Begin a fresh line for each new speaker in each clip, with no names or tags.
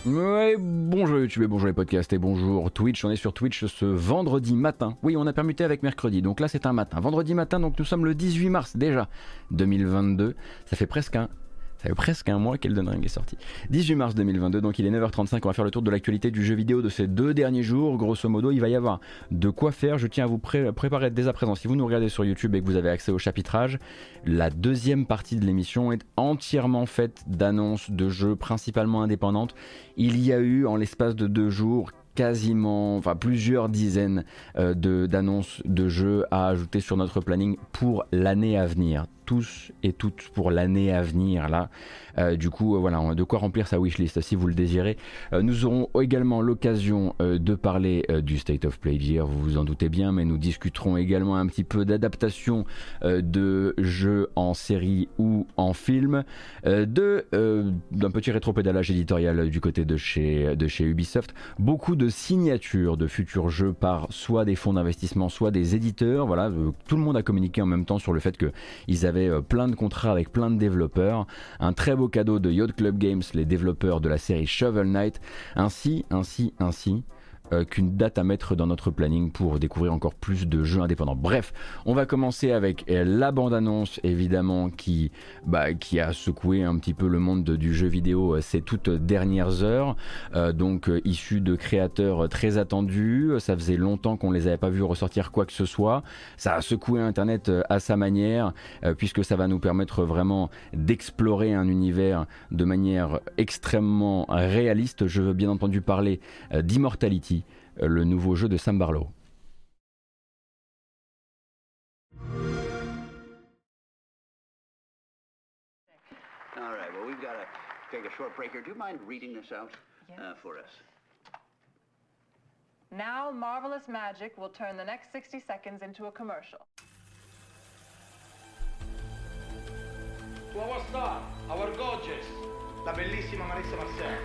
Ouais, bonjour YouTube et bonjour les podcasts et bonjour Twitch. On est sur Twitch ce vendredi matin. Oui, on a permuté avec mercredi, donc là c'est un matin. Vendredi matin, donc nous sommes le 18 mars déjà 2022. Ça fait presque un mois qu'Elden Ring est sorti. 18 mars 2022, donc il est 9h35, on va faire le tour de l'actualité du jeu vidéo de ces 2 derniers jours. Grosso modo, il va y avoir de quoi faire. Je tiens à vous préparer dès à présent. Si vous nous regardez sur YouTube et que vous avez accès au chapitrage, la deuxième partie de l'émission est entièrement faite d'annonces de jeux principalement indépendantes. Il y a eu en l'espace de 2 jours plusieurs dizaines d'annonces de jeux à ajouter sur notre planning pour l'année à venir. Tous et toutes pour l'année à venir là. Du coup, voilà, on a de quoi remplir sa wishlist si vous le désirez. Nous aurons également l'occasion de parler du State of Play d'hier, vous vous en doutez bien, mais nous discuterons également un petit peu d'adaptation de jeux en série ou en film, d'un petit rétropédalage éditorial du côté de chez Ubisoft, beaucoup de signatures de futurs jeux par soit des fonds d'investissement, soit des éditeurs. Voilà, tout le monde a communiqué en même temps sur le fait qu'ils avaient plein de contrats avec plein de développeurs. Un très beau cadeau de Yacht Club Games, les développeurs de la série Shovel Knight, ainsi qu'une date à mettre dans notre planning pour découvrir encore plus de jeux indépendants. Bref, on va commencer avec la bande-annonce évidemment qui a secoué un petit peu le monde du jeu vidéo ces toutes dernières heures, issue de créateurs très attendus. Ça faisait longtemps qu'on les avait pas vus ressortir quoi que ce soit. Ça a secoué Internet à sa manière, puisque ça va nous permettre vraiment d'explorer un univers de manière extrêmement réaliste. Je veux bien entendu parler d'Immortality, le nouveau jeu de Sam Barlow.
All right, well, we've got to take a short break here. Do you mind reading this out for us?
Now, Marvelous Magic will turn the next 60 seconds into a commercial.
Our star, our gorgeous, la bellissima Marissa Marcel.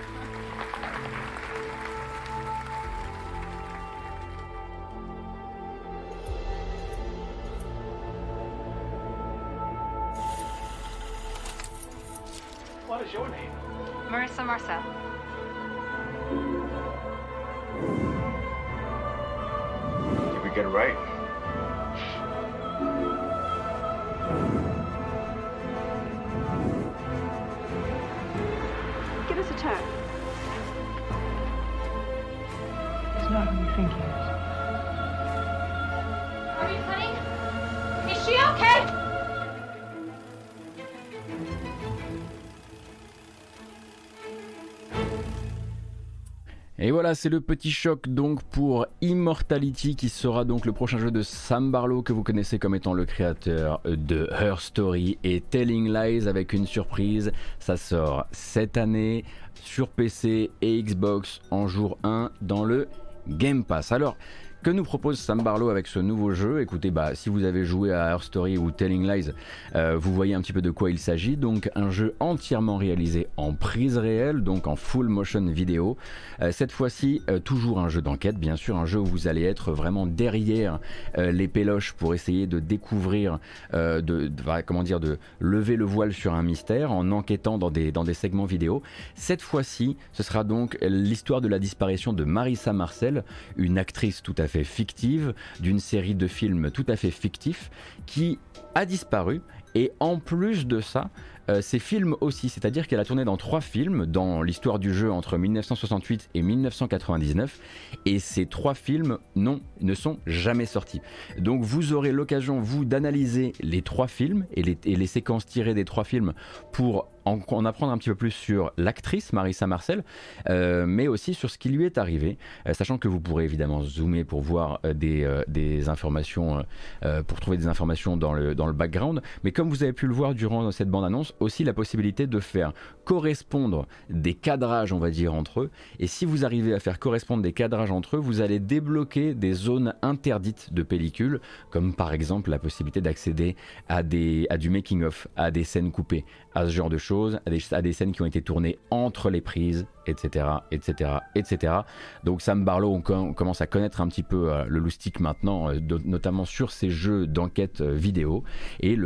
What is your name?
Marissa Marcel.
Did we get it right?
Give us a turn.
He's not who you think he is.
Are you honey? Is she okay?
Et voilà, c'est le petit choc donc pour Immortality, qui sera donc le prochain jeu de Sam Barlow, que vous connaissez comme étant le créateur de Her Story et Telling Lies, avec une surprise. Ça sort cette année sur PC et Xbox en jour 1 dans le Game Pass. Alors, que nous propose Sam Barlow avec ce nouveau jeu? Écoutez, si vous avez joué à Her Story ou Telling Lies, vous voyez un petit peu de quoi il s'agit. Donc un jeu entièrement réalisé en prise réelle, donc en full motion vidéo. Cette fois-ci, toujours un jeu d'enquête, bien sûr, un jeu où vous allez être vraiment derrière les péloches pour essayer de découvrir, de lever le voile sur un mystère en enquêtant dans des segments vidéo. Cette fois-ci, ce sera donc l'histoire de la disparition de Marissa Marcel, une actrice tout à fait fictive d'une série de films tout à fait fictifs qui a disparu. Et en plus de ça, ces films aussi, c'est-à-dire qu'elle a tourné dans 3 films dans l'histoire du jeu entre 1968 et 1999, et ces 3 films ne sont jamais sortis. Donc vous aurez l'occasion, vous, d'analyser les 3 films et les séquences tirées des 3 films pour en apprendre un petit peu plus sur l'actrice Marissa Marcel, mais aussi sur ce qui lui est arrivé, sachant que vous pourrez évidemment zoomer pour voir des informations, pour trouver des informations dans le background, mais comme vous avez pu le voir durant cette bande-annonce, aussi la possibilité de faire correspondre des cadrages, on va dire, entre eux. Et si vous arrivez à faire correspondre des cadrages entre eux, vous allez débloquer des zones interdites de pellicule, comme par exemple la possibilité d'accéder à du making-of, à des scènes coupées, à ce genre de choses, à des scènes qui ont été tournées entre les prises, etc., etc., etc. Donc Sam Barlow, on commence à connaître un petit peu le loustic maintenant, notamment sur ces jeux d'enquête vidéo. Et le gars, effectivement,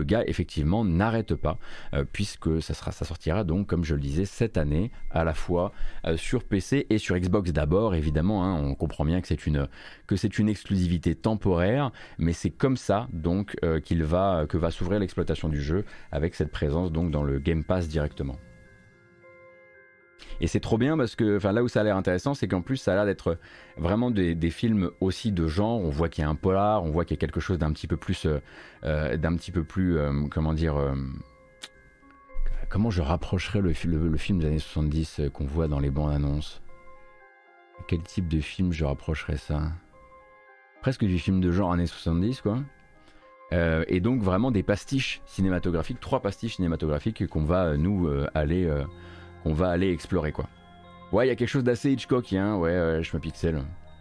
effectivement n'arrête pas, puisque ça sortira donc, comme je le disais, cette année, à la fois sur PC et sur Xbox d'abord, évidemment, hein, on comprend bien que c'est une exclusivité temporaire, mais c'est comme ça donc que va s'ouvrir l'exploitation du jeu, avec cette présence donc dans le Game Pass directement. Et c'est trop bien parce que là où ça a l'air intéressant, c'est qu'en plus ça a l'air d'être vraiment des films aussi de genre. On voit qu'il y a un polar, on voit qu'il y a quelque chose d'un petit peu plus, comment dire, comment je rapprocherais le film des années 70 qu'on voit dans les bandes annonces. Quel type de film je rapprocherais ça? Presque du film de genre années 70 quoi. Et donc vraiment des pastiches cinématographiques, 3 pastiches cinématographiques qu'on va on va aller explorer quoi. Ouais, il y a quelque chose d'assez Hitchcockien, ouais, je me pixel.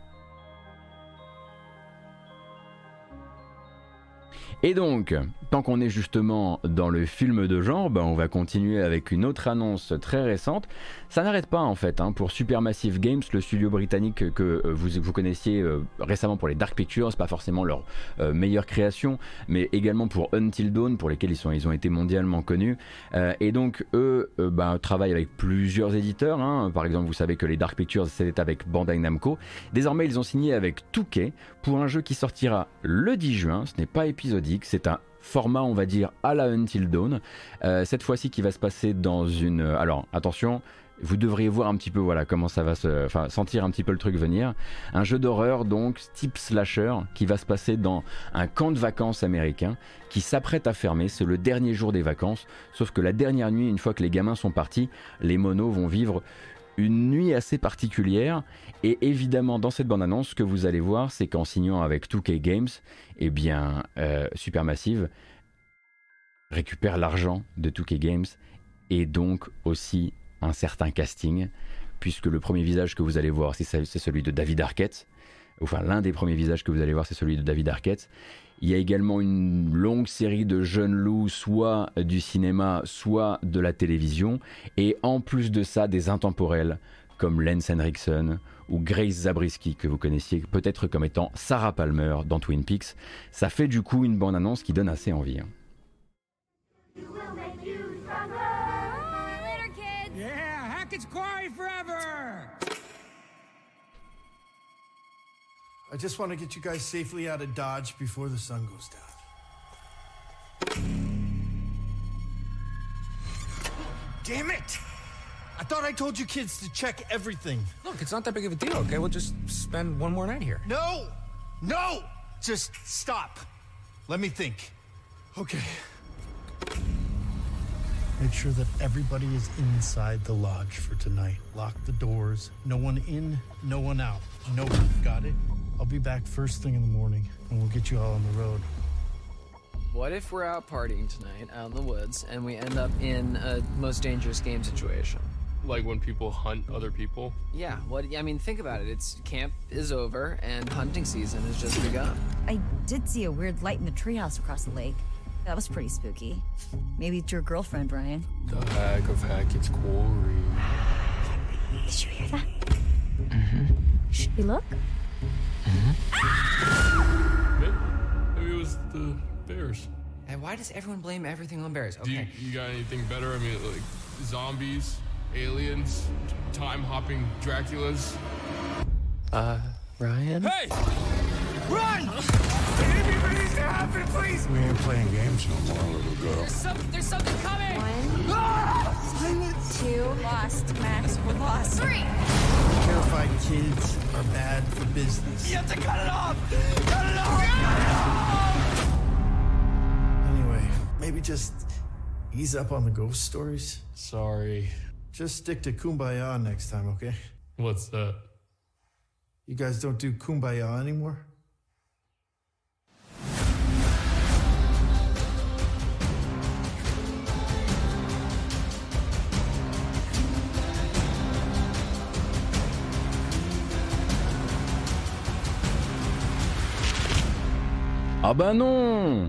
Et donc, tant qu'on est justement dans le film de genre, on va continuer avec une autre annonce très récente. Ça n'arrête pas en fait, hein, pour Supermassive Games, le studio britannique que vous connaissiez récemment pour les Dark Pictures, pas forcément leur meilleure création, mais également pour Until Dawn, pour lesquels ils ont été mondialement connus. Et donc eux travaillent avec plusieurs éditeurs, hein. Par exemple, vous savez que les Dark Pictures c'était avec Bandai Namco. Désormais, ils ont signé avec 2K pour un jeu qui sortira le 10 juin. Ce n'est pas épisodique, c'est un format, on va dire, à la Until Dawn. Cette fois-ci qui va se passer dans une... Alors, attention, vous devriez voir un petit peu comment ça va sentir un petit peu le truc venir. Un jeu d'horreur, donc, type slasher, qui va se passer dans un camp de vacances américain qui s'apprête à fermer. C'est le dernier jour des vacances, sauf que la dernière nuit, une fois que les gamins sont partis, les monos vont vivre une nuit assez particulière. Et évidemment, dans cette bande-annonce, ce que vous allez voir, c'est qu'en signant avec 2K Games, Supermassive récupère l'argent de 2K Games et donc aussi un certain casting, puisque le premier visage que vous allez voir, c'est celui de David Arquette. Enfin, l'un des premiers visages que vous allez voir, c'est celui de David Arquette. Il y a également une longue série de jeunes loups, soit du cinéma, soit de la télévision. Et en plus de ça, des intemporels comme Lance Henriksen ou Grace Zabriskie, que vous connaissiez peut-être comme étant Sarah Palmer dans Twin Peaks. Ça fait du coup une bande-annonce qui donne assez envie. Hein.
I just want to get you guys safely out of Dodge before the sun goes down. Damn it! I thought I told you kids to check everything.
Look, it's not that big of a deal, okay? We'll just spend one more night here.
No! No! Just stop. Let me think. Okay. Make sure that everybody is inside the lodge for tonight. Lock the doors. No one in, no one out. No one. Got it? I'll be back first thing in the morning, and we'll get you all on the road.
What if we're out partying tonight, out in the woods, and we end up in a most dangerous game situation?
Like when people hunt other people?
Yeah, think about it. Camp is over, and hunting season has just begun.
I did see a weird light in the treehouse across the lake. That was pretty spooky. Maybe it's your girlfriend, Brian.
The heck of heck, it's Corey.
Did you hear that?
Mm-hmm.
Should we look?
Mm-hmm. Maybe it was the bears.
And why does everyone blame everything on bears?
Okay. Do you got anything better? I mean, like zombies, aliens, time-hopping Draculas?
Ryan?
Hey!
Run!
Anything needs to happen, please!
We ain't playing games no more, little girl.
There's something coming!
1, 2, lost, Max, we're lost. 3!
Terrified kids are bad for business.
You have to cut it off! Cut it off! Cut it off!
Anyway, maybe just ease up on the ghost stories.
Sorry.
Just stick to Kumbaya next time, okay?
What's that?
You guys don't do Kumbaya anymore?
Ah bah non!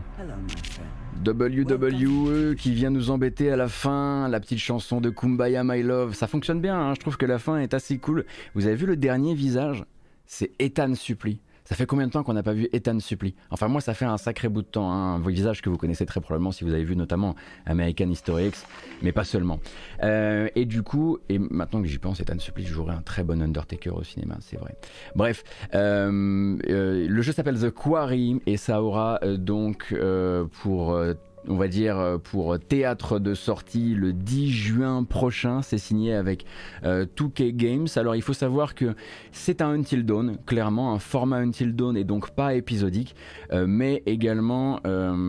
WWE qui vient nous embêter à la fin, la petite chanson de Kumbaya My Love, ça fonctionne bien, hein, je trouve que la fin est assez cool. Vous avez vu le dernier visage? C'est Ethan Suplee. Ça fait combien de temps qu'on n'a pas vu Ethan Suplee? Enfin moi ça fait un sacré bout de temps, hein. Vos visages que vous connaissez très probablement si vous avez vu notamment American History X, mais pas seulement. Et du coup, et maintenant que j'y pense, Ethan Suplee jouerait un très bon Undertaker au cinéma, c'est vrai. Bref, le jeu s'appelle The Quarry et ça aura donc pour... on va dire pour théâtre de sortie le 10 juin prochain. C'est signé avec 2K Games. Alors il faut savoir que c'est un Until Dawn, clairement un format Until Dawn et donc pas épisodique, mais également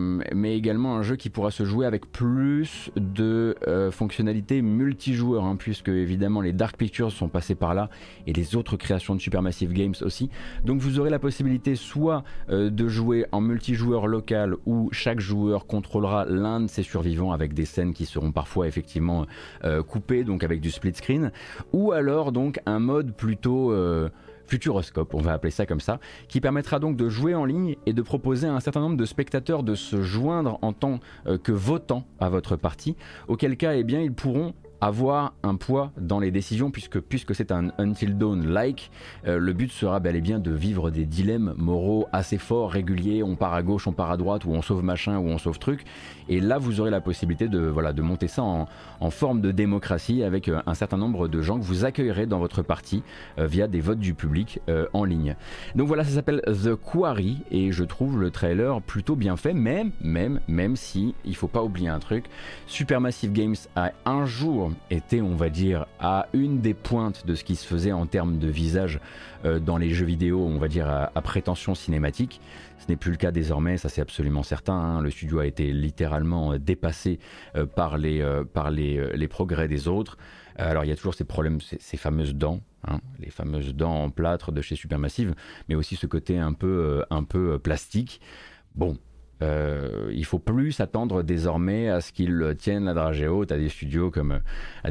un jeu qui pourra se jouer avec plus de fonctionnalités multijoueurs, hein, puisque évidemment les Dark Pictures sont passés par là et les autres créations de Supermassive Games aussi. Donc vous aurez la possibilité soit de jouer en multijoueur local où chaque joueur contrôlera l'un de ses survivants avec des scènes qui seront parfois effectivement coupées, donc avec du split screen, ou alors donc un mode plutôt futuroscope, on va appeler ça comme ça, qui permettra donc de jouer en ligne et de proposer à un certain nombre de spectateurs de se joindre en tant que votants à votre partie, auquel cas eh bien ils pourront avoir un poids dans les décisions puisque c'est un Until Dawn-like, le but sera bel et bien de vivre des dilemmes moraux assez forts, réguliers, on part à gauche, on part à droite, ou on sauve machin, ou on sauve truc, et là vous aurez la possibilité de monter ça en forme de démocratie avec un certain nombre de gens que vous accueillerez dans votre partie via des votes du public en ligne. Donc voilà, ça s'appelle The Quarry, et je trouve le trailer plutôt bien fait, même si, il faut pas oublier un truc, Supermassive Games a un jour était, on va dire, à une des pointes de ce qui se faisait en termes de visage dans les jeux vidéo, on va dire à prétention cinématique. Ce n'est plus le cas désormais, ça c'est absolument certain, hein. Le studio a été littéralement dépassé par les progrès des autres. Alors il y a toujours ces problèmes, ces fameuses dents, hein, les fameuses dents en plâtre de chez Supermassive, mais aussi ce côté un peu plastique. Bon. Il faut plus s'attendre désormais à ce qu'ils tiennent la dragée haute à des studios comme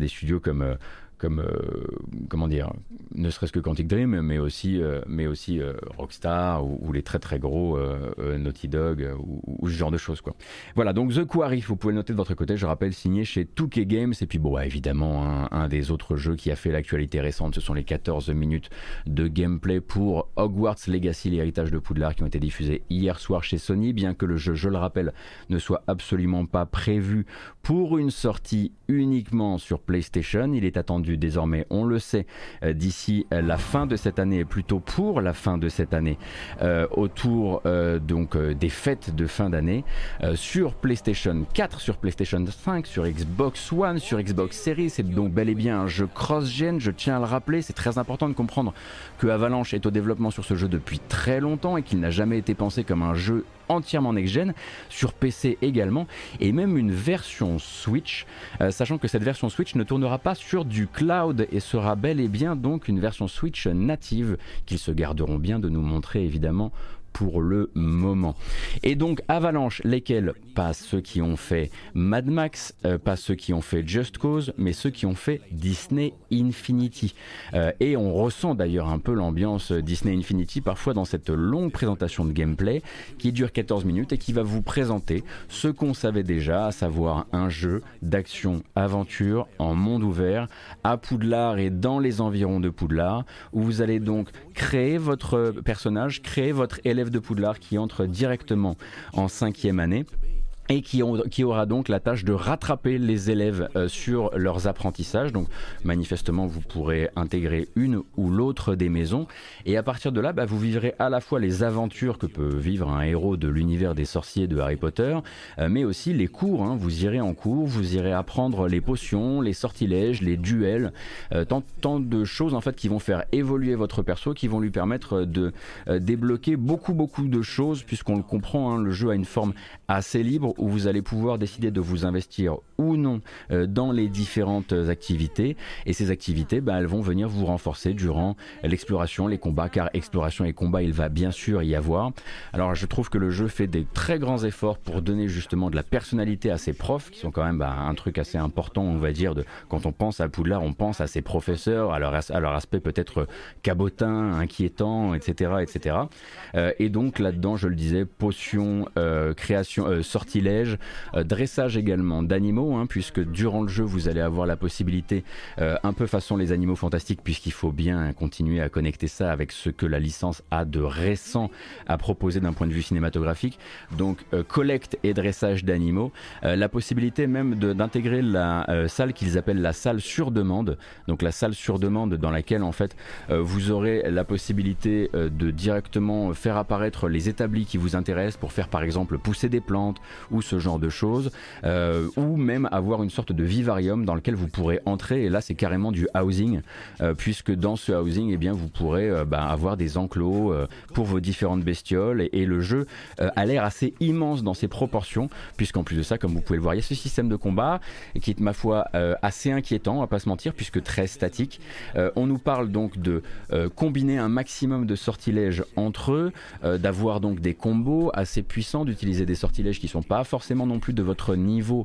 comment dire, ne serait-ce que Quantic Dream, mais aussi Rockstar ou les très très gros Naughty Dog ou ce genre de choses, quoi. Voilà, donc The Quarry, vous pouvez le noter de votre côté, je rappelle, signé chez 2K Games. Et puis bon, évidemment, un des autres jeux qui a fait l'actualité récente, ce sont les 14 minutes de gameplay pour Hogwarts Legacy, l'héritage de Poudlard, qui ont été diffusés hier soir chez Sony, bien que le jeu, je le rappelle, ne soit absolument pas prévu pour une sortie uniquement sur PlayStation. Il est attendu désormais, on le sait, d'ici la fin de cette année, et plutôt pour la fin de cette année, autour donc des fêtes de fin d'année, sur PlayStation 4, sur PlayStation 5, sur Xbox One, sur Xbox Series. C'est donc bel et bien un jeu cross-gen, je tiens à le rappeler. C'est très important de comprendre que Avalanche est au développement sur ce jeu depuis très longtemps et qu'il n'a jamais été pensé comme un jeu entièrement next-gen, sur PC également, et même une version Switch, sachant que cette version Switch ne tournera pas sur du cloud et sera bel et bien donc une version Switch native qu'ils se garderont bien de nous montrer évidemment pour le moment. Et donc Avalanche, lesquels? Pas ceux qui ont fait Mad Max, pas ceux qui ont fait Just Cause, mais ceux qui ont fait Disney Infinity. Et on ressent d'ailleurs un peu l'ambiance Disney Infinity parfois dans cette longue présentation de gameplay qui dure 14 minutes et qui va vous présenter ce qu'on savait déjà, à savoir un jeu d'action-aventure en monde ouvert à Poudlard et dans les environs de Poudlard, où vous allez donc créer votre personnage, créer votre élève de Poudlard qui entre directement en 5e année et qui aura donc la tâche de rattraper les élèves sur leurs apprentissages. Donc manifestement vous pourrez intégrer une ou l'autre des maisons, et à partir de là vous vivrez à la fois les aventures que peut vivre un héros de l'univers des sorciers de Harry Potter, mais aussi les cours, hein. Vous irez en cours, vous irez apprendre les potions, les sortilèges, les duels, tant de choses en fait qui vont faire évoluer votre perso, qui vont lui permettre de débloquer beaucoup de choses, puisqu'on le comprend, hein, le jeu a une forme assez libre où vous allez pouvoir décider de vous investir ou non dans les différentes activités, et ces activités elles vont venir vous renforcer durant l'exploration, les combats, car exploration et combat il va bien sûr y avoir. Alors je trouve que le jeu fait des très grands efforts pour donner justement de la personnalité à ses profs, qui sont quand même un truc assez important, on va dire, quand on pense à Poudlard, on pense à ses professeurs, à leur aspect peut-être cabotin, inquiétant, etc. Et donc là-dedans, je le disais, potions, création, sortilèges, sortilèges, dressage également d'animaux, hein, puisque durant le jeu vous allez avoir la possibilité, un peu façon les animaux fantastiques, puisqu'il faut bien continuer à connecter ça avec ce que la licence a de récent à proposer d'un point de vue cinématographique, donc collecte et dressage d'animaux, la possibilité même d'intégrer la salle qu'ils appellent la salle sur demande, donc la salle sur demande dans laquelle en fait vous aurez la possibilité de directement faire apparaître les établis qui vous intéressent pour faire par exemple pousser des plantes ou ce genre de choses, ou même avoir une sorte de vivarium dans lequel vous pourrez entrer, et là c'est carrément du housing, puisque dans ce housing eh bien, vous pourrez avoir des enclos pour vos différentes bestioles, et le jeu a l'air assez immense dans ses proportions, puisqu'en plus de ça, comme vous pouvez le voir, il y a ce système de combat qui est ma foi assez inquiétant, on va pas se mentir, puisque très statique. On nous parle donc de combiner un maximum de sortilèges entre eux, d'avoir donc des combos assez puissants, d'utiliser des sortilèges qui sont pas forcément non plus de votre niveau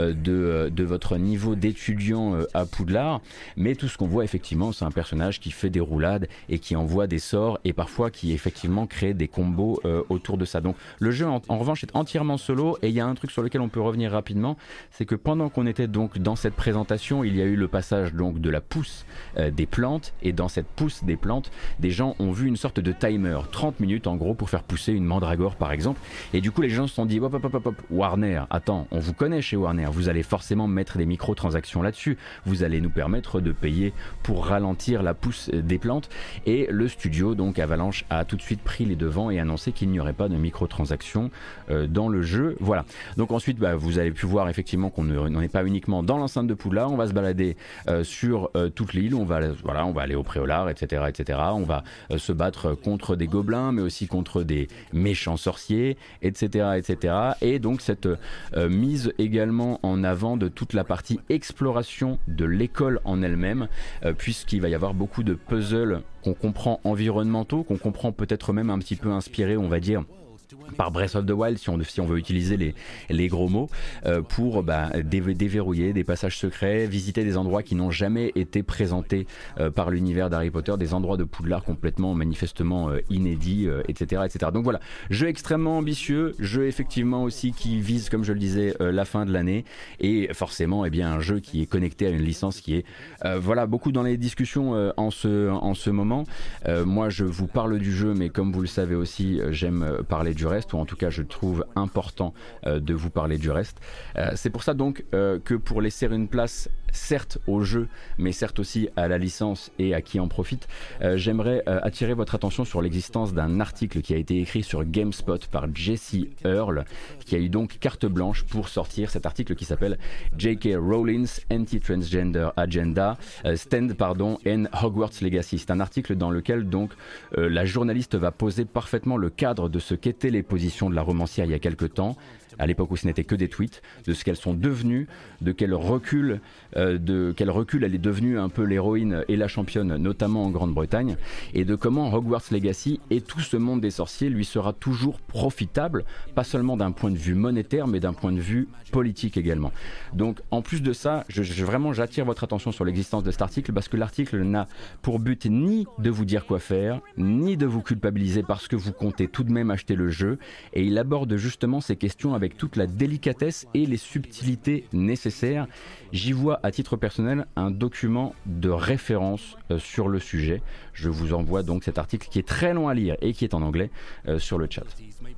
de votre niveau d'étudiant à Poudlard, mais tout ce qu'on voit effectivement c'est un personnage qui fait des roulades et qui envoie des sorts, et parfois qui effectivement crée des combos autour de ça. Donc le jeu en revanche est entièrement solo, et il y a un truc sur lequel on peut revenir rapidement, c'est que pendant qu'on était donc dans cette présentation, il y a eu le passage donc de la pousse des plantes, et dans cette pousse des plantes, des gens ont vu une sorte de timer, 30 minutes en gros pour faire pousser une mandragore par exemple, et du coup les gens se sont dit hop, Warner, attends, on vous connaît chez Warner, vous allez forcément mettre des microtransactions là-dessus, vous allez nous permettre de payer pour ralentir la pousse des plantes, et le studio donc Avalanche a tout de suite pris les devants et annoncé qu'il n'y aurait pas de microtransactions dans le jeu. Voilà, donc ensuite vous avez pu voir effectivement qu'on n'en est pas uniquement dans l'enceinte de Poudlard, on va se balader sur toute l'île, on va aller au Préolard, etc. on va se battre contre des gobelins, mais aussi contre des méchants sorciers, etc. et donc cette mise également en avant de toute la partie exploration de l'école en elle-même, puisqu'il va y avoir beaucoup de puzzles qu'on comprend environnementaux, qu'on comprend peut-être même un petit peu inspirés, on va dire, par Breath of the Wild, si on veut utiliser les gros mots, pour déverrouiller des passages secrets, visiter des endroits qui n'ont jamais été présentés par l'univers d'Harry Potter, des endroits de Poudlard complètement manifestement inédits, etc. Donc voilà, jeu extrêmement ambitieux, jeu effectivement aussi qui vise, comme je le disais, la fin de l'année, et forcément un jeu qui est connecté à une licence qui est beaucoup dans les discussions en ce moment. Moi je vous parle du jeu, mais comme vous le savez aussi, j'aime parler du reste, ou en tout cas je trouve important de vous parler du reste. C'est pour ça donc que pour laisser une place certes au jeu, mais certes aussi à la licence et à qui en profite, j'aimerais attirer votre attention sur l'existence d'un article qui a été écrit sur GameSpot par Jesse Earl, qui a eu donc carte blanche pour sortir cet article qui s'appelle J.K. Rowling's Anti-Transgender Agenda Stand and Hogwarts Legacy. C'est un article dans lequel donc la journaliste va poser parfaitement le cadre de ce qu'étaient les positions de la romancière il y a quelque temps, à l'époque où ce n'était que des tweets, de ce qu'elles sont devenues, de quel recul elle est devenue un peu l'héroïne et la championne, notamment en Grande-Bretagne, et de comment Hogwarts Legacy et tout ce monde des sorciers lui sera toujours profitable, pas seulement d'un point de vue monétaire, mais d'un point de vue politique également. Donc en plus de ça, j'attire votre attention sur l'existence de cet article, parce que l'article n'a pour but ni de vous dire quoi faire, ni de vous culpabiliser parce que vous comptez tout de même acheter le jeu, et il aborde justement ces questions avec toute la délicatesse et les subtilités nécessaires. J'y vois à titre personnel un document de référence sur le sujet. Je vous envoie donc cet article qui est très long à lire et qui est en anglais sur le chat.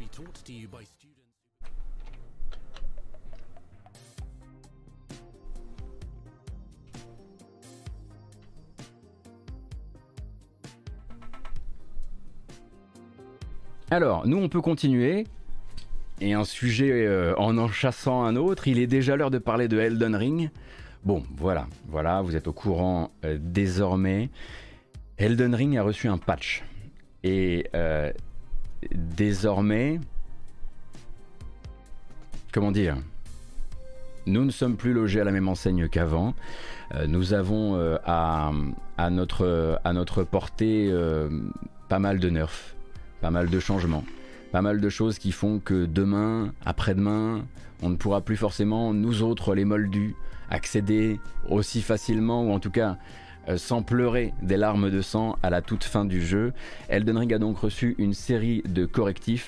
Alors, nous on peut continuer. Et un sujet en chassant un autre, il est déjà l'heure de parler de Elden Ring. Bon, voilà, vous êtes au courant désormais. Elden Ring a reçu un patch. Et désormais, comment dire, nous ne sommes plus logés à la même enseigne qu'avant. Nous avons à notre portée pas mal de nerfs, pas mal de changements. Pas mal de choses qui font que demain, après-demain, on ne pourra plus forcément, nous autres les moldus, accéder aussi facilement, ou en tout cas sans pleurer des larmes de sang à la toute fin du jeu. Elden Ring a donc reçu une série de correctifs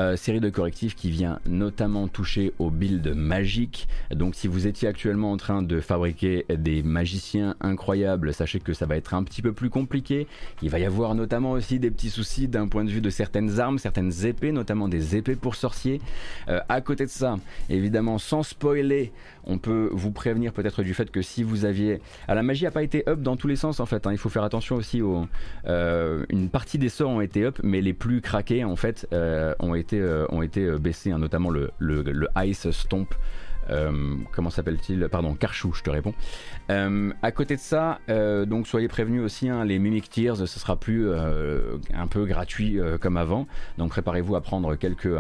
qui vient notamment toucher aux builds magiques. Donc si vous étiez actuellement en train de fabriquer des magiciens incroyables, sachez que ça va être un petit peu plus compliqué. Il va y avoir notamment aussi des petits soucis d'un point de vue de certaines armes, certaines épées, notamment des épées pour sorciers. À côté de ça, évidemment, sans spoiler, on peut vous prévenir peut-être du fait que si vous aviez... Ah, la magie n'a pas été up dans tous les sens en fait, hein. Il faut faire attention aussi aux... une partie des sorts ont été up, mais les plus craqués en fait ont été baissés, hein, notamment le Ice Stomp. Comment s'appelle-t-il? Pardon, Karchou, je te réponds. À côté de ça, donc soyez prévenus aussi, hein, les Mimic Tears, ce sera plus un peu gratuit comme avant. Donc préparez-vous à prendre quelques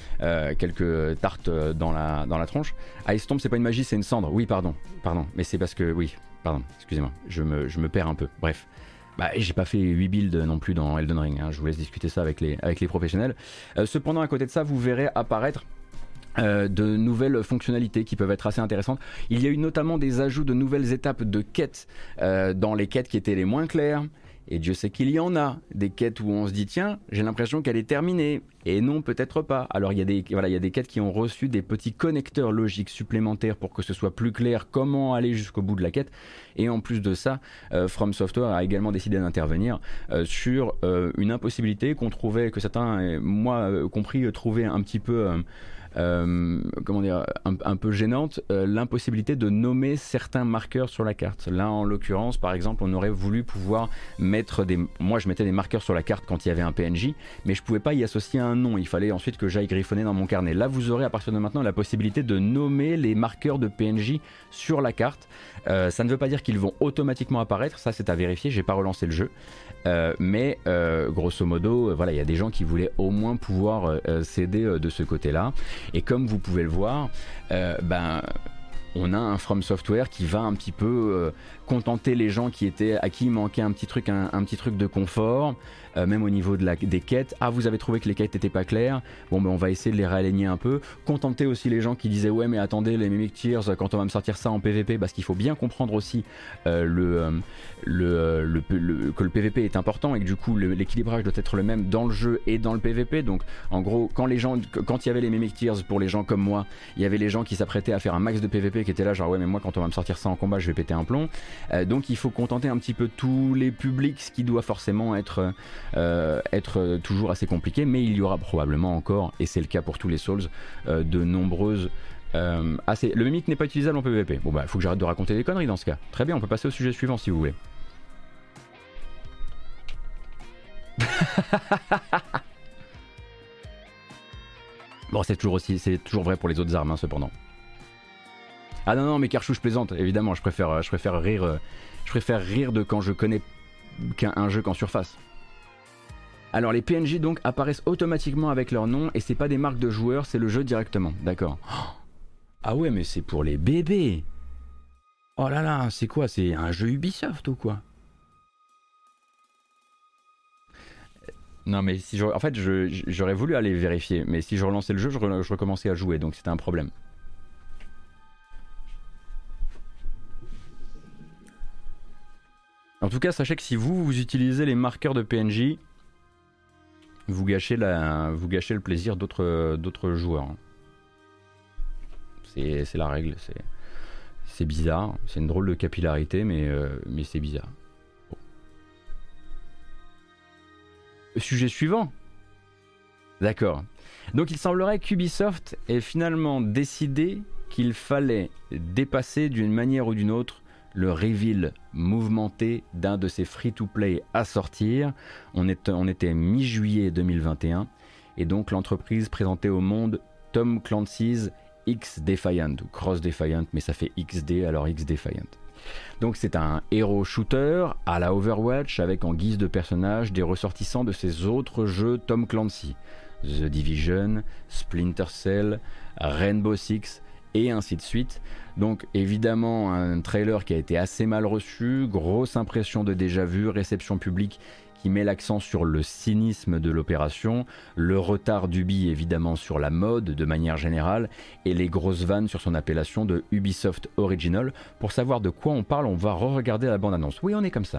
tartes dans la tronche. Ice Stomp, c'est pas une magie, c'est une cendre. Oui, pardon. Mais c'est parce que... Oui, pardon, excusez-moi, je me perds un peu. Bref. Bah, j'ai pas fait 8 builds non plus dans Elden Ring, hein. Je vous laisse discuter ça avec les professionnels. Cependant, à côté de ça, vous verrez apparaître de nouvelles fonctionnalités qui peuvent être assez intéressantes. Il y a eu notamment des ajouts de nouvelles étapes de quêtes dans les quêtes qui étaient les moins claires. Et Dieu sait qu'il y en a des quêtes où on se dit tiens, j'ai l'impression qu'elle est terminée. Et non, peut-être pas. Alors il y a des quêtes qui ont reçu des petits connecteurs logiques supplémentaires pour que ce soit plus clair comment aller jusqu'au bout de la quête. Et en plus de ça, From Software a également décidé d'intervenir sur une impossibilité qu'on trouvait, que certains, moi compris, trouvaient un petit peu... comment dire, un peu gênante, l'impossibilité de nommer certains marqueurs sur la carte. Là, en l'occurrence, par exemple, on aurait voulu pouvoir mettre moi, je mettais des marqueurs sur la carte quand il y avait un PNJ, mais je pouvais pas y associer un nom. Il fallait ensuite que j'aille griffonner dans mon carnet. Là, vous aurez à partir de maintenant la possibilité de nommer les marqueurs de PNJ sur la carte. Ça ne veut pas dire qu'ils vont automatiquement apparaître. Ça, c'est à vérifier. J'ai pas relancé le jeu. Mais grosso modo, voilà, il y a des gens qui voulaient au moins pouvoir s'aider de ce côté-là. Et comme vous pouvez le voir, on a un From Software qui va un petit peu contenter les gens à qui il manquait un petit truc de confort, même au niveau des quêtes. Ah, vous avez trouvé que les quêtes n'étaient pas claires, bon ben on va essayer de les réaligner un peu. Contenter aussi les gens qui disaient ouais mais attendez, les Mimic Tears, quand on va me sortir ça en PVP, parce qu'il faut bien comprendre aussi que le PVP est important et que du coup l'équilibrage doit être le même dans le jeu et dans le PVP. Donc en gros, quand il y avait les Mimic Tears, pour les gens comme moi, il y avait les gens qui s'apprêtaient à faire un max de PVP qui étaient là genre ouais mais moi quand on va me sortir ça en combat je vais péter un plomb. Donc il faut contenter un petit peu tous les publics, ce qui doit forcément être toujours assez compliqué, mais il y aura probablement encore, et c'est le cas pour tous les Souls, de nombreuses... Le Mimic n'est pas utilisable en PVP. Bon bah il faut que j'arrête de raconter des conneries dans ce cas. Très bien, on peut passer au sujet suivant si vous voulez. Bon, c'est toujours vrai pour les autres armes, hein, cependant. Ah non, mais Karchou, je plaisante, évidemment, je préfère rire de quand je connais un jeu qu'en surface. Alors les PNJ donc apparaissent automatiquement avec leur nom et c'est pas des marques de joueurs, c'est le jeu directement, d'accord. Ah ouais, mais c'est pour les bébés. Oh là là, c'est quoi? C'est un jeu Ubisoft ou quoi? Non mais si en fait j'aurais voulu aller vérifier, mais si je relançais le jeu, je recommençais à jouer, donc c'était un problème. En tout cas, sachez que si vous utilisez les marqueurs de PNJ, vous gâchez le plaisir d'autres joueurs. C'est la règle, c'est bizarre, c'est une drôle de capillarité, mais c'est bizarre. Bon. Sujet suivant. D'accord. Donc il semblerait qu'Ubisoft ait finalement décidé qu'il fallait dépasser d'une manière ou d'une autre le reveal mouvementé d'un de ses free-to-play à sortir. On était mi-juillet 2021 et donc l'entreprise présentait au monde Tom Clancy's X-Defiant ou Cross-Defiant, mais ça fait XD, alors X-Defiant. Donc c'est un héros shooter à la Overwatch avec en guise de personnage des ressortissants de ses autres jeux Tom Clancy, The Division, Splinter Cell, Rainbow Six et ainsi de suite. Donc évidemment un trailer qui a été assez mal reçu, grosse impression de déjà vu, réception publique qui met l'accent sur le cynisme de l'opération, le retard d'Ubi évidemment sur la mode de manière générale, et les grosses vannes sur son appellation de Ubisoft Original. Pour savoir de quoi on parle, on va re-regarder la bande-annonce. Oui, on est comme ça.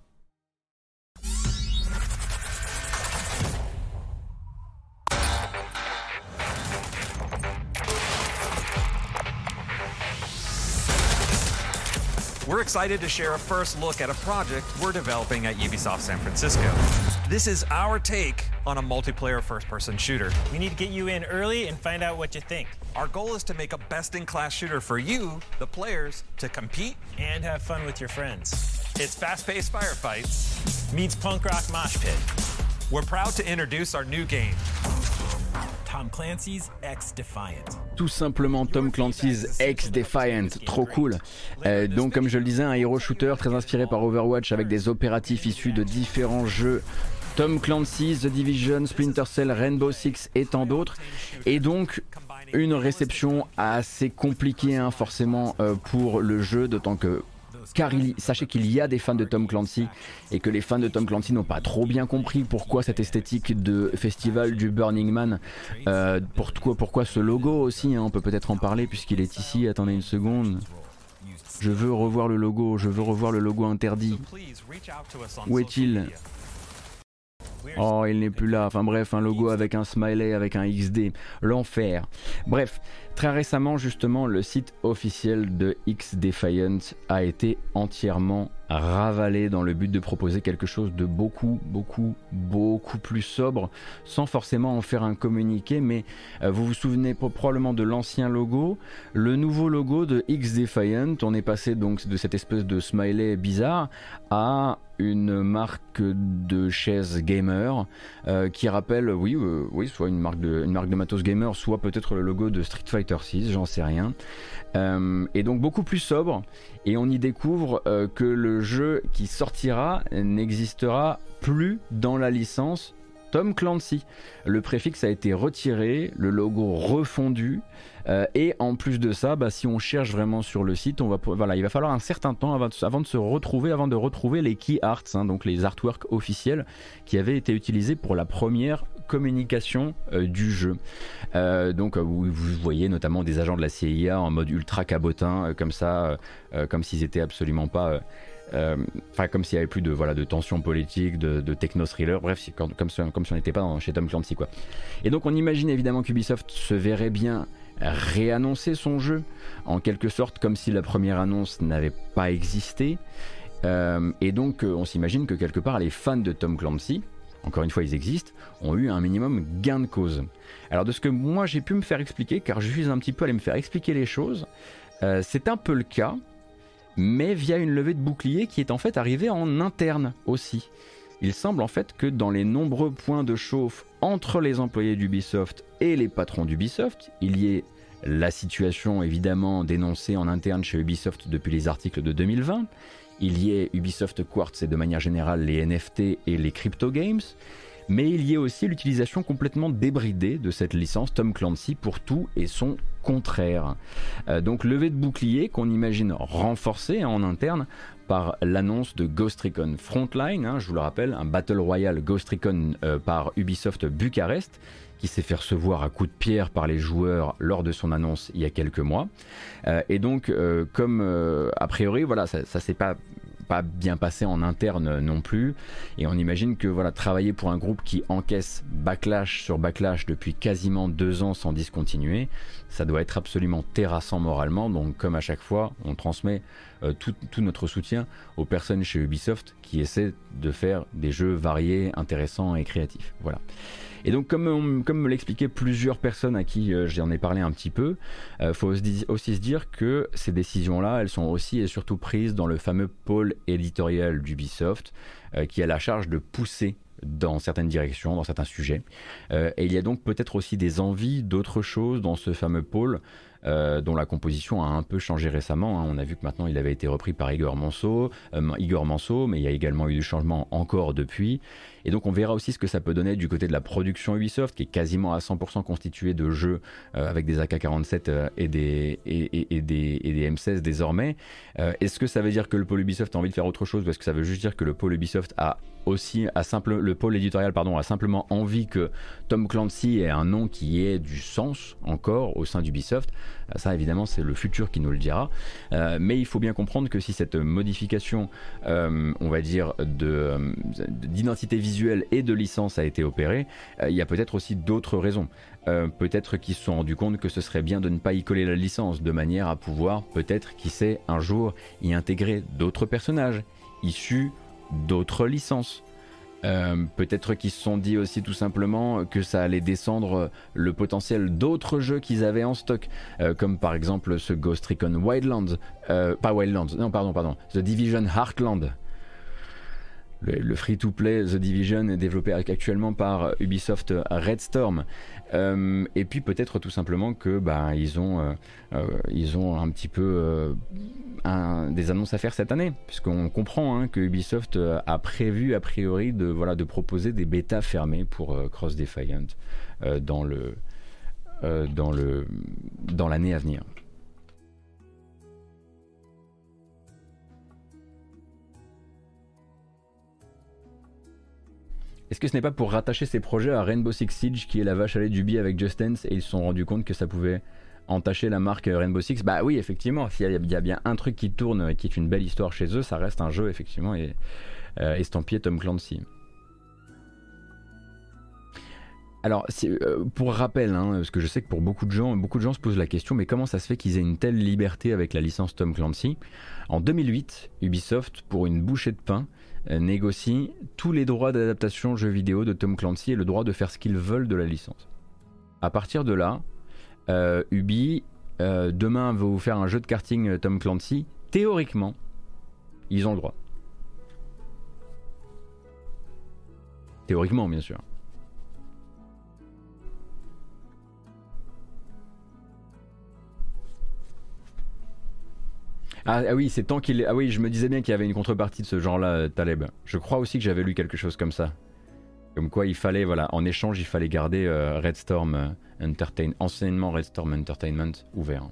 We're excited to share a first look at a project we're developing at Ubisoft San Francisco. This is our take on a multiplayer first-person shooter.
We need to get you in early and find out what you think.
Our goal is to make a best-in-class shooter for you, the players, to compete
and have fun with your friends.
It's fast-paced firefights
meets punk rock mosh pit.
We're proud to introduce our new game.
Tom Clancy's X-Defiant.
Tout simplement Tom Clancy's X-Defiant, trop cool. Donc comme je le disais, un hero shooter très inspiré par Overwatch avec des opératifs issus de différents jeux. Tom Clancy, The Division, Splinter Cell, Rainbow Six et tant d'autres. Et donc une réception assez compliquée hein, forcément pour le jeu, d'autant que car sachez qu'il y a des fans de Tom Clancy et que les fans de Tom Clancy n'ont pas trop bien compris pourquoi cette esthétique de festival du Burning Man, pourquoi ce logo aussi, hein, on peut peut-être en parler puisqu'il est ici, attendez une seconde. Je veux revoir le logo interdit. Où est-il ? Oh, il n'est plus là. Enfin bref, un logo avec un smiley, avec un XD. L'enfer. Bref, très récemment, justement, le site officiel de X-Defiant a été entièrement ravalé dans le but de proposer quelque chose de beaucoup plus sobre, sans forcément en faire un communiqué, mais vous vous souvenez probablement de l'ancien logo, le nouveau logo de X-Defiant. On est passé donc de cette espèce de smiley bizarre à une marque de chaises gamer qui rappelle, oui, soit une marque de matos gamer, soit peut-être le logo de Street Fighter 6, j'en sais rien. Et donc beaucoup plus sobre, et on y découvre que le jeu qui sortira n'existera plus dans la licence Tom Clancy. Le préfixe a été retiré, le logo refondu, et en plus de ça, si on cherche vraiment sur le site, il va falloir un certain temps avant de retrouver les key arts, hein, donc les artworks officiels qui avaient été utilisés pour la première communication du jeu. Donc vous voyez notamment des agents de la CIA en mode ultra cabotin, comme ça, comme s'ils étaient absolument pas... comme s'il n'y avait plus de tension politique, de techno-thriller, bref, comme si on n'était pas chez Tom Clancy, quoi. Et donc on imagine évidemment qu'Ubisoft se verrait bien réannoncer son jeu, en quelque sorte comme si la première annonce n'avait pas existé. Et donc on s'imagine que quelque part les fans de Tom Clancy, encore une fois ils existent, ont eu un minimum gain de cause. Alors de ce que moi j'ai pu me faire expliquer, car je suis un petit peu allé me faire expliquer les choses, c'est un peu le cas, mais via une levée de bouclier qui est en fait arrivée en interne aussi. Il semble en fait que dans les nombreux points de chauffe entre les employés d'Ubisoft et les patrons d'Ubisoft, il y ait la situation évidemment dénoncée en interne chez Ubisoft depuis les articles de 2020, il y ait Ubisoft Quartz et de manière générale les NFT et les crypto games, mais il y ait aussi l'utilisation complètement débridée de cette licence Tom Clancy pour tout et son contraire. Donc levée de bouclier qu'on imagine renforcée en interne par l'annonce de Ghost Recon Frontline, hein, je vous le rappelle, un Battle Royale Ghost Recon par Ubisoft Bucarest, qui s'est fait recevoir à coups de pierre par les joueurs lors de son annonce il y a quelques mois. Et donc, comme a priori, voilà, ça s'est pas bien passé en interne non plus, et on imagine que voilà, travailler pour un groupe qui encaisse backlash sur backlash depuis quasiment 2 ans sans discontinuer, ça doit être absolument terrassant moralement. Donc comme à chaque fois, on transmet tout notre soutien aux personnes chez Ubisoft qui essaient de faire des jeux variés, intéressants et créatifs. Voilà. Et donc comme me l'expliquaient plusieurs personnes à qui j'en ai parlé un petit peu, faut aussi se dire que ces décisions-là, elles sont aussi et surtout prises dans le fameux pôle éditorial d'Ubisoft, qui a la charge de pousser dans certaines directions, dans certains sujets. Et il y a donc peut-être aussi des envies d'autres choses dans ce fameux pôle, dont la composition a un peu changé récemment. Hein. On a vu que maintenant il avait été repris par Igor Manso, mais il y a également eu du changement encore depuis. Et donc on verra aussi ce que ça peut donner du côté de la production Ubisoft, qui est quasiment à 100% constituée de jeux avec des AK-47 et des M16 désormais. Est-ce que ça veut dire que le pôle Ubisoft a envie de faire autre chose, ou est-ce que ça veut juste dire que le pôle Ubisoft le pôle éditorial a simplement envie que Tom Clancy ait un nom qui ait du sens encore au sein d'Ubisoft? Ça évidemment c'est le futur qui nous le dira, mais il faut bien comprendre que si cette modification on va dire d'identité visuelle et de licence a été opérée, il y a peut-être aussi d'autres raisons. Peut-être qu'ils se sont rendus compte que ce serait bien de ne pas y coller la licence, de manière à pouvoir peut-être, qui sait, un jour y intégrer d'autres personnages issus d'autres licences. Peut-être qu'ils se sont dit aussi tout simplement que ça allait descendre le potentiel d'autres jeux qu'ils avaient en stock, comme par exemple ce Ghost Recon Wildlands, The Division Heartland. Le free-to-play The Division est développé actuellement par Ubisoft Red Storm. Et puis peut-être tout simplement que ils ont un petit peu des annonces à faire cette année, puisqu'on comprend que Ubisoft a prévu a priori de proposer des bêtas fermées pour Cross Defiant dans l'année à venir. Est-ce que ce n'est pas pour rattacher ces projets à Rainbow Six Siege, qui est la vache à lait d'Ubi avec Just Dance, et ils se sont rendus compte que ça pouvait entacher la marque Rainbow Six? Bah oui, effectivement, s'il y a bien un truc qui tourne, qui est une belle histoire chez eux, ça reste un jeu, effectivement, et estampillé Tom Clancy. Alors, pour rappel, parce que je sais que pour beaucoup de gens se posent la question, mais comment ça se fait qu'ils aient une telle liberté avec la licence Tom Clancy? En 2008, Ubisoft, pour une bouchée de pain, négocie tous les droits d'adaptation jeux vidéo de Tom Clancy et le droit de faire ce qu'ils veulent de la licence. À partir de là, Ubi, demain va vous faire un jeu de karting Tom Clancy, théoriquement, ils ont le droit. Théoriquement, bien sûr. Ah oui, c'est tant qu'il est... Ah oui, je me disais bien qu'il y avait une contrepartie de ce genre-là, Taleb. Je crois aussi que j'avais lu quelque chose comme ça. Comme quoi il fallait, en échange, il fallait garder Red Storm anciennement Red Storm Entertainment ouvert.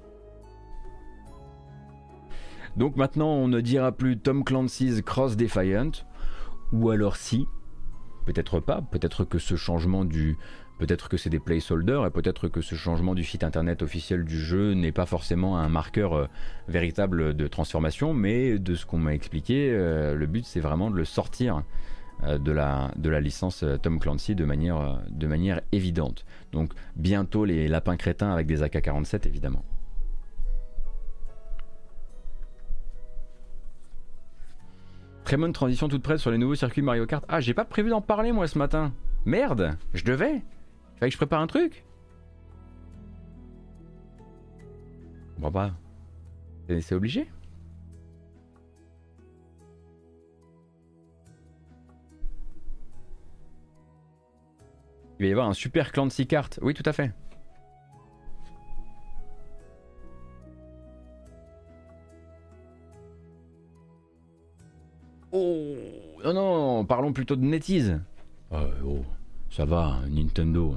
Donc maintenant, on ne dira plus Tom Clancy's Cross Defiant, ou alors si, peut-être pas, peut-être que ce changement peut-être que c'est des placeholders, et peut-être que ce changement du site internet officiel du jeu n'est pas forcément un marqueur véritable de transformation, mais de ce qu'on m'a expliqué, le but c'est vraiment de le sortir de la licence Tom Clancy de manière évidente. Donc bientôt les lapins crétins avec des AK-47 évidemment. Très bonne transition toute prête sur les nouveaux circuits Mario Kart. Ah, j'ai pas prévu d'en parler moi ce matin. Merde, je devais. Il fallait que je prépare un truc. Bon bah, c'est obligé. Il va y avoir un super Clancy Kart. Oui, tout à fait. Oh non, non, parlons plutôt de NetEase. Oh, ça va, Nintendo.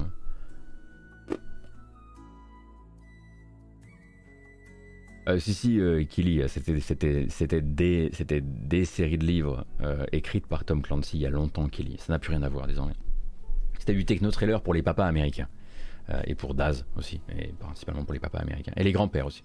Si, Kili, c'était des séries de livres écrites par Tom Clancy il y a longtemps, Kili. Ça n'a plus rien à voir désormais. C'était du techno-trailer pour les papas américains. Et pour Daz aussi, et principalement pour les papas américains. Et les grands-pères aussi.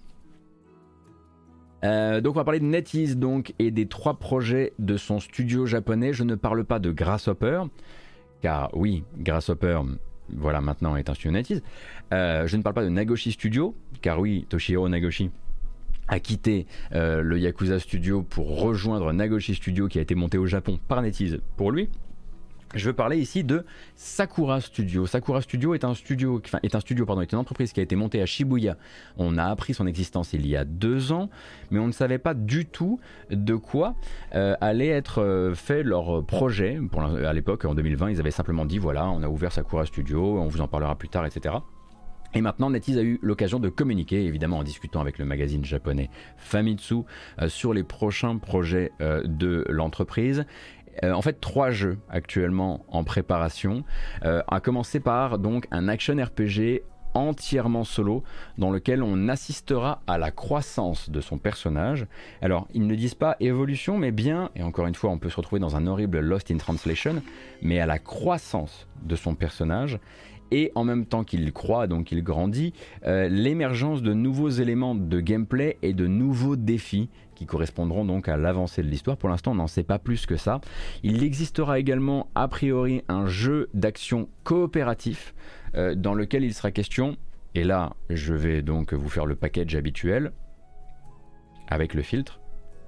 Donc on va parler de NetEase donc, et des 3 projets de son studio japonais. Je ne parle pas de Grasshopper, car oui, Grasshopper, voilà, maintenant est un studio NetEase. Je ne parle pas de Nagoshi Studio, car oui, Toshihiro Nagoshi a quitté le Yakuza Studio pour rejoindre Nagoshi Studio, qui a été monté au Japon par NetEase pour lui. Je veux parler ici de Sakura Studio. Sakura Studio est une entreprise qui a été montée à Shibuya. On a appris son existence il y a 2 ans, mais on ne savait pas du tout de quoi allait être fait leur projet. À l'époque, en 2020, ils avaient simplement dit voilà, on a ouvert Sakura Studio, on vous en parlera plus tard, etc. Et maintenant, NetEase a eu l'occasion de communiquer, évidemment en discutant avec le magazine japonais Famitsu, sur les prochains projets de l'entreprise. En fait, 3 jeux actuellement en préparation, à commencer par donc un action RPG entièrement solo dans lequel on assistera à la croissance de son personnage. Alors, ils ne disent pas évolution, mais bien, et encore une fois, on peut se retrouver dans un horrible Lost in Translation, mais à la croissance de son personnage. Et en même temps qu'il croît, donc qu'il grandit, l'émergence de nouveaux éléments de gameplay et de nouveaux défis qui correspondront donc à l'avancée de l'histoire. Pour l'instant, on n'en sait pas plus que ça. Il existera également, a priori, un jeu d'action coopératif dans lequel il sera question, et là, je vais donc vous faire le package habituel, avec le filtre.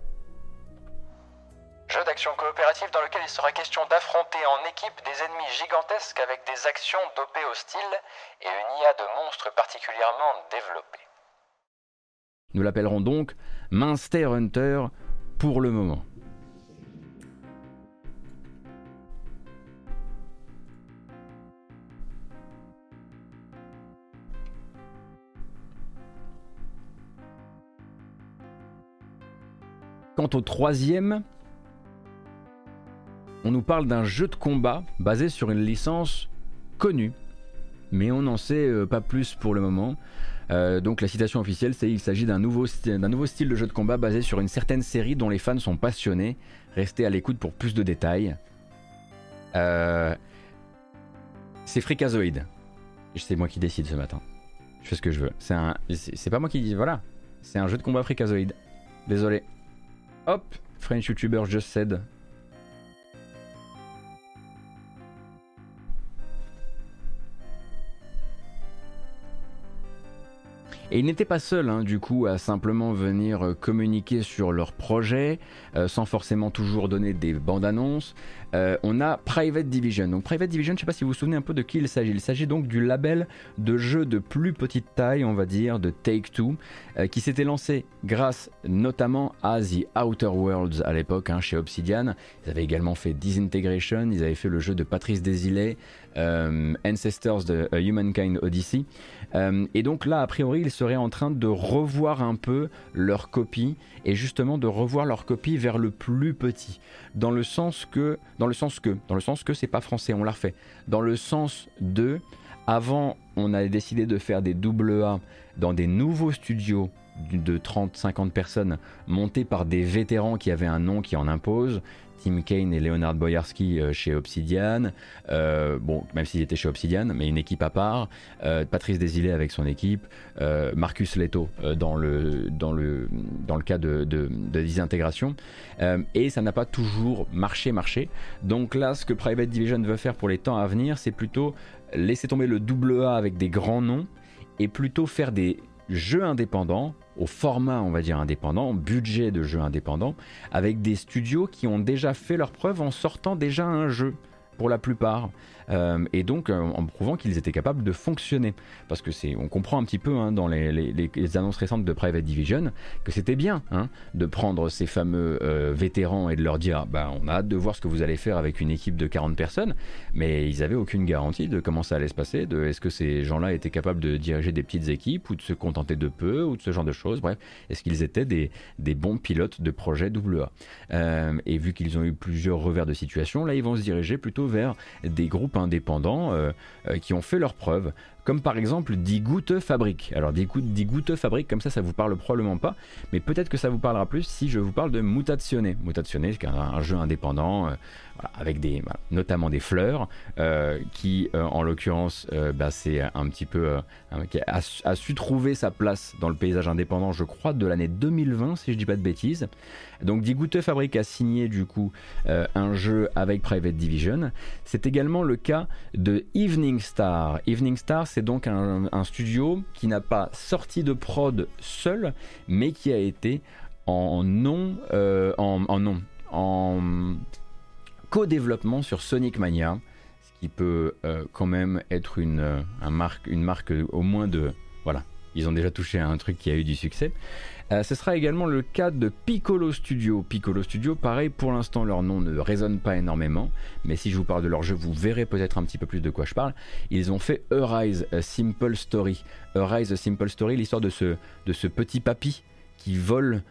Jeu d'action coopératif dans lequel il sera question d'affronter en équipe des ennemis gigantesques avec des actions dopées hostiles et une IA de monstres particulièrement développée. Nous l'appellerons donc Monster Hunter pour le moment. Quant au troisième, on nous parle d'un jeu de combat basé sur une licence connue, mais on n'en sait pas plus pour le moment. Donc la citation officielle, c'est qu'il s'agit d'un nouveau style de jeu de combat basé sur une certaine série dont les fans sont passionnés. Restez à l'écoute pour plus de détails. C'est Freakazoid. C'est moi qui décide ce matin. Je fais ce que je veux. C'est pas moi qui dis. Voilà. C'est un jeu de combat Freakazoid. Désolé. Hop, French YouTuber just said. Et ils n'étaient pas seuls, du coup, à simplement venir communiquer sur leur projet, sans forcément toujours donner des bandes annonces. On a Private Division. Donc Private Division, je ne sais pas si vous vous souvenez un peu de qui il s'agit. Il s'agit donc du label de jeux de plus petite taille, on va dire, de Take-Two, qui s'était lancé grâce notamment à The Outer Worlds à l'époque, chez Obsidian. Ils avaient également fait Disintegration, ils avaient fait le jeu de Patrice Désilets, Ancestors de Humankind Odyssey. Et donc là, a priori, ils seraient en train de revoir un peu leur copie, et justement de revoir leur copie vers le plus petit. Dans le sens que c'est pas français, on l'a refait. Dans le sens de, avant, on a décidé de faire des AA dans des nouveaux studios de 30-50 personnes, montés par des vétérans qui avaient un nom qui en impose. Tim Kaine et Leonard Boyarsky chez Obsidian, bon, même s'ils étaient chez Obsidian, mais une équipe à part, Patrice Désilets avec son équipe, Marcus Leto dans le cas de Désintégration, et ça n'a pas toujours marché. Donc là, ce que Private Division veut faire pour les temps à venir, c'est plutôt laisser tomber le AA avec des grands noms, et plutôt faire des jeux indépendants, au format on va dire indépendant, budget de jeux indépendants, avec des studios qui ont déjà fait leurs preuves en sortant déjà un jeu pour la plupart, et donc en prouvant qu'ils étaient capables de fonctionner, parce que on comprend un petit peu dans les annonces récentes de Private Division que c'était bien de prendre ces fameux vétérans et de leur dire on a hâte de voir ce que vous allez faire avec une équipe de 40 personnes, mais ils n'avaient aucune garantie de comment ça allait se passer, de est-ce que ces gens-là étaient capables de diriger des petites équipes ou de se contenter de peu ou de ce genre de choses, bref, est-ce qu'ils étaient des bons pilotes de projet AA, et vu qu'ils ont eu plusieurs revers de situation, là ils vont se diriger plutôt vers des groupes indépendants qui ont fait leurs preuves, comme par exemple Die Gute Fabrik. Alors Die Gute Fabrik, comme ça vous parle probablement pas, mais peut-être que ça vous parlera plus si je vous parle de Mutazione. Mutazione, c'est un jeu indépendant avec notamment des fleurs, qui en l'occurrence c'est un petit peu qui a su trouver sa place dans le paysage indépendant, je crois, de l'année 2020 si je dis pas de bêtises. Donc Die Gute Fabrik a signé du coup un jeu avec Private Division. C'est également le cas de Evening Star. Evening Star, c'est donc un studio qui n'a pas sorti de prod seul, mais qui a été en co-développement sur Sonic Mania, ce qui peut quand même être une marque au moins de ils ont déjà touché à un truc qui a eu du succès. Ce sera également le cas de Piccolo Studio. Piccolo Studio, pareil, pour l'instant leur nom ne résonne pas énormément, mais si je vous parle de leur jeu, vous verrez peut-être un petit peu plus de quoi je parle. Ils ont fait Arise A Simple Story. Arise A Simple Story, l'histoire de ce petit papy qui vole,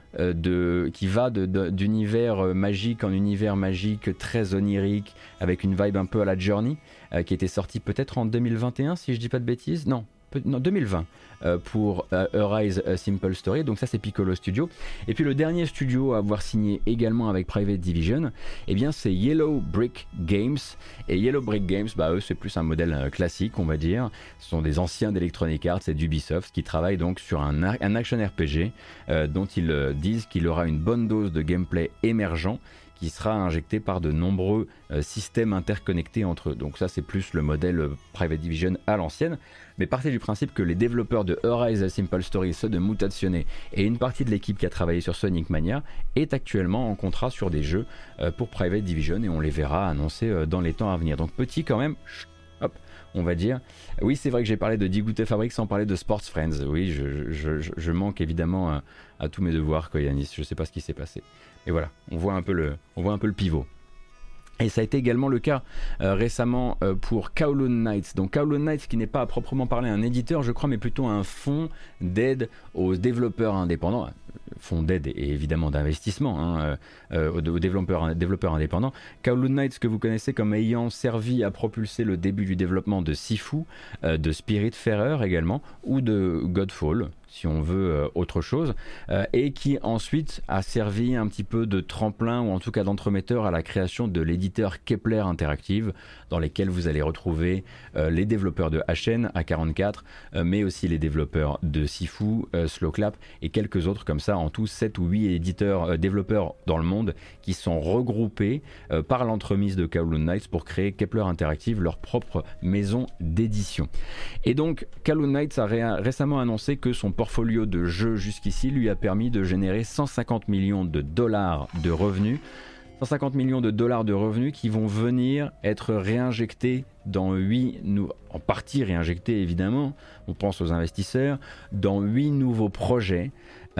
qui va d'univers magique en univers magique, très onirique, avec une vibe un peu à la Journey, qui était sorti peut-être en 2021, si je dis pas de bêtises. Non, 2020 pour Arise A Simple Story. Donc ça c'est Piccolo Studio. Et puis le dernier studio à avoir signé également avec Private Division, eh bien c'est Yellow Brick Games. Et Yellow Brick Games, bah eux c'est plus un modèle classique on va dire. Ce sont des anciens d'Electronic Arts et d'Ubisoft qui travaillent donc sur un action RPG dont ils disent qu'il aura une bonne dose de gameplay émergent qui sera injecté par de nombreux systèmes interconnectés entre eux. Donc ça c'est plus le modèle Private Division à l'ancienne, mais partez du principe que les développeurs de Arise A Simple Story, ceux de Mutazione et une partie de l'équipe qui a travaillé sur Sonic Mania est actuellement en contrat sur des jeux pour Private Division et on les verra annoncés dans les temps à venir. Donc petit quand même, hop, on va dire. Oui c'est vrai que j'ai parlé de Digouté Fabric sans parler de Sports Friends. Oui je manque évidemment à tous mes devoirs quoi Yanis, je sais pas ce qui s'est passé. Et voilà, on voit un peu le pivot. Et ça a été également le cas récemment pour Kowloon Knights. Donc Kowloon Knights qui n'est pas à proprement parler un éditeur je crois, mais plutôt un fonds d'aide aux développeurs indépendants. Fonds d'aide et évidemment d'investissement aux développeurs indépendants. Kowloon Knights que vous connaissez comme ayant servi à propulser le début du développement de Sifu, de Spiritfarer également, ou de Godfall, si on veut autre chose, et qui ensuite a servi un petit peu de tremplin ou en tout cas d'entremetteur à la création de l'éditeur Kepler Interactive, dans lesquels vous allez retrouver les développeurs de HN A44, mais aussi les développeurs de Sifu, Slowclap et quelques autres comme ça, en tout 7 ou 8 éditeurs, développeurs dans le monde qui sont regroupés par l'entremise de Kowloon Knights pour créer Kepler Interactive, leur propre maison d'édition. Et donc Kowloon Knights a récemment annoncé que son portfolio de jeux jusqu'ici lui a permis de générer 150 millions de dollars de revenus. 150 millions de dollars de revenus qui vont venir être réinjectés dans en partie réinjectés évidemment, on pense aux investisseurs, dans 8 nouveaux projets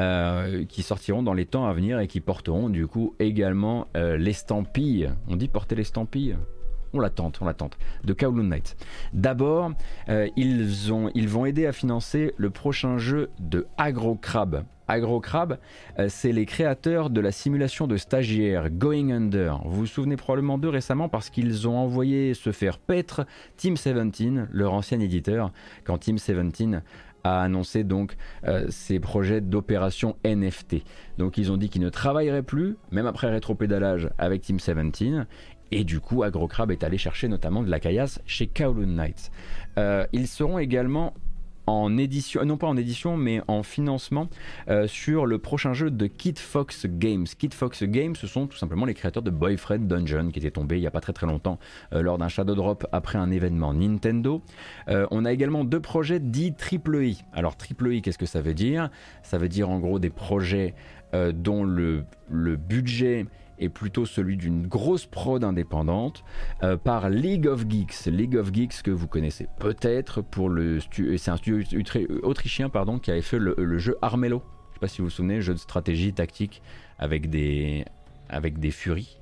qui sortiront dans les temps à venir et qui porteront du coup également l'estampille. On dit porter l'estampille ? On la tente, de Kowloon Knights. D'abord, ils vont aider à financer le prochain jeu de AgroCrab. AgroCrab, c'est les créateurs de la simulation de stagiaires Going Under. Vous vous souvenez probablement d'eux récemment parce qu'ils ont envoyé se faire paître Team 17, leur ancien éditeur, quand Team 17 a annoncé donc ses projets d'opération NFT. Donc ils ont dit qu'ils ne travailleraient plus, même après rétropédalage, avec Team 17. Et du coup, AgroCrab est allé chercher notamment de la caillasse chez Kowloon Knights. Ils seront également en édition, non pas en édition, mais en financement sur le prochain jeu de Kid Fox Games. Kid Fox Games, ce sont tout simplement les créateurs de Boyfriend Dungeon, qui était tombé il n'y a pas très longtemps lors d'un Shadow Drop après un événement Nintendo. On a également 2 projets dits triple I. Alors triple I, qu'est-ce que ça veut dire ? Ça veut dire en gros des projets dont le budget est plutôt celui d'une grosse prod indépendante par League of Geeks. League of Geeks que vous connaissez peut-être pour c'est un studio autrichien qui avait fait le jeu Armello. Je ne sais pas si vous vous souvenez, jeu de stratégie tactique avec des furies.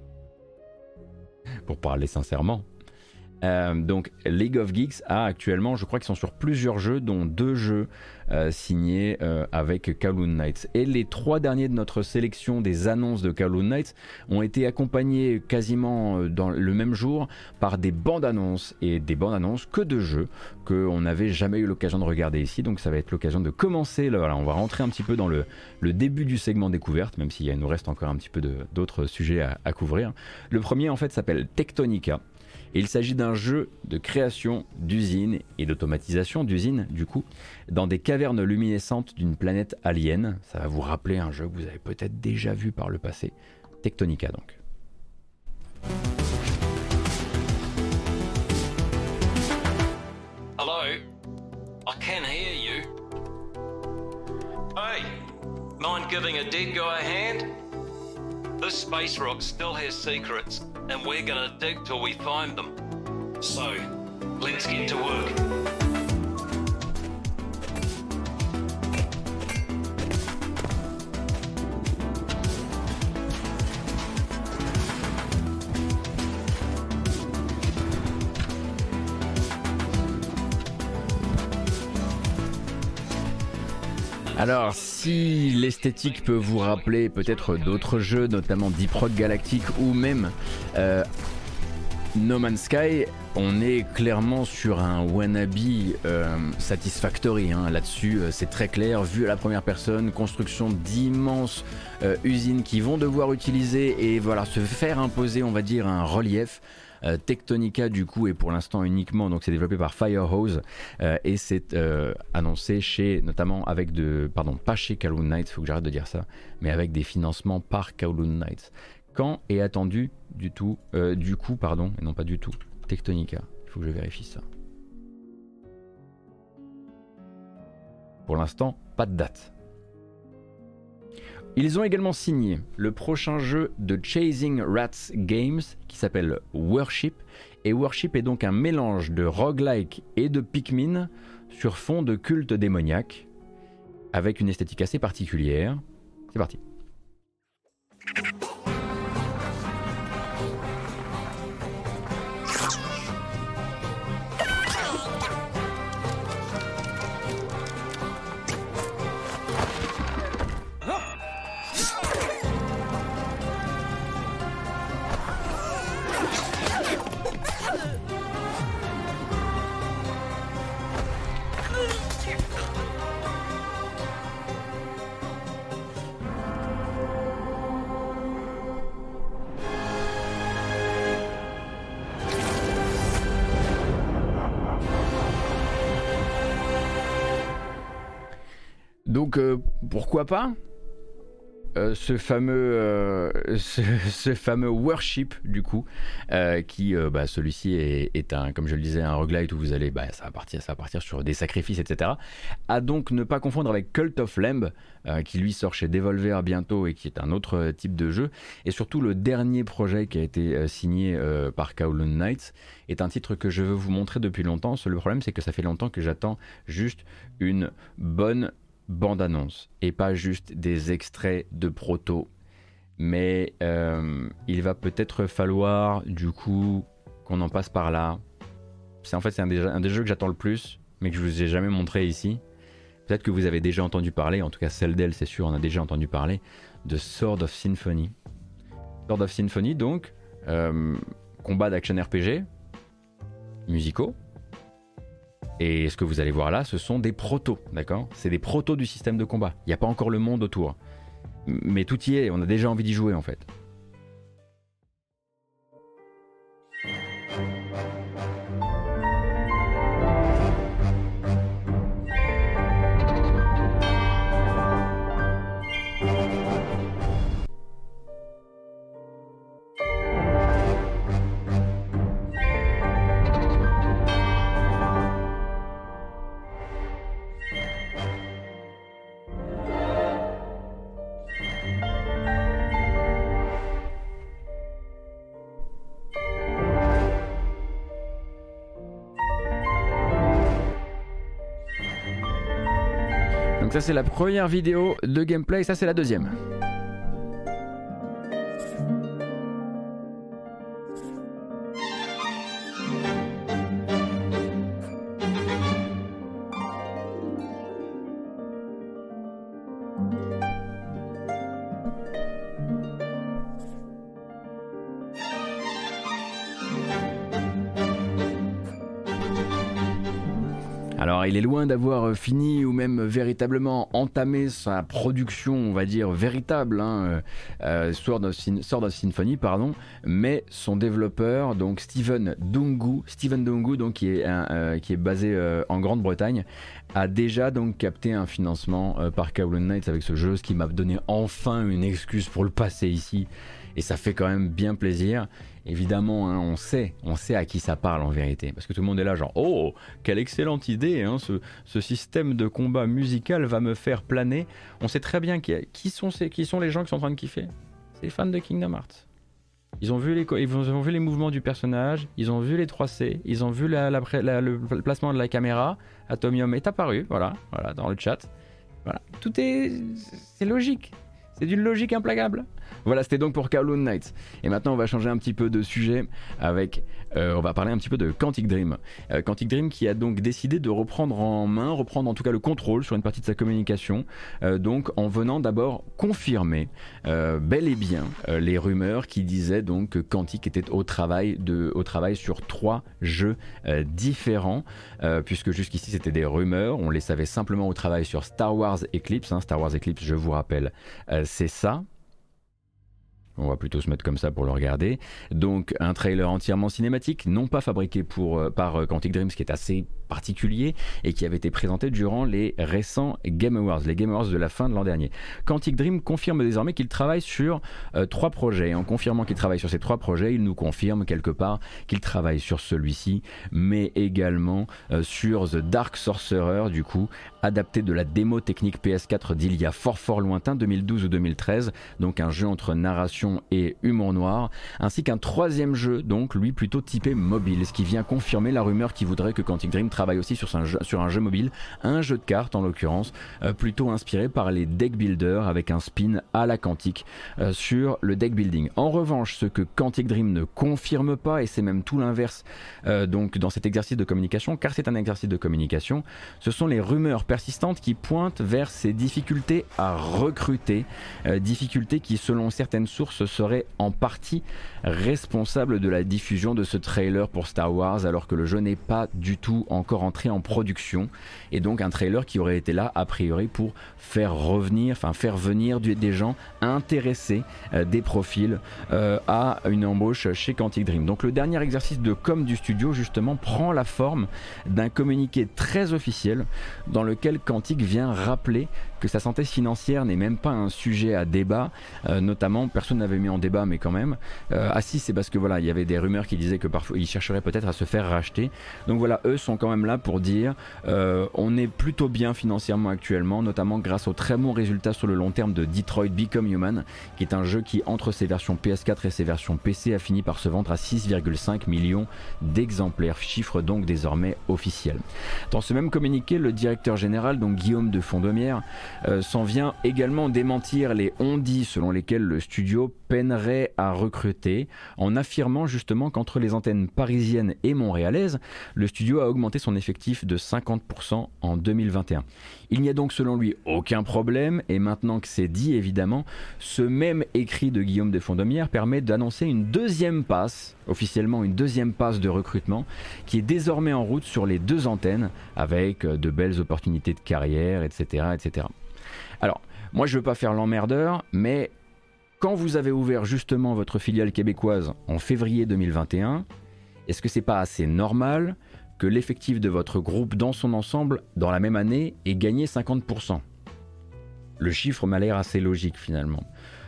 Pour parler sincèrement. Donc League of Geeks a actuellement, je crois qu'ils sont sur plusieurs jeux, dont 2 jeux signés avec Kowloon Knights. Et les 3 derniers de notre sélection des annonces de Kowloon Knights ont été accompagnés quasiment dans le même jour par des bandes annonces, et des bandes annonces que de jeux qu'on n'avait jamais eu l'occasion de regarder ici. Donc ça va être l'occasion de commencer, voilà, on va rentrer un petit peu dans le début du segment découverte, même s'il nous reste encore un petit peu d'autres sujets à couvrir. Le premier en fait s'appelle Tectonica. Et il s'agit d'un jeu de création d'usines et d'automatisation d'usines, du coup, dans des cavernes luminescentes d'une planète alien. Ça va vous rappeler un jeu que vous avez peut-être déjà vu par le passé. Tectonica, donc.
Hello? I can hear you. Hey, mind giving a dead guy a hand? This space rock still has secrets, and we're gonna dig till we find them. So, let's get to work.
Alors, si l'esthétique peut vous rappeler peut-être d'autres jeux, notamment Deep Rock Galactic ou même No Man's Sky, on est clairement sur un wannabe Satisfactory. Hein. Là-dessus, c'est très clair, vu à la première personne, construction d'immenses usines qui vont devoir utiliser et voilà, se faire imposer, on va dire, un relief. Tectonica du coup est pour l'instant uniquement, donc c'est développé par Firehose et c'est annoncé chez, notamment avec pas chez Kowloon Knights, faut que j'arrête de dire ça, mais avec des financements par Kowloon Knights. Quand est attendu et non pas du tout, Tectonica, il faut que je vérifie ça. Pour l'instant, pas de date. Ils ont également signé le prochain jeu de Chasing Rats Games qui s'appelle Worship. Et Worship est donc un mélange de roguelike et de Pikmin sur fond de culte démoniaque avec une esthétique assez particulière. C'est parti. Donc pourquoi pas ce fameux Worship du coup qui celui-ci est un, comme je le disais, un roguelite où vous allez ça va partir sur des sacrifices, etc. À donc ne pas confondre avec Cult of Lamb qui lui sort chez Devolver bientôt et qui est un autre type de jeu. Et surtout le dernier projet qui a été signé par Kowloon Knights est un titre que je veux vous montrer depuis longtemps. Le problème c'est que ça fait longtemps que j'attends juste une bonne bande-annonce et pas juste des extraits de proto, mais il va peut-être falloir du coup qu'on en passe par là. C'est un des jeux que j'attends le plus mais que je vous ai jamais montré ici. Peut-être que vous avez déjà entendu parler, en tout cas celle d'elle c'est sûr, on a déjà entendu parler de Sword of Symphony. Sword of Symphony donc combat d'action RPG musicaux. Et ce que vous allez voir là, ce sont des protos, d'accord ? C'est des protos du système de combat. Il n'y a pas encore le monde autour. Mais tout y est, on a déjà envie d'y jouer en fait. Donc ça c'est la première vidéo de gameplay, ça c'est la deuxième. Alors il est loin d'avoir fini ou même véritablement entamé sa production, on va dire véritable, Sword of Symphony, pardon, mais son développeur, donc Steven Dongu, donc qui est basé en Grande-Bretagne, a déjà donc capté un financement par Kowloon Knights avec ce jeu, ce qui m'a donné enfin une excuse pour le passer ici. Et ça fait quand même bien plaisir. Évidemment, on sait à qui ça parle en vérité. Parce que tout le monde est là genre, oh, quelle excellente idée, ce système de combat musical va me faire planer. On sait très bien qui sont les gens qui sont en train de kiffer. C'est les fans de Kingdom Hearts. Ils ont vu les mouvements du personnage, ils ont vu les 3C, ils ont vu le placement de la caméra. Atomium est apparu, voilà, dans le chat. Voilà, c'est logique. C'est d'une logique implacable. Voilà, c'était donc pour Kowloon Knights. Et maintenant, on va changer un petit peu de sujet avec... on va parler un petit peu de Quantic Dream. Quantic Dream qui a donc décidé de reprendre en tout cas le contrôle sur une partie de sa communication. Donc en venant d'abord confirmer bel et bien les rumeurs qui disaient donc que Quantic était au travail sur 3 jeux différents. Puisque jusqu'ici c'était des rumeurs, on les savait simplement au travail sur Star Wars Eclipse. Star Wars Eclipse, je vous rappelle, c'est ça. On va plutôt se mettre comme ça pour le regarder. Donc un trailer entièrement cinématique, non pas fabriqué par Quantic Dream, ce qui est assez particulier, et qui avait été présenté durant les récents Game Awards, les Game Awards de la fin de l'an dernier. Quantic Dream confirme désormais qu'il travaille sur 3 projets. Et en confirmant qu'il travaille sur ces 3 projets, il nous confirme quelque part qu'il travaille sur celui-ci, mais également sur The Dark Sorcerer, du coup, adapté de la démo technique PS4 d'il y a fort lointain, 2012 ou 2013, donc un jeu entre narration et humour noir, ainsi qu'un 3e jeu, donc lui plutôt typé mobile, ce qui vient confirmer la rumeur qui voudrait que Quantic Dream travaille aussi sur un jeu mobile, un jeu de cartes en l'occurrence, plutôt inspiré par les deck builders avec un spin à la Quantic sur le deck building. En revanche, ce que Quantic Dream ne confirme pas, et c'est même tout l'inverse donc dans cet exercice de communication, car c'est un exercice de communication, ce sont les rumeurs persistantes qui pointent vers ces difficultés à recruter, difficultés qui selon certaines sources serait en partie responsable de la diffusion de ce trailer pour Star Wars alors que le jeu n'est pas du tout encore entré en production, et donc un trailer qui aurait été là a priori pour faire venir des gens intéressés, des profils à une embauche chez Quantic Dream. Donc le dernier exercice de com du studio justement prend la forme d'un communiqué très officiel dans lequel Quantic vient rappeler que sa santé financière n'est même pas un sujet à débat, notamment personne n'avait mis en débat mais quand même. Si, c'est parce que voilà, il y avait des rumeurs qui disaient que parfois ils chercheraient peut-être à se faire racheter. Donc voilà, eux sont quand même là pour dire on est plutôt bien financièrement actuellement, notamment grâce aux très bons résultats sur le long terme de Detroit Become Human, qui est un jeu qui entre ses versions PS4 et ses versions PC a fini par se vendre à 6,5 millions d'exemplaires, chiffre donc désormais officiel. Dans ce même communiqué, le directeur général, donc Guillaume de Fondomière, s'en vient également démentir les on-dit selon lesquels le studio peinerait à recruter, en affirmant justement qu'entre les antennes parisiennes et montréalaises, le studio a augmenté son effectif de 50% en 2021. Il n'y a donc selon lui aucun problème, et maintenant que c'est dit évidemment, ce même écrit de Guillaume de Fondomière permet d'annoncer une deuxième passe, officiellement une deuxième passe de recrutement, qui est désormais en route sur les 2 antennes, avec de belles opportunités de carrière, etc. etc. Alors, moi je veux pas faire l'emmerdeur, mais quand vous avez ouvert justement votre filiale québécoise en février 2021, est-ce que c'est pas assez normal que l'effectif de votre groupe dans son ensemble, dans la même année, ait gagné 50%? Le chiffre m'a l'air assez logique finalement.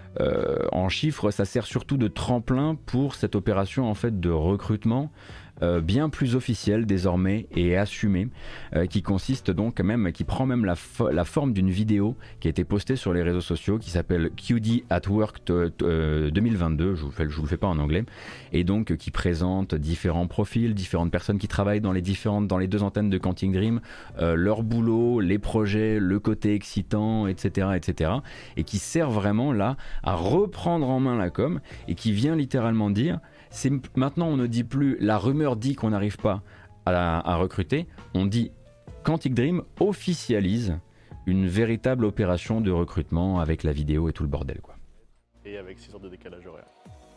En chiffres, ça sert surtout de tremplin pour cette opération en fait de recrutement bien plus officielle désormais et assumée, qui consiste donc même, qui prend même la forme d'une vidéo qui a été postée sur les réseaux sociaux, qui s'appelle QD at Work 2022, je vous le fais pas en anglais, et donc qui présente différents profils, différentes personnes qui travaillent dans les 2 antennes de Quantic Dream, leur boulot, les projets, le côté excitant, etc., etc., et qui sert vraiment là à reprendre en main la com, et qui vient littéralement dire, maintenant on ne dit plus la rumeur dit qu'on n'arrive pas à recruter, on dit Quantic Dream officialise une véritable opération de recrutement avec la vidéo et tout le bordel quoi.
Et avec ces sortes de décalage horaire.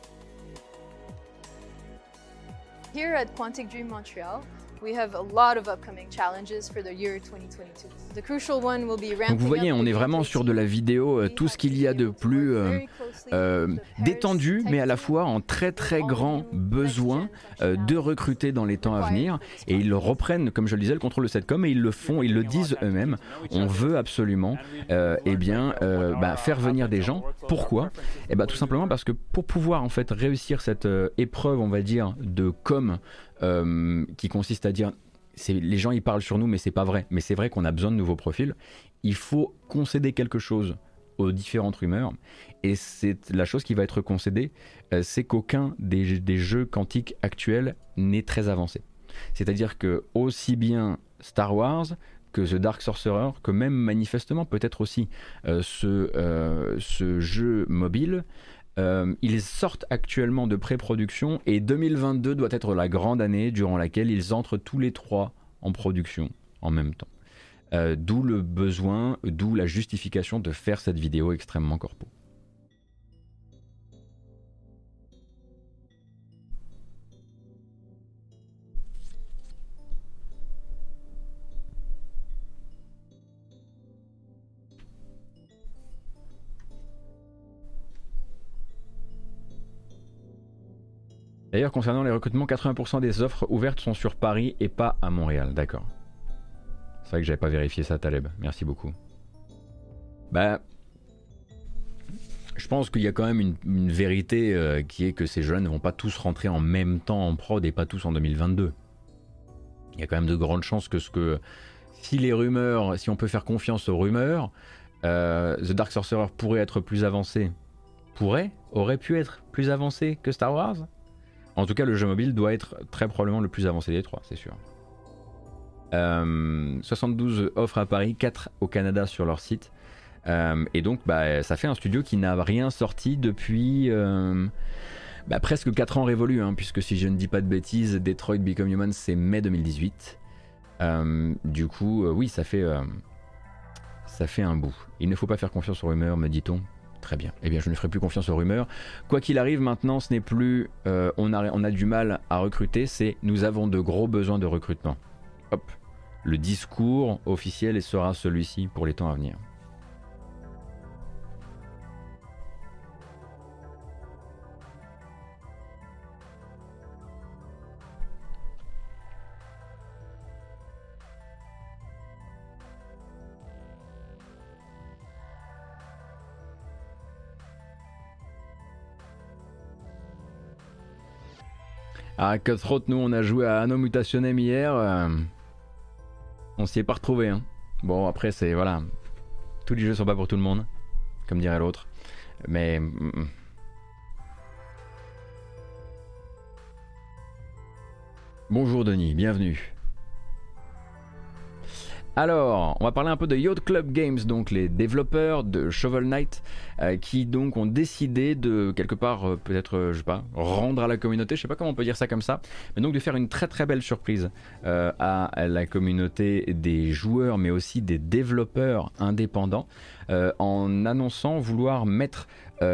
Here at Quantic Dream Montreal, we have a lot of upcoming challenges for the year 2022. The crucial one will be ramping.
Donc vous voyez, on est vraiment sur de la vidéo, tout ce qu'il y a de plus détendu, mais à la fois en très très grand besoin de recruter dans les temps à venir. Et ils reprennent, comme je le disais, le contrôle de cette com, et ils le font, ils le disent eux-mêmes. On veut absolument faire venir des gens. Pourquoi ? Tout simplement parce que pour pouvoir en fait réussir cette épreuve, on va dire, de com, qui consiste à dire les gens ils parlent sur nous mais c'est pas vrai, mais c'est vrai qu'on a besoin de nouveaux profils, il faut concéder quelque chose aux différentes rumeurs, et c'est la chose qui va être concédée, c'est qu'aucun des jeux quantiques actuels n'est très avancé. C'est à dire que aussi bien Star Wars que The Dark Sorcerer, que même manifestement peut-être aussi ce jeu mobile, ils sortent actuellement de pré-production et 2022 doit être la grande année durant laquelle ils entrent tous les trois en production en même temps. D'où le besoin, d'où la justification de faire cette vidéo extrêmement corpo. D'ailleurs, concernant les recrutements, 80% des offres ouvertes sont sur Paris et pas à Montréal. D'accord. C'est vrai que j'avais pas vérifié ça, Taleb. Merci beaucoup. Bah, je pense qu'il y a quand même une vérité qui est que ces jeux-là ne vont pas tous rentrer en même temps en prod et pas tous en 2022. Il y a quand même de grandes chances que si les rumeurs, si on peut faire confiance aux rumeurs, The Dark Sorcerer pourrait être plus avancé. Aurait pu être plus avancé que Star Wars. En tout cas, le jeu mobile doit être très probablement le plus avancé des trois, c'est sûr. 72 offres à Paris, 4 au Canada sur leur site. Et donc, ça fait un studio qui n'a rien sorti depuis presque 4 ans révolus, hein, puisque si je ne dis pas de bêtises, Detroit Become Human, c'est mai 2018. Du coup, oui, ça fait un bout. Il ne faut pas faire confiance aux rumeurs, me dit-on. Très bien. Eh bien, je ne ferai plus confiance aux rumeurs. Quoi qu'il arrive, maintenant, ce n'est plus on a du mal à recruter, c'est nous avons de gros besoins de recrutement. Hop. Le discours officiel sera celui-ci pour les temps à venir. À Cutthroat, nous on a joué à Anno Mutationem hier, on s'y est pas retrouvé. Hein. Bon après c'est voilà, tous les jeux sont pas pour tout le monde, comme dirait l'autre. Mais bonjour Denis, bienvenue. Alors, on va parler un peu de Yacht Club Games, donc les développeurs de Shovel Knight, qui donc ont décidé de, quelque part, peut-être, je sais pas, rendre à la communauté, je sais pas comment on peut dire ça comme ça, mais donc de faire une très très belle surprise à la communauté des joueurs, mais aussi des développeurs indépendants, en annonçant vouloir mettre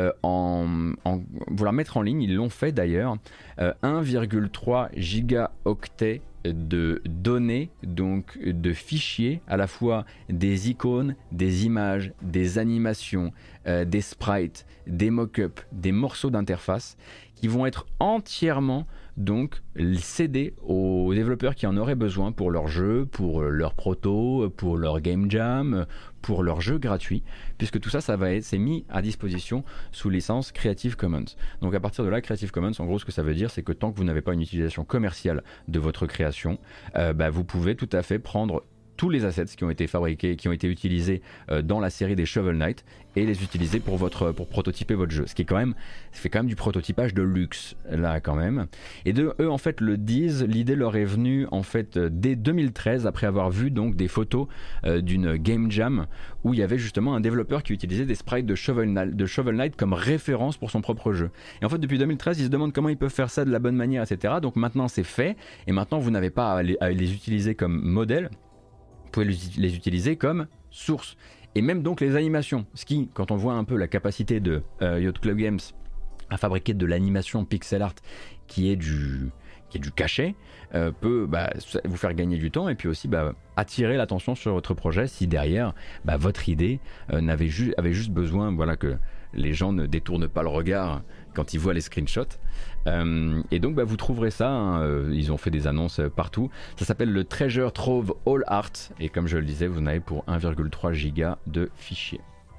en ligne, ils l'ont fait d'ailleurs, 1,3 gigaoctets de données, donc de fichiers, à la fois des icônes, des images, des animations, des sprites, des mock-ups, des morceaux d'interface qui vont être entièrement donc cédés aux développeurs qui en auraient besoin pour leur jeu, pour leur proto, pour leur game jam, pour leur jeu gratuit, puisque tout ça, c'est mis à disposition sous licence Creative Commons. Donc à partir de là, Creative Commons, en gros, ce que ça veut dire, c'est que tant que vous n'avez pas une utilisation commerciale de votre création, vous pouvez tout à fait prendre tous les assets qui ont été fabriqués, qui ont été utilisés dans la série des Shovel Knight et les utiliser pour prototyper votre jeu. Ce qui est ça fait quand même du prototypage de luxe là quand même. Et eux en fait le disent, l'idée leur est venue en fait dès 2013 après avoir vu donc des photos d'une game jam où il y avait justement un développeur qui utilisait des sprites de Shovel Knight comme référence pour son propre jeu. Et en fait depuis 2013 ils se demandent comment ils peuvent faire ça de la bonne manière, etc. Donc maintenant c'est fait et maintenant vous n'avez pas à les utiliser comme modèle. Vous pouvez les utiliser comme source. Et même donc les animations. Ce qui, quand on voit un peu la capacité de Yacht Club Games à fabriquer de l'animation pixel art qui est du cachet, peut vous faire gagner du temps et puis aussi attirer l'attention sur votre projet si derrière votre idée avait juste besoin que les gens ne détournent pas le regard quand ils voient les screenshots. Et donc vous trouverez ça, hein, ils ont fait des annonces partout. Ça s'appelle le Treasure Trove All Art et comme je le disais, vous en avez pour 1,3 giga de fichiers.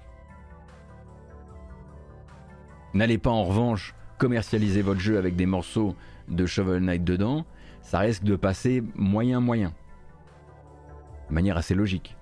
N'allez pas en revanche commercialiser votre jeu avec des morceaux de Shovel Knight dedans, ça risque de passer moyen. De manière assez logique.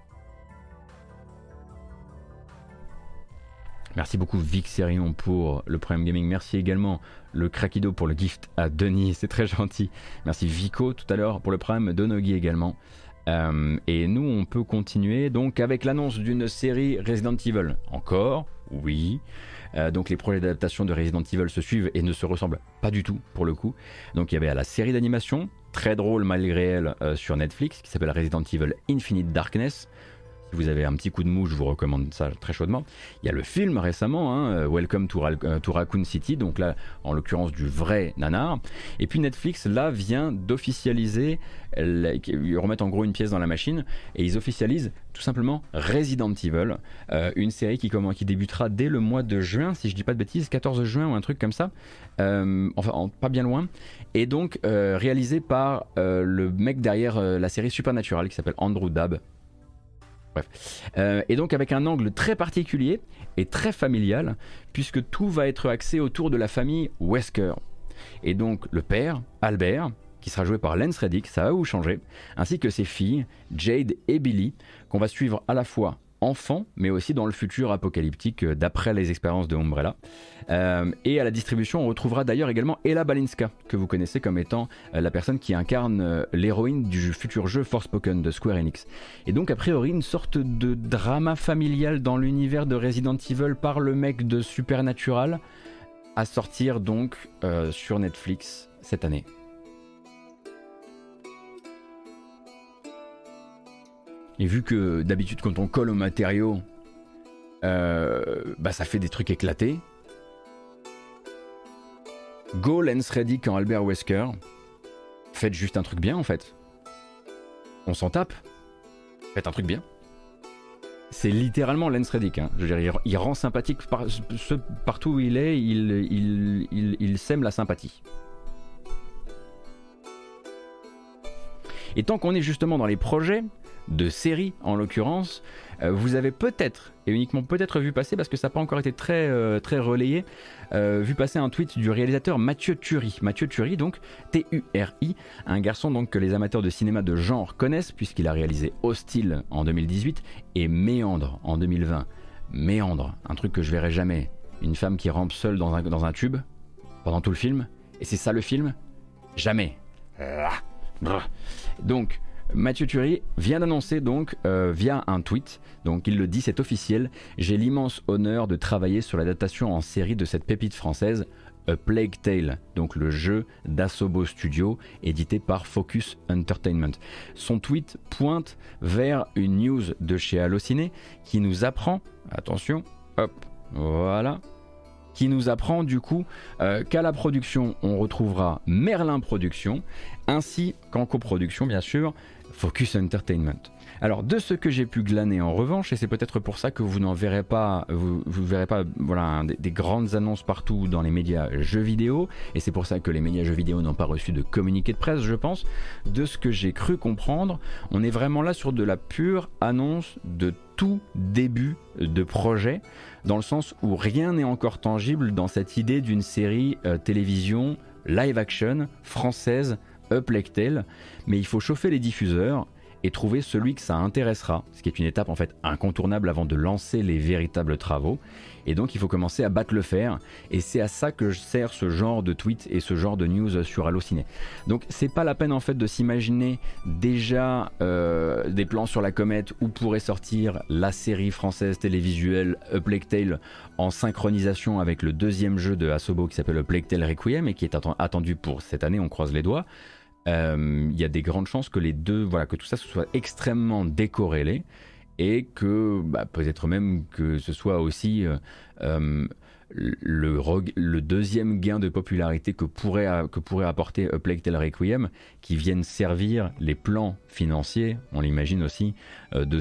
Merci beaucoup Vixerion pour le Prime Gaming. Merci également le Craquido pour le gift à Denis, c'est très gentil. Merci Vico tout à l'heure pour le Prime, Donogi également. Et nous, on peut continuer donc avec l'annonce d'une série Resident Evil. Encore, oui. Donc les projets d'adaptation de Resident Evil se suivent et ne se ressemblent pas du tout pour le coup. Donc il y avait la série d'animation, très drôle malgré elle, sur Netflix, qui s'appelle Resident Evil Infinite Darkness. Si vous avez un petit coup de mou, je vous recommande ça très chaudement. Il y a le film récemment, Welcome to Raccoon City, donc là en l'occurrence du vrai nanar. Et puis Netflix là vient d'officialiser, ils remettent en gros une pièce dans la machine et ils officialisent tout simplement Resident Evil, une série qui débutera dès le mois de juin, si je dis pas de bêtises, 14 juin ou un truc comme ça, enfin pas bien loin, et donc réalisé par le mec derrière la série Supernatural qui s'appelle Andrew Dabb. Bref. Et donc avec un angle très particulier et très familial, puisque tout va être axé autour de la famille Wesker. Et donc le père, Albert, qui sera joué par Lance Reddick, ça va vous changer, ainsi que ses filles, Jade et Billy, qu'on va suivre à la fois enfants, mais aussi dans le futur apocalyptique d'après les expériences de Umbrella. Et à la distribution, on retrouvera d'ailleurs également Ella Balinska, que vous connaissez comme étant la personne qui incarne l'héroïne du futur jeu Forspoken de Square Enix. Et donc a priori une sorte de drama familial dans l'univers de Resident Evil par le mec de Supernatural, à sortir donc sur Netflix cette année. Et vu que d'habitude quand on colle au matériau, ça fait des trucs éclatés. Go Lance Reddick en Albert Wesker. Faites juste un truc bien en fait. On s'en tape. Faites un truc bien. C'est littéralement Lance Reddick. Hein. Je veux dire, il rend sympathique partout où il est. Il sème la sympathie. Et tant qu'on est justement dans les projets de séries en l'occurrence, vous avez peut-être, et uniquement peut-être vu passer, parce que ça n'a pas encore été très relayé, vu passer un tweet du réalisateur Mathieu Turi. Mathieu Turi, donc T-U-R-I, un garçon donc que les amateurs de cinéma de genre connaissent, puisqu'il a réalisé Hostile en 2018 et Méandre en 2020. Méandre, un truc que je verrai jamais. Une femme qui rampe seule dans un tube pendant tout le film, et c'est ça le film? Jamais. Donc Mathieu Turi vient d'annoncer donc via un tweet, donc il le dit, c'est officiel, j'ai l'immense honneur de travailler sur l'adaptation en série de cette pépite française A Plague Tale, donc le jeu d'Asobo Studio édité par Focus Entertainment. Son tweet pointe vers une news de chez Allociné qui nous apprend, attention, hop, voilà, qui nous apprend du coup qu'à la production on retrouvera Merlin Productions ainsi qu'en coproduction bien sûr Focus Entertainment. Alors de ce que j'ai pu glaner en revanche, et c'est peut-être pour ça que vous n'en verrez pas, vous verrez pas voilà, des grandes annonces partout dans les médias jeux vidéo, et c'est pour ça que les médias jeux vidéo n'ont pas reçu de communiqué de presse je pense, de ce que j'ai cru comprendre, on est vraiment là sur de la pure annonce de tout début de projet, dans le sens où rien n'est encore tangible dans cette idée d'une série télévision live action française A Plague Tale, mais il faut chauffer les diffuseurs et trouver celui que ça intéressera, ce qui est une étape en fait incontournable avant de lancer les véritables travaux, et donc il faut commencer à battre le fer, et c'est à ça que sert ce genre de tweet et ce genre de news sur Allociné. Donc c'est pas la peine en fait de s'imaginer déjà des plans sur la comète où pourrait sortir la série française télévisuelle A Plague Tale en synchronisation avec le deuxième jeu de Asobo qui s'appelle A Plague Tale Requiem et qui est attendu pour cette année, on croise les doigts. Il y a des grandes chances que les deux, voilà, que tout ça soit extrêmement décorrélé et que peut-être même que ce soit aussi le deuxième gain de popularité que pourrait apporter A Plague Tale Requiem, qui viennent servir les plans financiers, on l'imagine aussi, de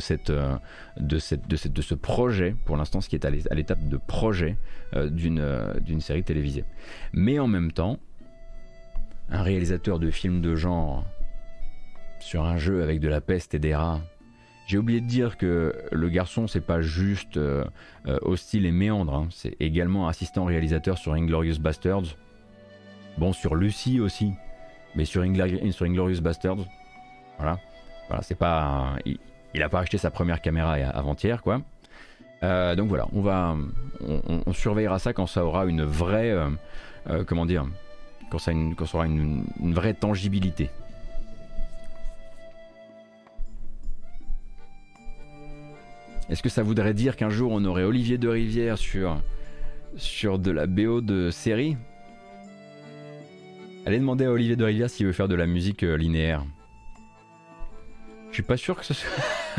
ce projet, pour l'instant ce qui est à l'étape de projet d'une série télévisée. Mais en même temps, un réalisateur de films de genre sur un jeu avec de la peste et des rats. J'ai oublié de dire que le garçon c'est pas juste Hostile et Méandre, hein, c'est également assistant réalisateur sur Inglourious Basterds. Bon, sur Lucie aussi, mais sur Inglourious Basterds, voilà, c'est pas, il a pas acheté sa première caméra avant-hier quoi. Donc voilà, on surveillera ça quand ça aura une vraie, comment dire. Quand ça aura une vraie tangibilité. Est-ce que ça voudrait dire qu'un jour on aurait Olivier de Rivière sur de la BO de série? Allez demander à Olivier de Rivière s'il veut faire de la musique linéaire. Je suis pas sûr que ce soit...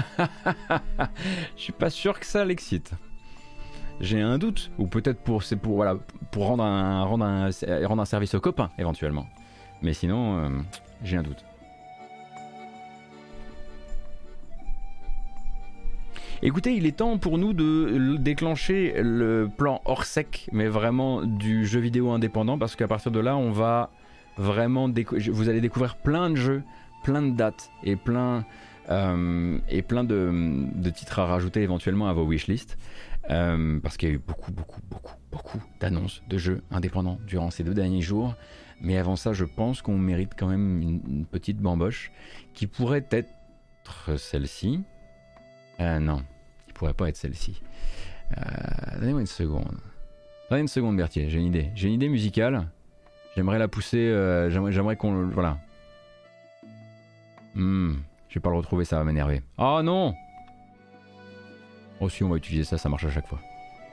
Je suis pas sûr que ça l'excite. J'ai un doute, ou peut-être pour rendre un service aux copains éventuellement. Mais sinon, j'ai un doute. Écoutez, il est temps pour nous de déclencher le plan hors sec, mais vraiment du jeu vidéo indépendant, parce qu'à partir de là, on va vraiment vous allez découvrir plein de jeux, plein de dates et plein de titres à rajouter éventuellement à vos wishlists, parce qu'il y a eu beaucoup d'annonces de jeux indépendants durant ces 2 derniers jours. Mais avant ça, je pense qu'on mérite quand même une petite bamboche qui pourrait être celle-ci. Non, il pourrait pas être celle-ci. Donnez-moi une seconde. Donnez une seconde, Berthier, j'ai une idée. J'ai une idée musicale. J'aimerais la pousser. J'aimerais qu'on. Voilà. Je vais pas le retrouver, ça va m'énerver. Oh non! Oh si, on va utiliser ça, ça marche à chaque fois.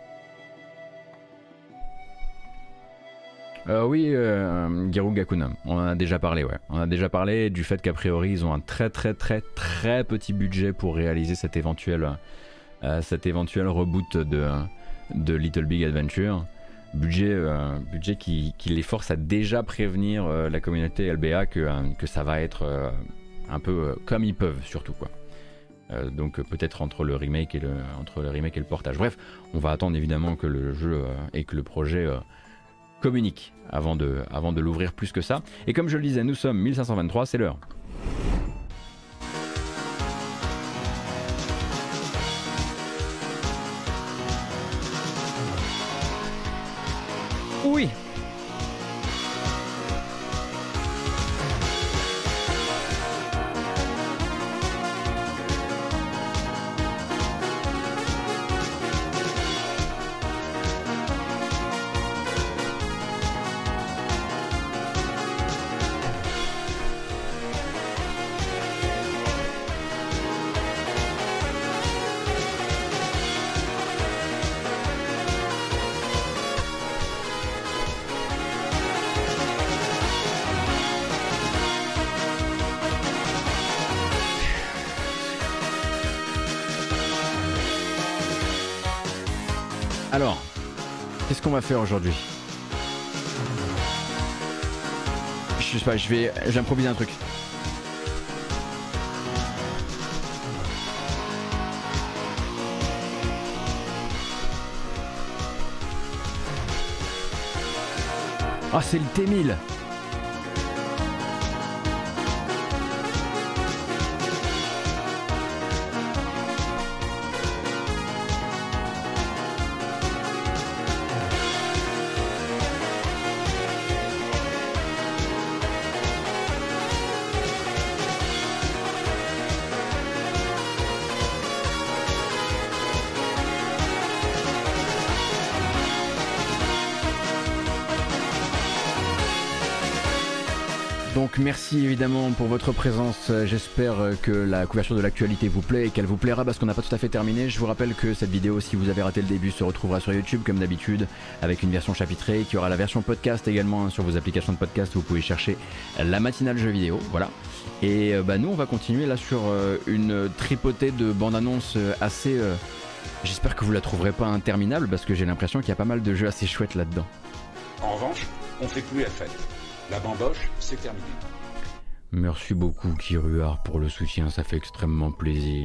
Oui, Giru Gakuna, on en a déjà parlé, ouais. On a déjà parlé du fait qu'a priori ils ont un très petit budget pour réaliser cet éventuel reboot de Little Big Adventure. Budget qui les force à déjà prévenir la communauté LBA que ça va être un peu comme ils peuvent, surtout quoi. Donc peut-être entre le remake et le portage. Bref, on va attendre évidemment que le jeu et que le projet communique avant de l'ouvrir plus que ça. Et comme je le disais, nous sommes 1523, c'est l'heure. Oui. Alors, qu'est-ce qu'on va faire aujourd'hui? Je sais pas, j'improviser un truc. Ah, c'est le T1000. Donc merci évidemment pour votre présence, j'espère que la couverture de l'actualité vous plaît et qu'elle vous plaira parce qu'on n'a pas tout à fait terminé. Je vous rappelle que cette vidéo, si vous avez raté le début, se retrouvera sur YouTube comme d'habitude avec une version chapitrée, qu'il y aura la version podcast également sur vos applications de podcast, vous pouvez chercher la matinale jeux vidéo, voilà. Et nous on va continuer là sur une tripotée de bandes-annonces assez... j'espère que vous la trouverez pas interminable parce que j'ai l'impression qu'il y a pas mal de jeux assez chouettes là-dedans.
En revanche, on fait plus la fête. La bamboche, c'est terminé.
Merci beaucoup Kiruar pour le soutien, ça fait extrêmement plaisir.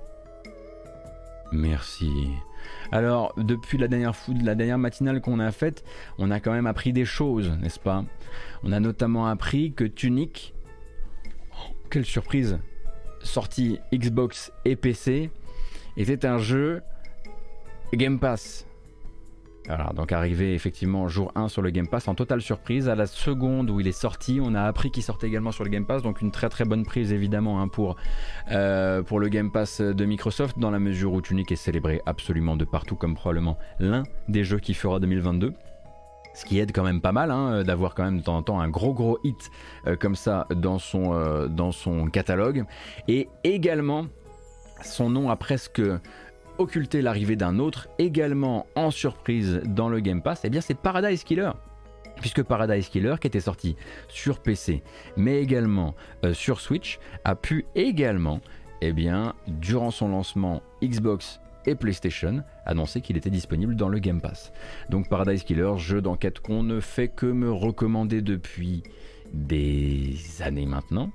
Merci. Alors, depuis la dernière matinale qu'on a faite, on a quand même appris des choses, n'est-ce pas? On a notamment appris que Tunic, quelle surprise, sorti Xbox et PC, était un jeu Game Pass. Voilà, donc arrivé effectivement jour 1 sur le Game Pass en totale surprise. À la seconde où il est sorti, on a appris qu'il sortait également sur le Game Pass, donc une très bonne prise évidemment pour le Game Pass de Microsoft, dans la mesure où Tunic est célébré absolument de partout comme probablement l'un des jeux qui fera 2022. Ce qui aide quand même pas mal, d'avoir quand même de temps en temps un gros hit comme ça dans son catalogue. Et également, son nom a presque occulter l'arrivée d'un autre également en surprise dans le Game Pass, eh bien c'est Paradise Killer. Puisque Paradise Killer, qui était sorti sur PC, mais également sur Switch, a pu également, eh bien, durant son lancement Xbox et PlayStation, annoncer qu'il était disponible dans le Game Pass. Donc Paradise Killer, jeu d'enquête qu'on ne fait que me recommander depuis des années maintenant,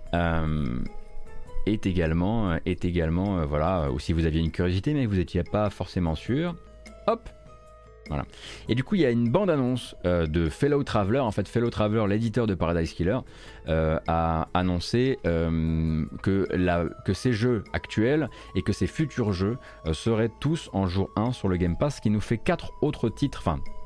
est également voilà, ou si vous aviez une curiosité mais que vous n'étiez pas forcément sûr, hop. Voilà. Et du coup, il y a une bande-annonce de Fellow Traveler. En fait, Fellow Traveler, l'éditeur de Paradise Killer, a annoncé que ces jeux actuels et que ces futurs jeux seraient tous en jour 1 sur le Game Pass, ce qui nous fait 3 autres titres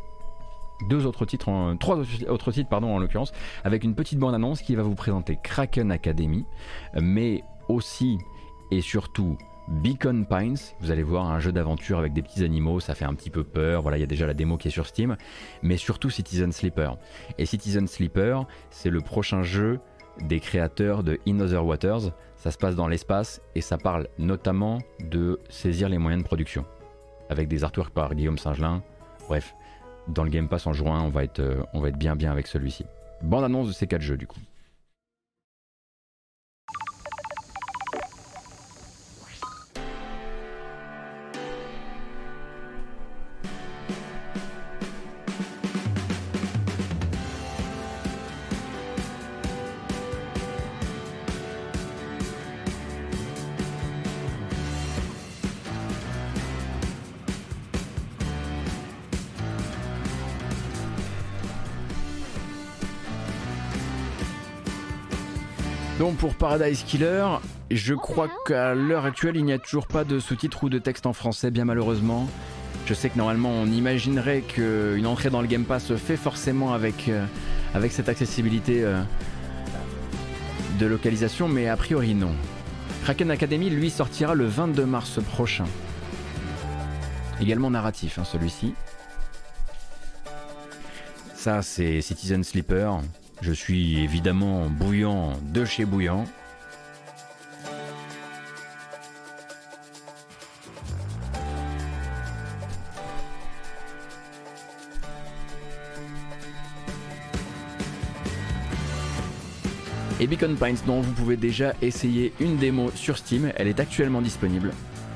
en l'occurrence, avec une petite bande-annonce qui va vous présenter Kraken Academy, mais aussi et surtout Beacon Pines. Vous allez voir un jeu d'aventure avec des petits animaux, ça fait un petit peu peur, voilà, il y a déjà la démo qui est sur Steam, mais surtout Citizen Sleeper. Et Citizen Sleeper, c'est le prochain jeu des créateurs de In Other Waters, ça se passe dans l'espace et ça parle notamment de saisir les moyens de production, avec des artworks par Guillaume Singelin. Bref, dans le Game Pass en juin, on va être bien avec celui-ci. Bande annonce de ces 4 jeux du coup. Donc pour Paradise Killer, je crois qu'à l'heure actuelle il n'y a toujours pas de sous-titres ou de texte en français, bien malheureusement. Je sais que normalement on imaginerait qu'une entrée dans le Game Pass se fait forcément avec cette accessibilité de localisation, mais a priori non. Kraken Academy lui sortira le 22 mars prochain. Également narratif celui-ci. Ça c'est Citizen Sleeper. Je suis évidemment Bouillant de chez Bouillant. Et Beacon Pines, dont vous pouvez déjà essayer une démo sur Steam, elle est actuellement disponible.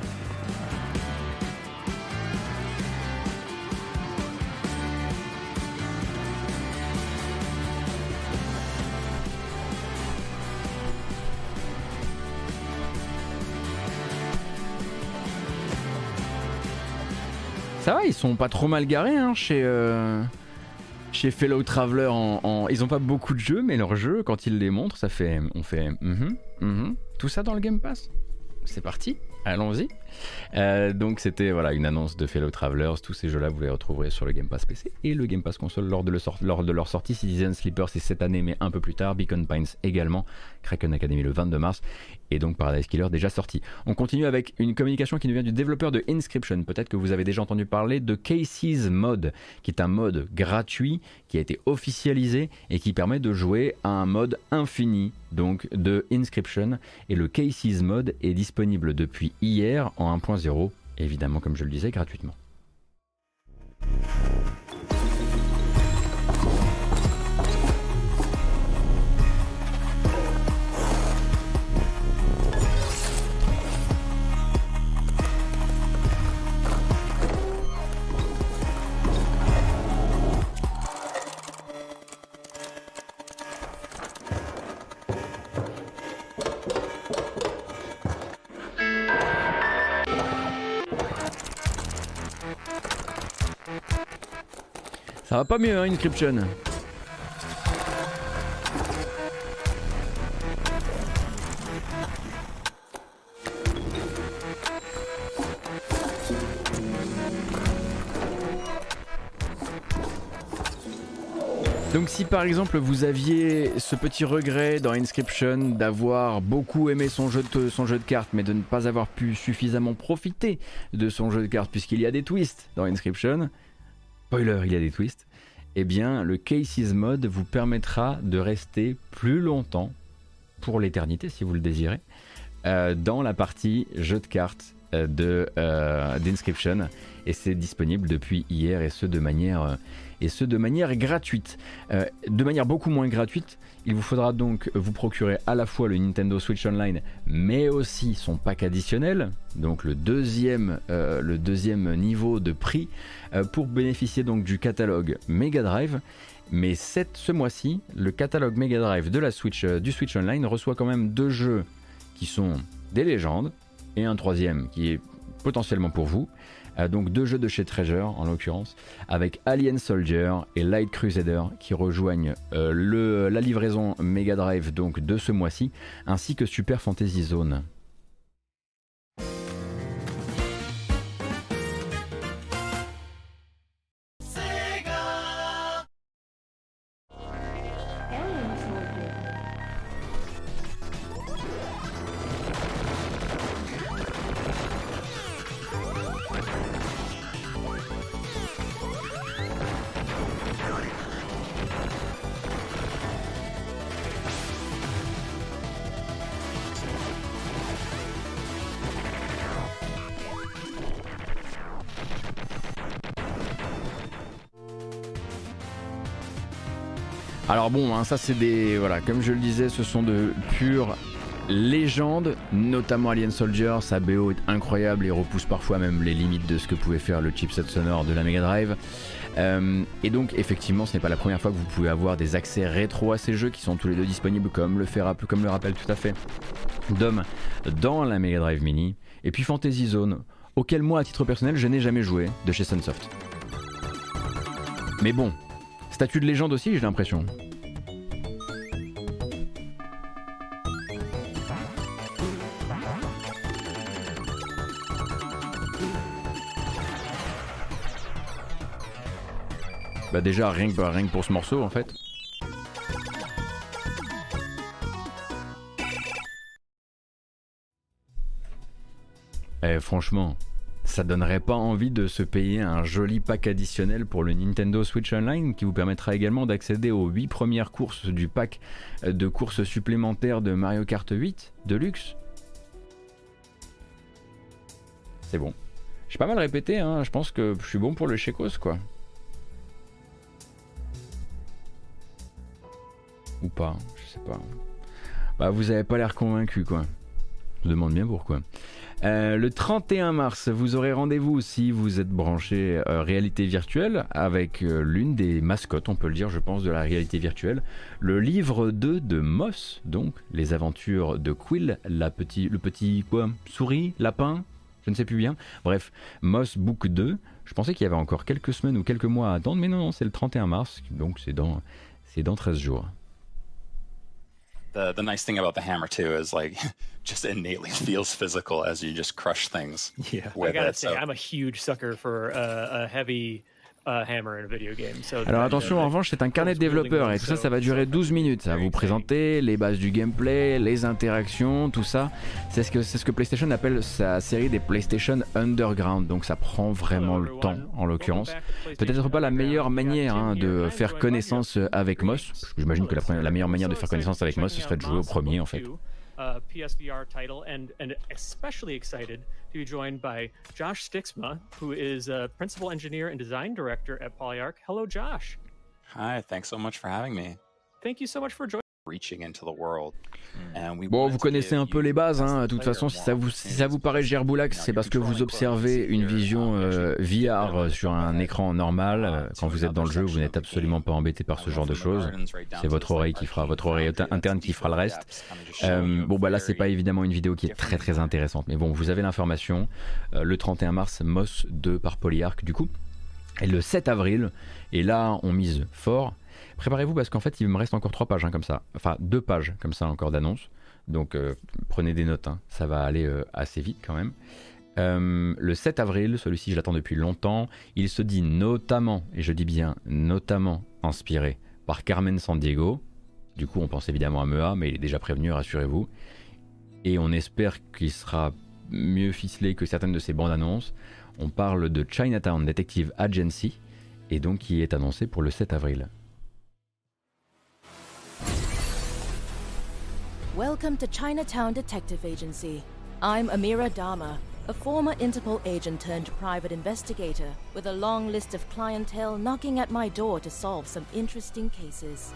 Ça va, ils sont pas trop mal garés chez Fellow Traveler. Ils ont pas beaucoup de jeux, mais leurs jeux, quand ils les montrent, on fait tout ça dans le Game Pass. C'est parti, allons-y. Donc c'était voilà une annonce de Fellow Travelers. Tous ces jeux-là, vous les retrouverez sur le Game Pass PC et le Game Pass console lors de leur sortie. Citizen Sleeper, c'est cette année, mais un peu plus tard. Beacon Pines également. Kraken Academy le 22 mars. Et donc Paradise Killer déjà sorti. On continue avec une communication qui nous vient du développeur de Inscription. Peut-être que vous avez déjà entendu parler de Casey's Mod, qui est un mode gratuit qui a été officialisé et qui permet de jouer à un mode infini donc de Inscription. Et le Casey's Mod est disponible depuis hier en 1.0, évidemment comme je le disais, gratuitement. Ça va pas mieux, Inscription. Donc si par exemple vous aviez ce petit regret dans Inscription d'avoir beaucoup aimé son jeu de cartes, mais de ne pas avoir pu suffisamment profiter de son jeu de cartes puisqu'il y a des twists dans Inscription, spoiler, il y a des twists, eh bien le Casey's Mod vous permettra de rester plus longtemps, pour l'éternité si vous le désirez, dans la partie jeu de cartes d'Inscription et c'est disponible depuis hier et ce de manière gratuite. De manière beaucoup moins gratuite, il vous faudra donc vous procurer à la fois le Nintendo Switch Online mais aussi son pack additionnel, donc le deuxième niveau de prix pour bénéficier donc du catalogue Mega Drive. Mais ce mois-ci, le catalogue Mega Drive de la Switch, du Switch Online reçoit quand même 2 jeux qui sont des légendes et un troisième qui est potentiellement pour vous. Donc 2 jeux de chez Treasure en l'occurrence, avec Alien Soldier et Light Crusader qui rejoignent la livraison Mega Drive donc de ce mois-ci, ainsi que Super Fantasy Zone. Alors bon, hein, ça c'est des... Voilà, comme je le disais, ce sont de pures légendes, notamment Alien Soldier, sa BO est incroyable et repousse parfois même les limites de ce que pouvait faire le chipset sonore de la Mega Drive. Et donc effectivement ce n'est pas la première fois que vous pouvez avoir des accès rétro à ces jeux qui sont tous les deux disponibles comme le rappelle tout à fait Dom dans la Mega Drive Mini. Et puis Fantasy Zone, auquel moi à titre personnel je n'ai jamais joué, de chez Sunsoft. Mais bon, statut de légende aussi j'ai l'impression. Bah déjà rien que pour ce morceau en fait. Franchement, ça donnerait pas envie de se payer un joli pack additionnel pour le Nintendo Switch Online qui vous permettra également d'accéder aux 8 premières courses du pack de courses supplémentaires de Mario Kart 8 Deluxe. C'est bon. J'ai pas mal répété, hein. Je pense que je suis bon pour le Chekos quoi. Ou pas, je sais pas. Bah vous avez pas l'air convaincu quoi. Je me demande bien pourquoi. Le 31 mars, vous aurez rendez-vous si vous êtes branché réalité virtuelle avec l'une des mascottes, on peut le dire, je pense, de la réalité virtuelle. Le livre 2 de Moss, donc les aventures de Quill, le petit quoi, souris, lapin, je ne sais plus bien. Bref, Moss Book 2. Je pensais qu'il y avait encore quelques semaines ou quelques mois à attendre, mais non, c'est le 31 mars, donc c'est dans 13 jours.
The nice thing about the hammer too is like just innately feels physical as you just crush things.
Yeah, I gotta say I'm a huge sucker for a heavy hammer in a video game. So
alors attention, en revanche c'est un carnet de développeur et tout ça, ça va durer 12 minutes. Ça va vous présenter les bases du gameplay, les interactions, tout ça. C'est ce que PlayStation appelle sa série des PlayStation Underground. Donc ça prend vraiment le temps en l'occurrence. Peut-être pas la meilleure manière de faire connaissance avec Moss. J'imagine que la meilleure manière de faire connaissance avec Moss ce serait de jouer au premier en fait.
PSVR title and especially excited to be joined by Josh Stixma, who is a principal engineer and design director at Polyarc. Hello, Josh.
Hi, thanks so much for having me.
Thank you so much for joining.
Reaching into the world.
Bon, vous connaissez un peu les bases, hein. De toute façon, si ça vous paraît gerboulax, c'est parce que vous observez une vision VR sur un écran normal. Quand vous êtes dans le jeu, vous n'êtes absolument pas embêté par ce genre de choses. C'est votre oreille interne qui fera le reste. Bon, bah là, c'est pas évidemment une vidéo qui est très très intéressante, mais bon, vous avez l'information. Le 31 mars, Moss 2 par Polyarc, du coup. Et le 7 avril, et là, on mise fort. Préparez-vous parce qu'en fait il me reste encore 3 pages comme ça, enfin 2 pages comme ça encore d'annonces, donc prenez des notes, ça va aller assez vite quand même. Le 7 avril, celui-ci je l'attends depuis longtemps, il se dit notamment, et je dis bien notamment, inspiré par Carmen Sandiego. Du coup on pense évidemment à Mea, mais il est déjà prévenu, rassurez-vous, et on espère qu'il sera mieux ficelé que certaines de ses bandes annonces. On parle de Chinatown Detective Agency, et donc qui est annoncé pour le 7 avril.
Welcome to Chinatown Detective Agency. I'm Amira Dama, a former Interpol agent turned private investigator with a long list of clientele knocking at my door to solve some interesting cases.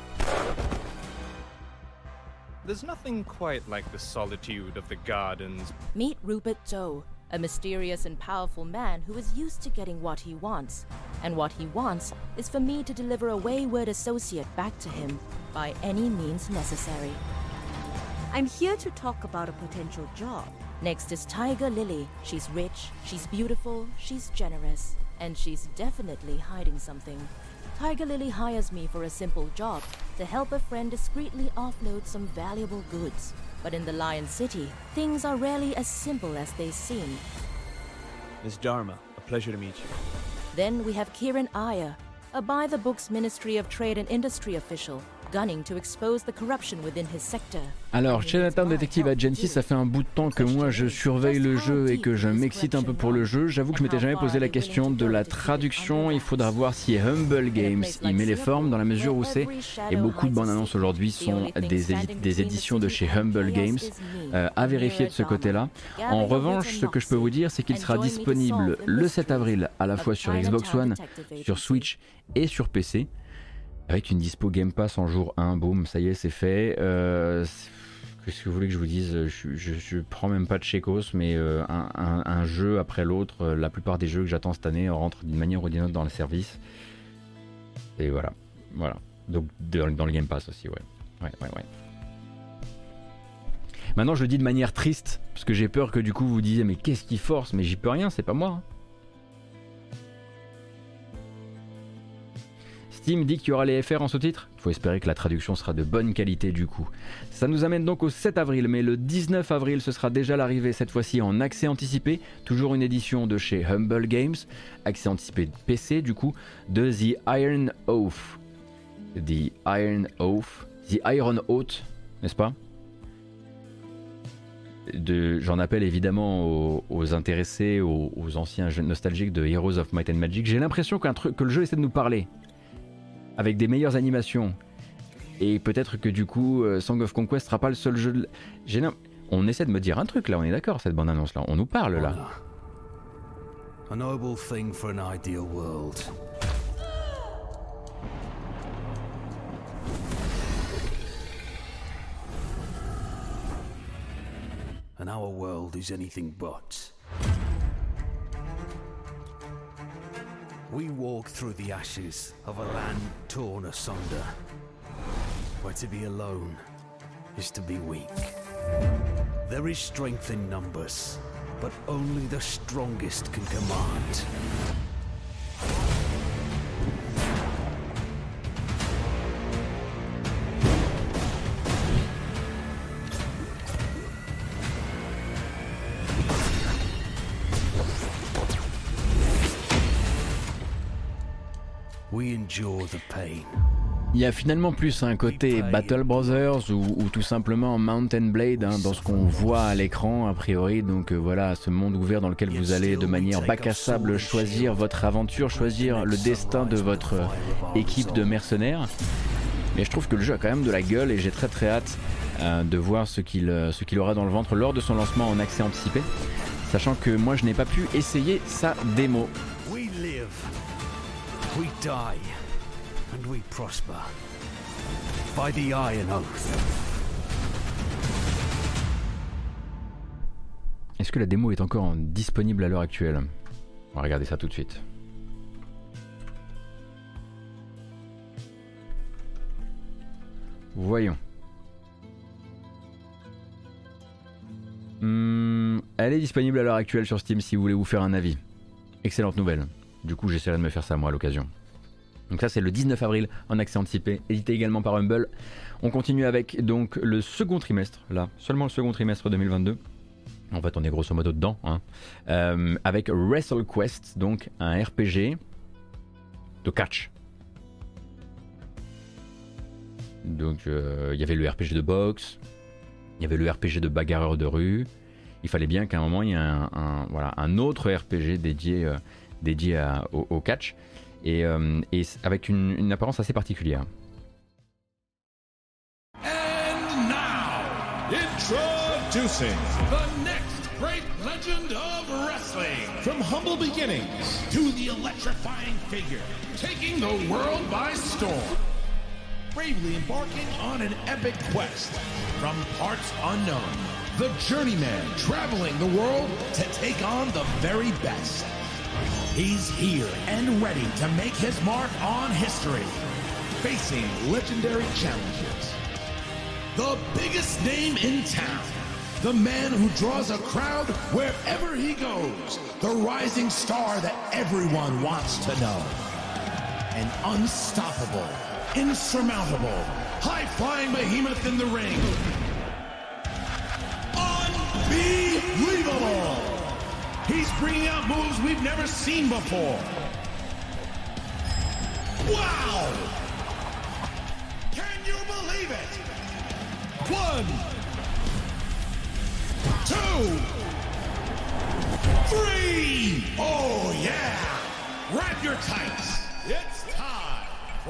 There's nothing quite like the solitude of the gardens.
Meet Rupert Doe, a mysterious and powerful man who is used to getting what he wants. And what he wants is for me to deliver a wayward associate back to him by any means necessary.
I'm here to talk about a potential job.
Next is Tiger Lily. She's rich, she's beautiful, she's generous, and she's definitely hiding something. Tiger Lily hires me for a simple job, to help a friend discreetly offload some valuable goods. But in the Lion City, things are rarely as simple as they seem.
Ms. Dharma, a pleasure to meet you.
Then we have Kieran Iyer, a by-the-books Ministry of Trade and Industry official, gunning to expose the corruption within his sector.
Alors, Chinatown Detective Agency, ça fait un bout de temps que moi je surveille le jeu et que je m'excite un peu pour le jeu. J'avoue que je m'étais jamais posé la question de la traduction. Il faudra voir si Humble Games y met les formes, dans la mesure où c'est, et beaucoup de bandes annonces aujourd'hui sont des éditions de chez Humble Games, à vérifier de ce côté-là. En revanche, ce que je peux vous dire, c'est qu'il sera disponible le 7 avril à la fois sur Xbox One, sur Switch et sur PC. Avec une dispo Game Pass en jour 1, boum, ça y est, c'est fait. Qu'est-ce que vous voulez que je vous dise? Je prends même pas de chécos, mais un jeu après l'autre, la plupart des jeux que j'attends cette année rentrent d'une manière ou d'une autre dans le service. Et voilà. Donc dans le Game Pass aussi, ouais. Maintenant je le dis de manière triste, parce que j'ai peur que du coup vous disiez mais qu'est-ce qui force? Mais j'y peux rien, c'est pas moi. Hein. Steam dit qu'il y aura les FR en sous-titres. Il faut espérer que la traduction sera de bonne qualité du coup. Ça nous amène donc au 7 avril, mais le 19 avril ce sera déjà l'arrivée cette fois-ci en accès anticipé. Toujours une édition de chez Humble Games. Accès anticipé de PC du coup, de The Iron Oath. The Iron Oath, n'est-ce pas? J'en appelle évidemment aux intéressés, aux anciens nostalgiques de Heroes of Might and Magic. J'ai l'impression que le jeu essaie de nous parler. Avec des meilleures animations. Et peut-être que du coup, Song of Conquest sera pas le seul jeu. On essaie de me dire un truc là, on est d'accord, cette bande annonce là. On nous parle là.
A noble thing for an ideal world. And our world is anything but. We walk through the ashes of a land torn asunder, where to be alone is to be weak. There is strength in numbers, but only the strongest can command.
Il y a finalement plus un côté Battle Brothers ou tout simplement Mountain Blade dans ce qu'on voit à l'écran a priori. Donc voilà, ce monde ouvert dans lequel vous allez de manière bac à sable choisir votre aventure, choisir le destin de votre équipe de mercenaires. Mais je trouve que le jeu a quand même de la gueule et j'ai très hâte de voir ce qu'il aura dans le ventre lors de son lancement en accès anticipé. Sachant que moi je n'ai pas pu essayer sa démo.
We die, and we prosper, by the Iron Oath.
Est-ce que la démo est encore disponible à l'heure actuelle? On va regarder ça tout de suite. Voyons. Elle est disponible à l'heure actuelle sur Steam si vous voulez vous faire un avis. Excellente nouvelle. Du coup, j'essaierai de me faire ça moi à l'occasion. Donc ça, c'est le 19 avril en accès anticipé, édité également par Humble. On continue avec donc le second trimestre, là, seulement le second trimestre 2022. En fait, on est grosso modo dedans, hein. Avec WrestleQuest, donc un RPG de catch. Donc, il y avait le RPG de boxe, il y avait le RPG de bagarreur de rue. Il fallait bien qu'à un moment, il y ait un autre RPG dédié au catch et avec une apparence assez particulière.
And now, introducing the next great legend of
From humble beginnings to the electrifying figure, taking the world by storm. Bravely embarking on an epic quest from parts unknown. The journeyman traveling the world to take on the very best. He's here and ready to make his mark on history, facing legendary challenges. The biggest name in town. The man who draws a crowd wherever he goes. The rising star that everyone wants to know. An unstoppable, insurmountable, high-flying behemoth in the ring. Unbelievable! He's bringing out moves we've never seen before. Wow! Can you believe it? 1, 2, 3! Oh yeah! Grab your tights. It's time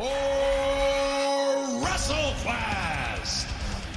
for WrestleQuest!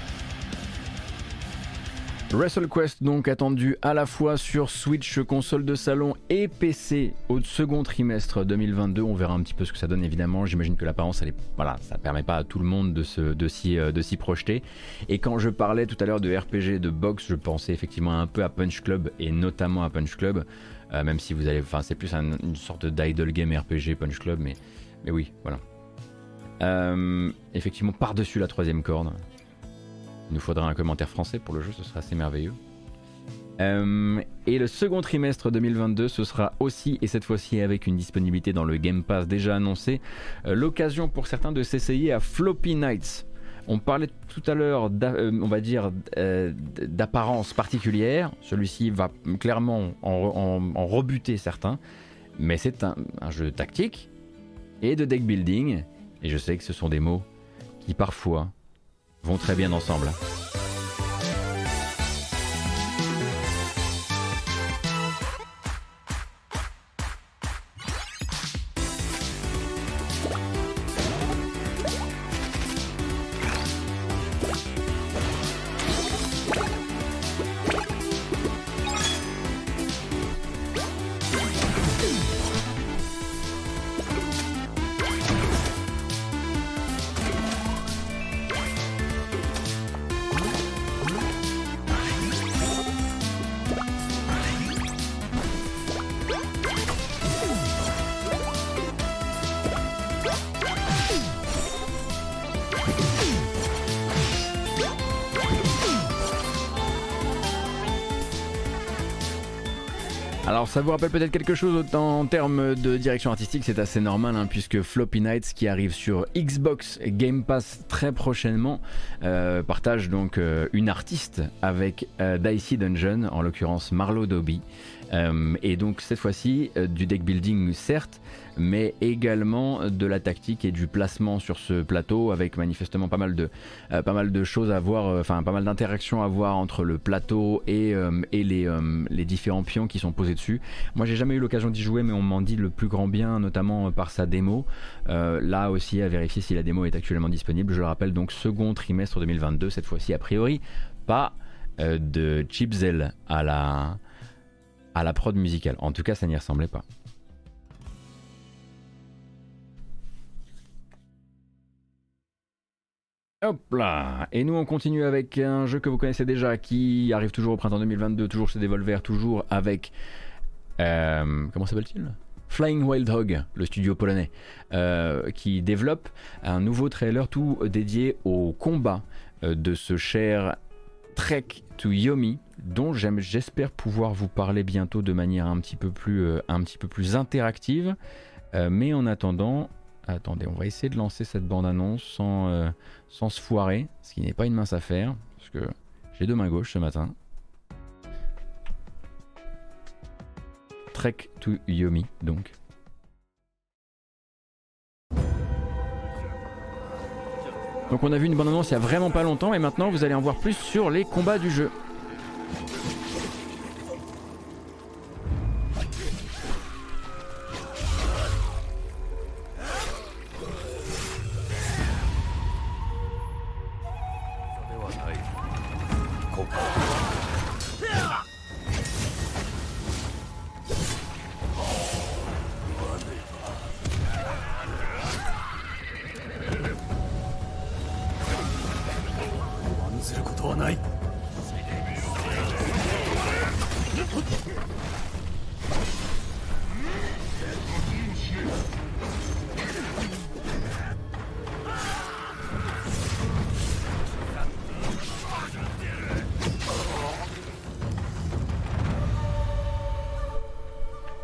WrestleQuest donc attendu à la fois sur Switch, console de salon et PC au second trimestre 2022. On verra un petit peu ce que ça donne évidemment. J'imagine que l'apparence, voilà, ça permet pas à tout le monde de s'y projeter. Et quand je parlais tout à l'heure de RPG, de boxe, je pensais effectivement un peu à Punch Club et notamment à Punch Club. Même si vous allez, enfin c'est plus une sorte d'idle game RPG Punch Club, mais oui, voilà. Effectivement par-dessus la troisième corde. Il nous faudra un commentaire français pour le jeu, ce sera assez merveilleux. Et le second trimestre 2022, ce sera aussi, et cette fois-ci avec une disponibilité dans le Game Pass déjà annoncé, l'occasion pour certains de s'essayer à Floppy Knights. On parlait tout à l'heure, on va dire, d'apparence particulière. Celui-ci va clairement en rebuter certains, mais c'est un jeu tactique et de deck building. Et je sais que ce sont des mots qui parfois vont très bien ensemble. Alors ça vous rappelle peut-être quelque chose en termes de direction artistique, c'est assez normal hein, puisque Floppy Knights qui arrive sur Xbox Game Pass très prochainement partage donc une artiste avec Dicey Dungeon, en l'occurrence Marlo Dobby. Et donc cette fois-ci du deck building certes, mais également de la tactique et du placement sur ce plateau avec manifestement pas mal de choses à voir, enfin pas mal d'interactions à voir entre le plateau et les différents pions qui sont posés dessus. Moi j'ai jamais eu l'occasion d'y jouer mais on m'en dit le plus grand bien notamment par sa démo. Là aussi à vérifier si la démo est actuellement disponible. Je le rappelle donc second trimestre 2022, cette fois-ci a priori pas de Chipzel à la prod musicale. En tout cas, ça n'y ressemblait pas. Hop là. Et nous, on continue avec un jeu que vous connaissez déjà, qui arrive toujours au printemps 2022, toujours chez Devolver, toujours avec... comment s'appelle-t-il ? Flying Wild Hog, le studio polonais, qui développe un nouveau trailer tout dédié au combat de ce cher Trek to Yomi, dont j'espère pouvoir vous parler bientôt de manière un petit peu plus interactive. Mais en attendant, attendez, on va essayer de lancer cette bande-annonce sans se foirer, ce qui n'est pas une mince affaire, parce que j'ai deux mains gauches ce matin. Trek to Yomi, donc. Donc on a vu une bande-annonce il y a vraiment pas longtemps, et maintenant vous allez en voir plus sur les combats du jeu.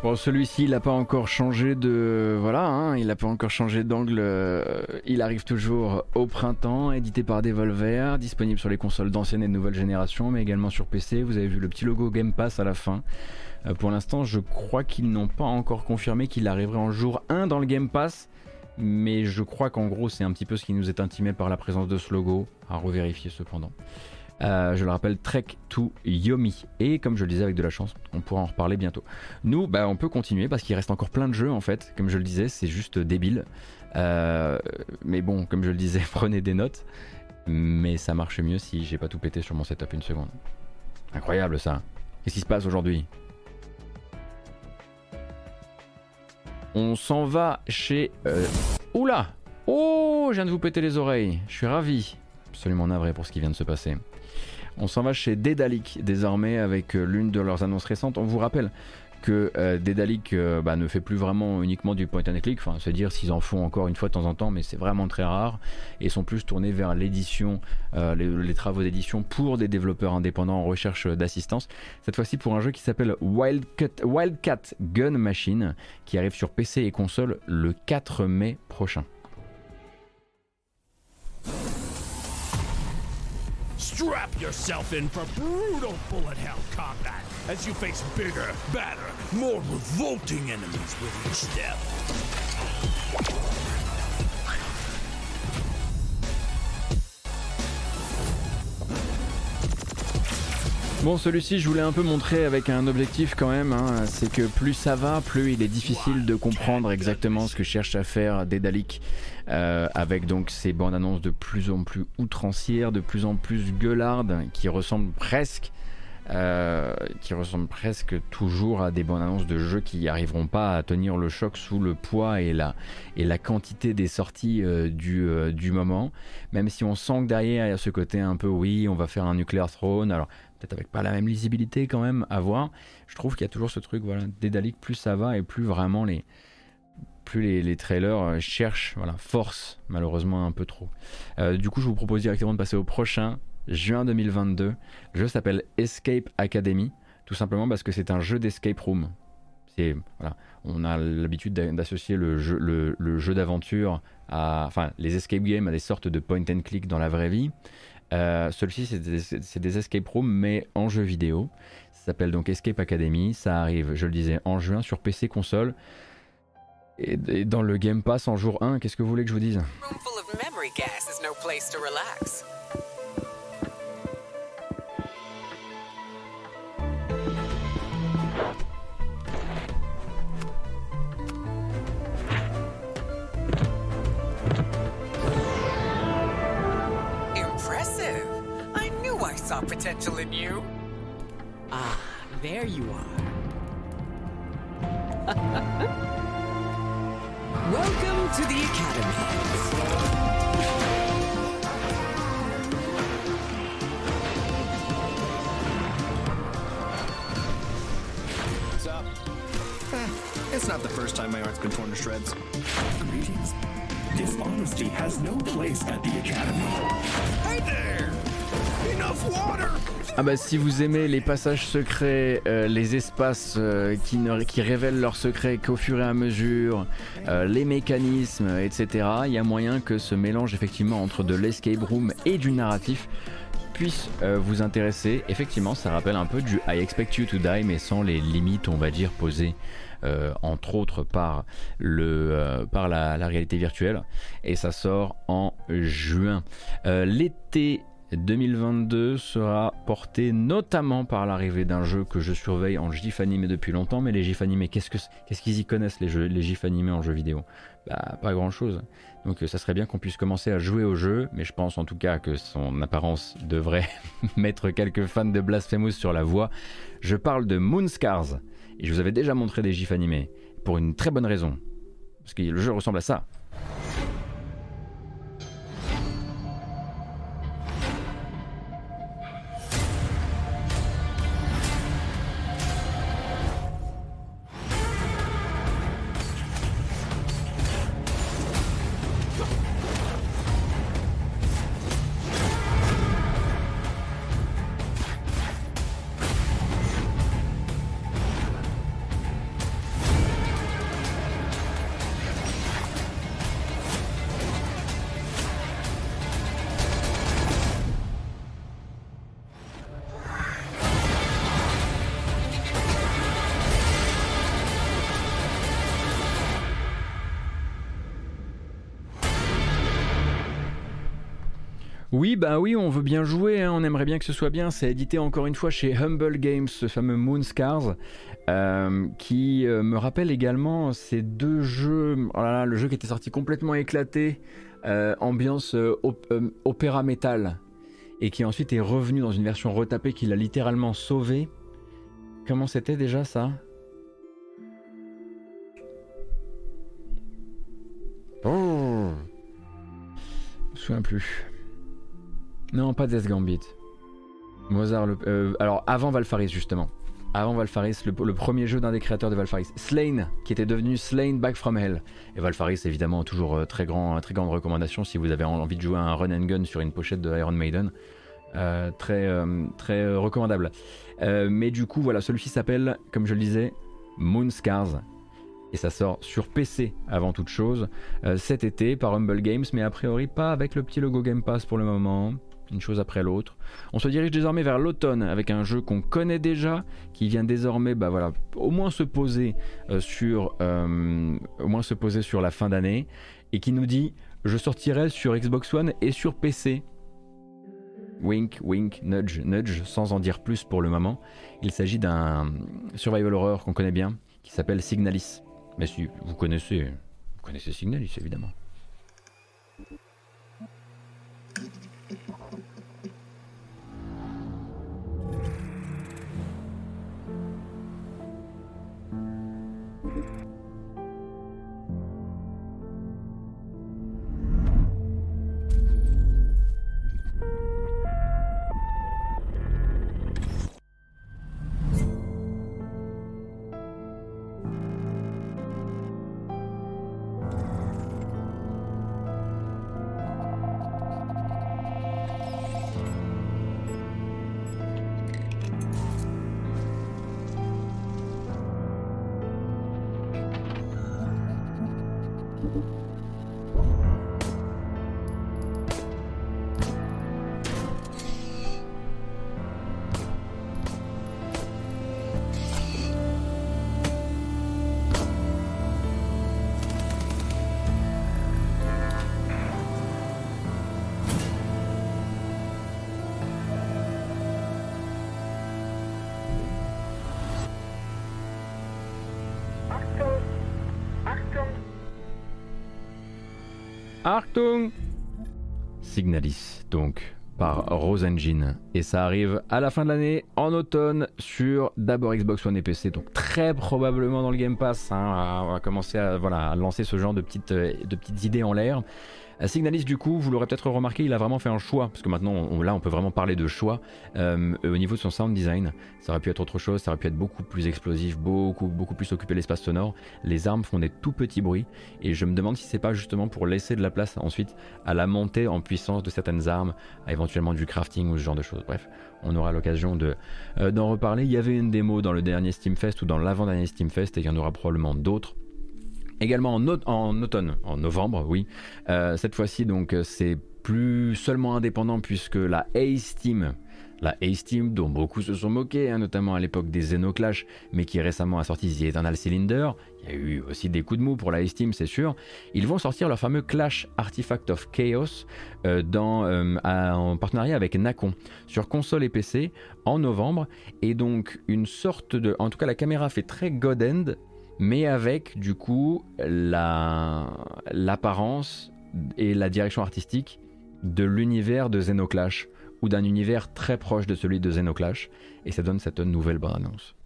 Bon, celui-ci, il n'a pas encore changé de... Voilà, hein, il n'a pas encore changé d'angle. Il arrive toujours au printemps, édité par Devolver, disponible sur les consoles d'ancienne et de nouvelle génération, mais également sur PC. Vous avez vu le petit logo Game Pass à la fin. Pour l'instant, je crois qu'ils n'ont pas encore confirmé qu'il arriverait en jour 1 dans le Game Pass, mais je crois qu'en gros, c'est un petit peu ce qui nous est intimé par la présence de ce logo, à revérifier cependant. Je le rappelle, Trek to Yomi. Et comme je le disais, avec de la chance, on pourra en reparler bientôt. Nous, on peut continuer parce qu'il reste encore plein de jeux en fait. Comme je le disais, c'est juste débile. Mais bon, comme je le disais, prenez des notes. Mais ça marche mieux si j'ai pas tout pété sur mon setup une seconde. Incroyable ça. Qu'est-ce qui se passe aujourd'hui? On s'en va chez... Oula! Oh, je viens de vous péter les oreilles. Je suis ravi. Absolument navré pour ce qui vient de se passer. On s'en va chez Daedalic désormais avec l'une de leurs annonces récentes. On vous rappelle que Daedalic ne fait plus vraiment uniquement du point and click, enfin c'est dire s'ils en font encore une fois de temps en temps, mais c'est vraiment très rare, et sont plus tournés vers l'édition, les travaux d'édition pour des développeurs indépendants en recherche d'assistance. Cette fois-ci pour un jeu qui s'appelle Wildcat Gun Machine, qui arrive sur PC et console le 4 mai prochain.
Strap yourself in for brutal bullet hell combat as you face bigger, badder, more revolting enemies with each step.
Bon, celui-ci je voulais un peu montrer avec un objectif quand même, hein, c'est que plus ça va, plus il est difficile de comprendre exactement ce que cherche à faire Daedalic, avec donc ces bandes annonces de plus en plus outrancières, de plus en plus gueulardes, qui ressemblent presque toujours à des bandes annonces de jeux qui n'arriveront pas à tenir le choc sous le poids et la quantité des sorties du moment, même si on sent que derrière il y a ce côté un peu oui on va faire un Nuclear Throne, alors peut-être avec pas la même lisibilité quand même à voir. Je trouve qu'il y a toujours ce truc, voilà, Daedalic, plus ça va et plus vraiment les trailers cherchent, voilà, force malheureusement un peu trop. Du coup je vous propose directement de passer au prochain, juin 2022. Le jeu s'appelle Escape Academy, tout simplement parce que c'est un jeu d'escape room. Voilà, on a l'habitude d'associer le jeu d'aventure enfin les escape games à des sortes de point and click dans la vraie vie. Celui-ci c'est des escape rooms mais en jeu vidéo. Ça s'appelle donc Escape Academy, ça arrive, je le disais, en juin sur PC console et dans le Game Pass en jour 1. Qu'est-ce que vous voulez que je vous dise?
I saw potential in you. Ah, there you are. Welcome to the Academy.
What's up? It's not the first time my art's been torn to shreds.
Greetings. Dishonesty has no place at the Academy. Hey there! Enough water!
Ah bah si vous aimez les passages secrets, les espaces qui révèlent leurs secrets qu'au fur et à mesure, les mécanismes, etc., il y a moyen que ce mélange effectivement entre de l'escape room et du narratif puisse vous intéresser. Effectivement, ça rappelle un peu du I Expect You to Die, mais sans les limites, on va dire, posées entre autres par la réalité virtuelle. Et ça sort en juin. L'été 2022 sera porté notamment par l'arrivée d'un jeu que je surveille en GIF animé depuis longtemps. Mais les GIF animés, qu'est-ce qu'ils y connaissent, les GIF animés en jeu vidéo? Bah, pas grand chose. Donc ça serait bien qu'on puisse commencer à jouer au jeu, mais je pense en tout cas que son apparence devrait mettre quelques fans de Blasphemous sur la voie. Je parle de Moonscars, et je vous avais déjà montré des GIF animés, pour une très bonne raison, parce que le jeu ressemble à ça. Oui, bah oui, on veut bien jouer, hein, on aimerait bien que ce soit bien. C'est édité encore une fois chez Humble Games, ce fameux Moonscars, qui me rappelle également ces deux jeux. Oh là là, le jeu qui était sorti complètement éclaté, ambiance opéra métal, et qui ensuite est revenu dans une version retapée qui l'a littéralement sauvé. Comment c'était déjà ça? Oh, je me souviens plus. Non, pas Death Gambit. Mozart, alors avant Valfaris justement. Avant Valfaris, le premier jeu d'un des créateurs de Valfaris. Slain, qui était devenu Slain Back from Hell. Et Valfaris, évidemment, toujours très grande recommandation si vous avez envie de jouer à un run and gun sur une pochette de Iron Maiden. Très recommandable. Mais du coup, voilà, celui-ci s'appelle, comme je le disais, Moonscars. Et ça sort sur PC avant toute chose cet été par Humble Games, mais a priori pas avec le petit logo Game Pass pour le moment. Une chose après l'autre. On se dirige désormais vers l'automne avec un jeu qu'on connaît déjà, qui vient désormais, bah voilà, au moins se poser sur la fin d'année, et qui nous dit: je sortirai sur Xbox One et sur PC. Wink, wink, nudge, nudge, sans en dire plus pour le moment. Il s'agit d'un survival horror qu'on connaît bien, qui s'appelle Signalis. Mais si vous connaissez Signalis évidemment. Achtung! Signalis, donc, par Rose Engine. Et ça arrive à la fin de l'année, en automne, sur d'abord Xbox One et PC, donc très probablement dans le Game Pass. Hein, on va commencer à lancer ce genre de petites idées en l'air. Signalis, du coup, vous l'aurez peut-être remarqué, il a vraiment fait un choix, parce que maintenant, on peut vraiment parler de choix au niveau de son sound design. Ça aurait pu être autre chose, ça aurait pu être beaucoup plus explosif, beaucoup plus occuper l'espace sonore. Les armes font des tout petits bruits, et je me demande si c'est pas justement pour laisser de la place ensuite à la montée en puissance de certaines armes, à éventuellement du crafting ou ce genre de choses. Bref, on aura l'occasion d'en reparler. Il y avait une démo dans le dernier Steam Fest ou dans l'avant-dernier Steam Fest, et il y en aura probablement d'autres. Également en automne, en novembre, oui. Cette fois-ci, donc, c'est plus seulement indépendant, puisque la Ace Team, dont beaucoup se sont moqués, hein, notamment à l'époque des Xenoclash, mais qui récemment a sorti The Eternal Cylinder. Il y a eu aussi des coups de mou pour la Ace Team, c'est sûr. Ils vont sortir leur fameux Clash Artifact of Chaos en partenariat avec Nacon sur console et PC en novembre. Et donc, une sorte de... En tout cas, la caméra fait très God End, mais avec du coup l'apparence et la direction artistique de l'univers de Xenoclash, ou d'un univers très proche de celui de Xenoclash, et ça donne cette nouvelle bande-annonce.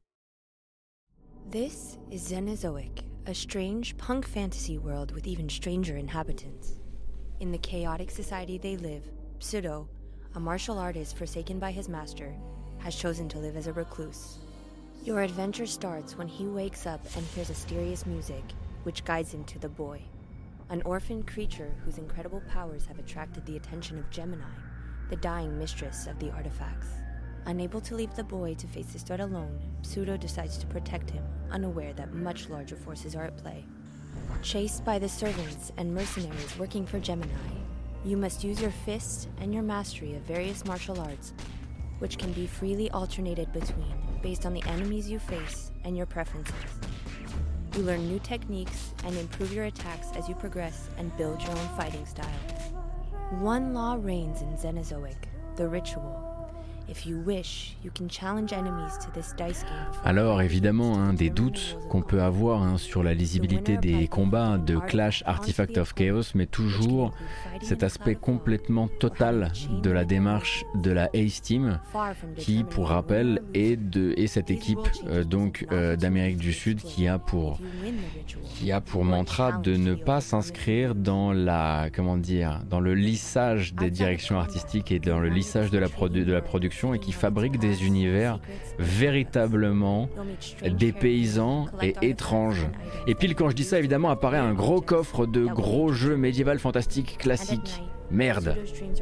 This is Xenozoic, a strange punk fantasy world with even stranger inhabitants. In the chaotic society they live, Pseudo, a martial artist forsaken by his master, has chosen to live as a recluse. Your adventure starts when he wakes up and hears mysterious music, which guides him to the boy, an orphaned creature whose incredible powers have attracted the attention of Gemini, the dying mistress of the artifacts. Unable to leave the boy to face this threat alone, Pseudo decides to protect him, unaware that much larger forces are at play. Chased by the servants and mercenaries working for Gemini, you must use your fists and your mastery of various martial arts, which can be freely alternated between based on the enemies you face and your preferences. You learn new techniques and improve your attacks as you progress and build your own fighting style. One law reigns in Xenozoic, the ritual. If you wish, you can challenge enemies to this dice game before.
Alors évidemment, des doutes qu'on peut avoir sur la lisibilité des combats de Clash Artifact of Chaos, mais toujours cet aspect complètement total de la démarche de la Ace Team, qui, pour rappel, est cette équipe d'Amérique du Sud qui a pour mantra de ne pas s'inscrire dans dans le lissage des directions artistiques et dans le lissage de la production, et qui fabrique des univers véritablement dépaysants et étranges. Et pile quand je dis ça, évidemment, apparaît un gros coffre de gros jeux médiéval fantastique classiques. Merde.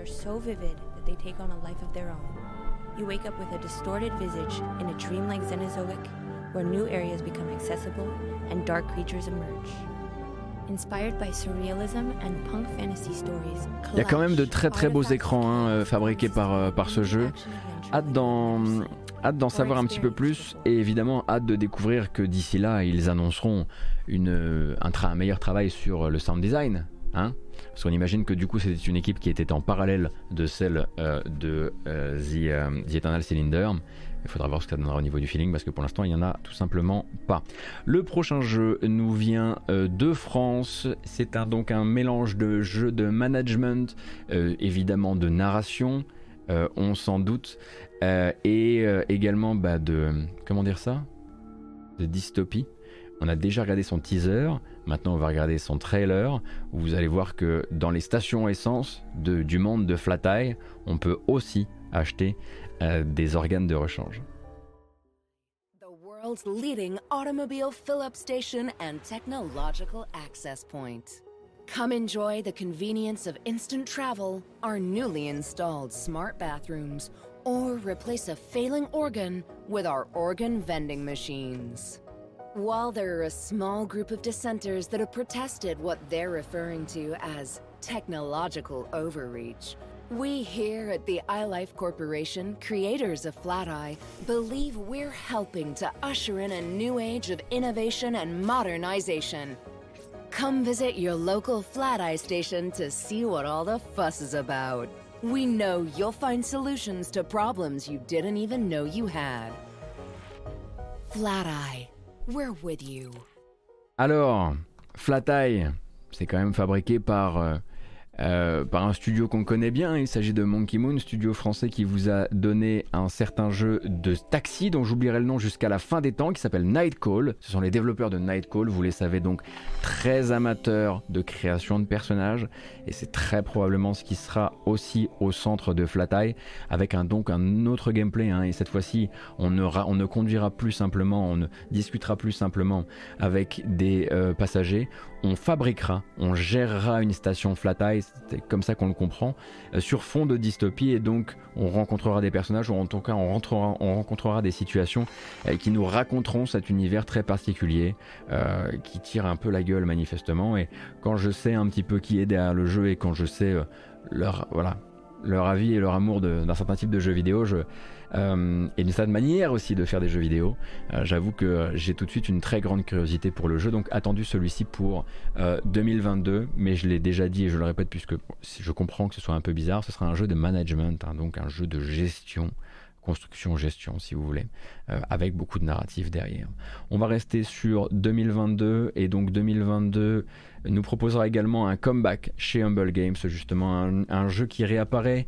You wake up with a distorted visage in a dreamlike Xenozoic, where new areas become accessible and dark creatures emerge. Inspired by surrealism and punk fantasy stories.
Il y a quand même de très très beaux écrans fabriqués par ce jeu. Hâte d'en savoir un petit peu plus, et évidemment hâte de découvrir que d'ici là ils annonceront un meilleur travail sur le sound design. Parce qu'on imagine que du coup c'était une équipe qui était en parallèle de celle de The Eternal Cylinder. Il faudra voir ce que ça donnera au niveau du feeling, parce que pour l'instant il n'y en a tout simplement pas. Le prochain jeu nous vient de France. C'est donc un mélange de jeux de management, évidemment de narration, on s'en doute, et également de dystopie. On a déjà regardé son teaser, maintenant on va regarder son trailer, où vous allez voir que dans les stations essence du monde de Flat Eye, on peut aussi acheter des organes de rechange.
The world's leading automobile fill-up station and technological access point. Come enjoy the convenience of instant travel, our newly installed smart bathrooms, or replace a failing organ with our organ vending machines. While there are a small group of dissenters that have protested what they're referring to as technological overreach, we here at the iLife Corporation, creators of FlatEye, believe we're helping to usher in a new age of innovation and modernization. Come visit your local FlatEye station to see what all the fuss is about. We know you'll find solutions to problems you didn't even know you had. FlatEye, we're with you.
Alors, FlatEye, c'est quand même fabriqué par un studio qu'on connaît bien. Il s'agit de Monkey Moon, studio français qui vous a donné un certain jeu de taxi dont j'oublierai le nom jusqu'à la fin des temps, qui s'appelle Nightcall. Ce sont les développeurs de Nightcall, vous les savez, donc très amateurs de création de personnages, et c'est très probablement ce qui sera aussi au centre de FlatEye, avec un autre gameplay, et cette fois-ci on ne conduira plus simplement, on ne discutera plus simplement avec des passagers, on fabriquera, on gérera une station FlatEye, c'est comme ça qu'on le comprend, sur fond de dystopie, et donc on rencontrera des personnages, ou en tout cas on rencontrera des situations qui nous raconteront cet univers très particulier, qui tire un peu la gueule manifestement. Et quand je sais un petit peu qui est derrière le jeu, et quand je sais leur avis et leur amour d'un certain type de jeux vidéo, et d'une certaine manière aussi de faire des jeux vidéo, j'avoue que j'ai tout de suite une très grande curiosité pour le jeu, donc attendu celui-ci pour 2022, mais je l'ai déjà dit et je le répète puisque je comprends que ce soit un peu bizarre, ce sera un jeu de management, donc un jeu de gestion, construction-gestion si vous voulez, avec beaucoup de narratif derrière. On va rester sur 2022, et donc 2022 nous proposera également un comeback chez Humble Games, justement un jeu qui réapparaît,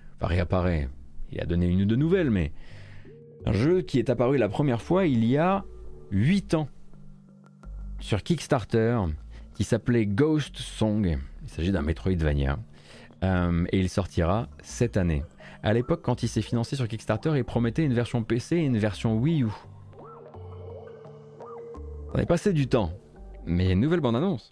il a donné une ou deux nouvelles, mais un jeu qui est apparu la première fois il y a 8 ans sur Kickstarter, qui s'appelait Ghost Song. Il s'agit d'un Metroidvania, et il sortira cette année. À l'époque, quand il s'est financé sur Kickstarter, il promettait une version PC et une version Wii U. On est passé du temps, mais une nouvelle bande-annonce.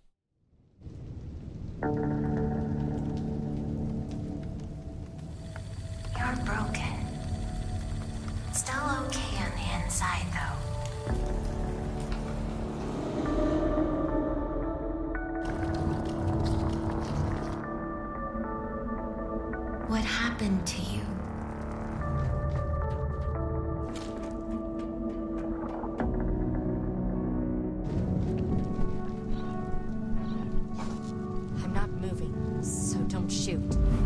You're broken. Still okay on the inside, though. What happened to you?
I'm not moving, so don't Shoot.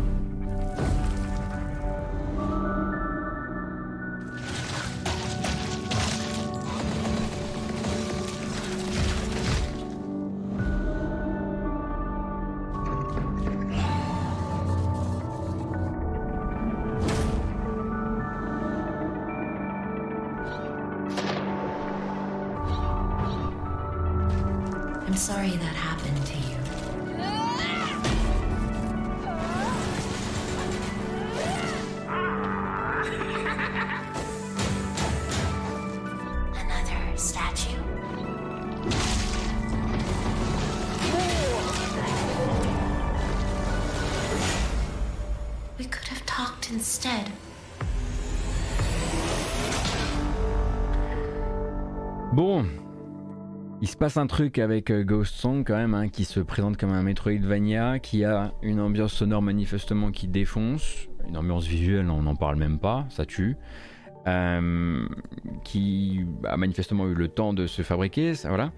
I'm sorry that happened to you. Another statue? We could have talked instead.
Bon, il se passe un truc avec Ghost Song quand même, hein, qui se présente comme un Metroidvania, qui a une ambiance sonore manifestement qui défonce, une ambiance visuelle, on n'en parle même pas, ça tue, qui a manifestement eu le temps de se fabriquer, ça, voilà.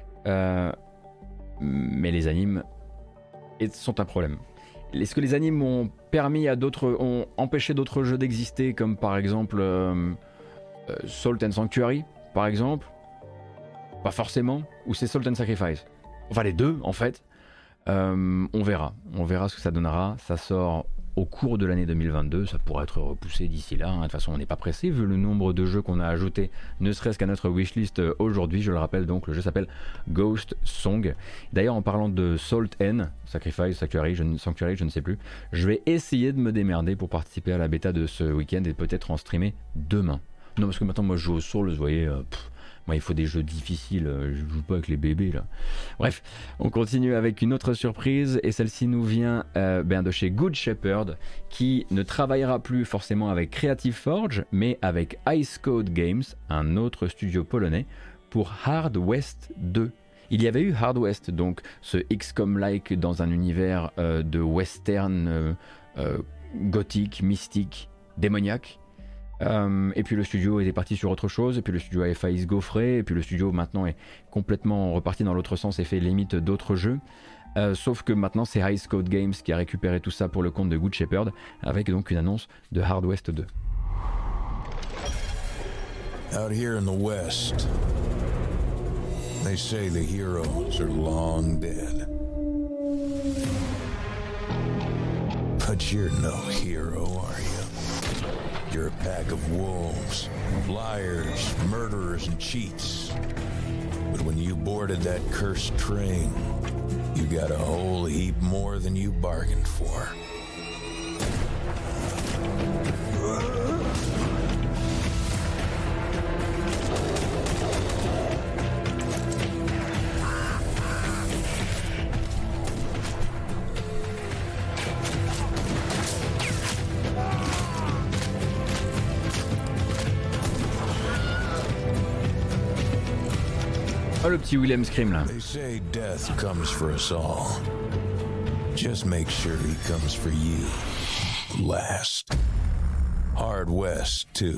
Mais les animes sont un problème. Est-ce que les animes ont permis à d'autres, ont empêché d'autres jeux d'exister, comme par exemple Salt and Sanctuary, par exemple? Pas forcément, ou c'est Salt and Sacrifice. Enfin les deux en fait. On verra ce que ça donnera. Ça sort au cours de l'année 2022, ça pourrait être repoussé d'ici là, hein. De toute façon on n'est pas pressé vu le nombre de jeux qu'on a ajouté, ne serait-ce qu'à notre wishlist aujourd'hui. Je le rappelle donc, le jeu s'appelle Ghost Song. D'ailleurs en parlant de Salt and Sacrifice, Sanctuary, je ne sais plus, je vais essayer de me démerder pour participer à la bêta de ce week-end et peut-être en streamer demain. Non parce que maintenant moi je joue aux Souls, vous voyez, moi il faut des jeux difficiles, je joue pas avec les bébés là. Bref, on continue avec une autre surprise et celle-ci nous vient de chez Good Shepherd, qui ne travaillera plus forcément avec Creative Forge mais avec Ice Code Games, un autre studio polonais, pour Hard West 2. Il y avait eu Hard West, donc ce XCOM-like dans un univers de western gothique, mystique, démoniaque. Et puis le studio était parti sur autre chose, et puis le studio avait failli se gaufrer, et puis le studio maintenant est complètement reparti dans l'autre sens et fait limite d'autres jeux. Sauf que maintenant c'est Ice Code Games qui a récupéré tout ça pour le compte de Good Shepherd, avec donc une annonce de Hard West 2.
Out here in the West, they say the heroes are long dead. But you're no hero, are you? You're a pack of wolves, liars, murderers, and cheats. But when you boarded that cursed train, you got a whole heap more than you bargained for.
Oh le petit William Scream là.
They say death comes for us all. Just make sure he comes for you last. Hard West 2.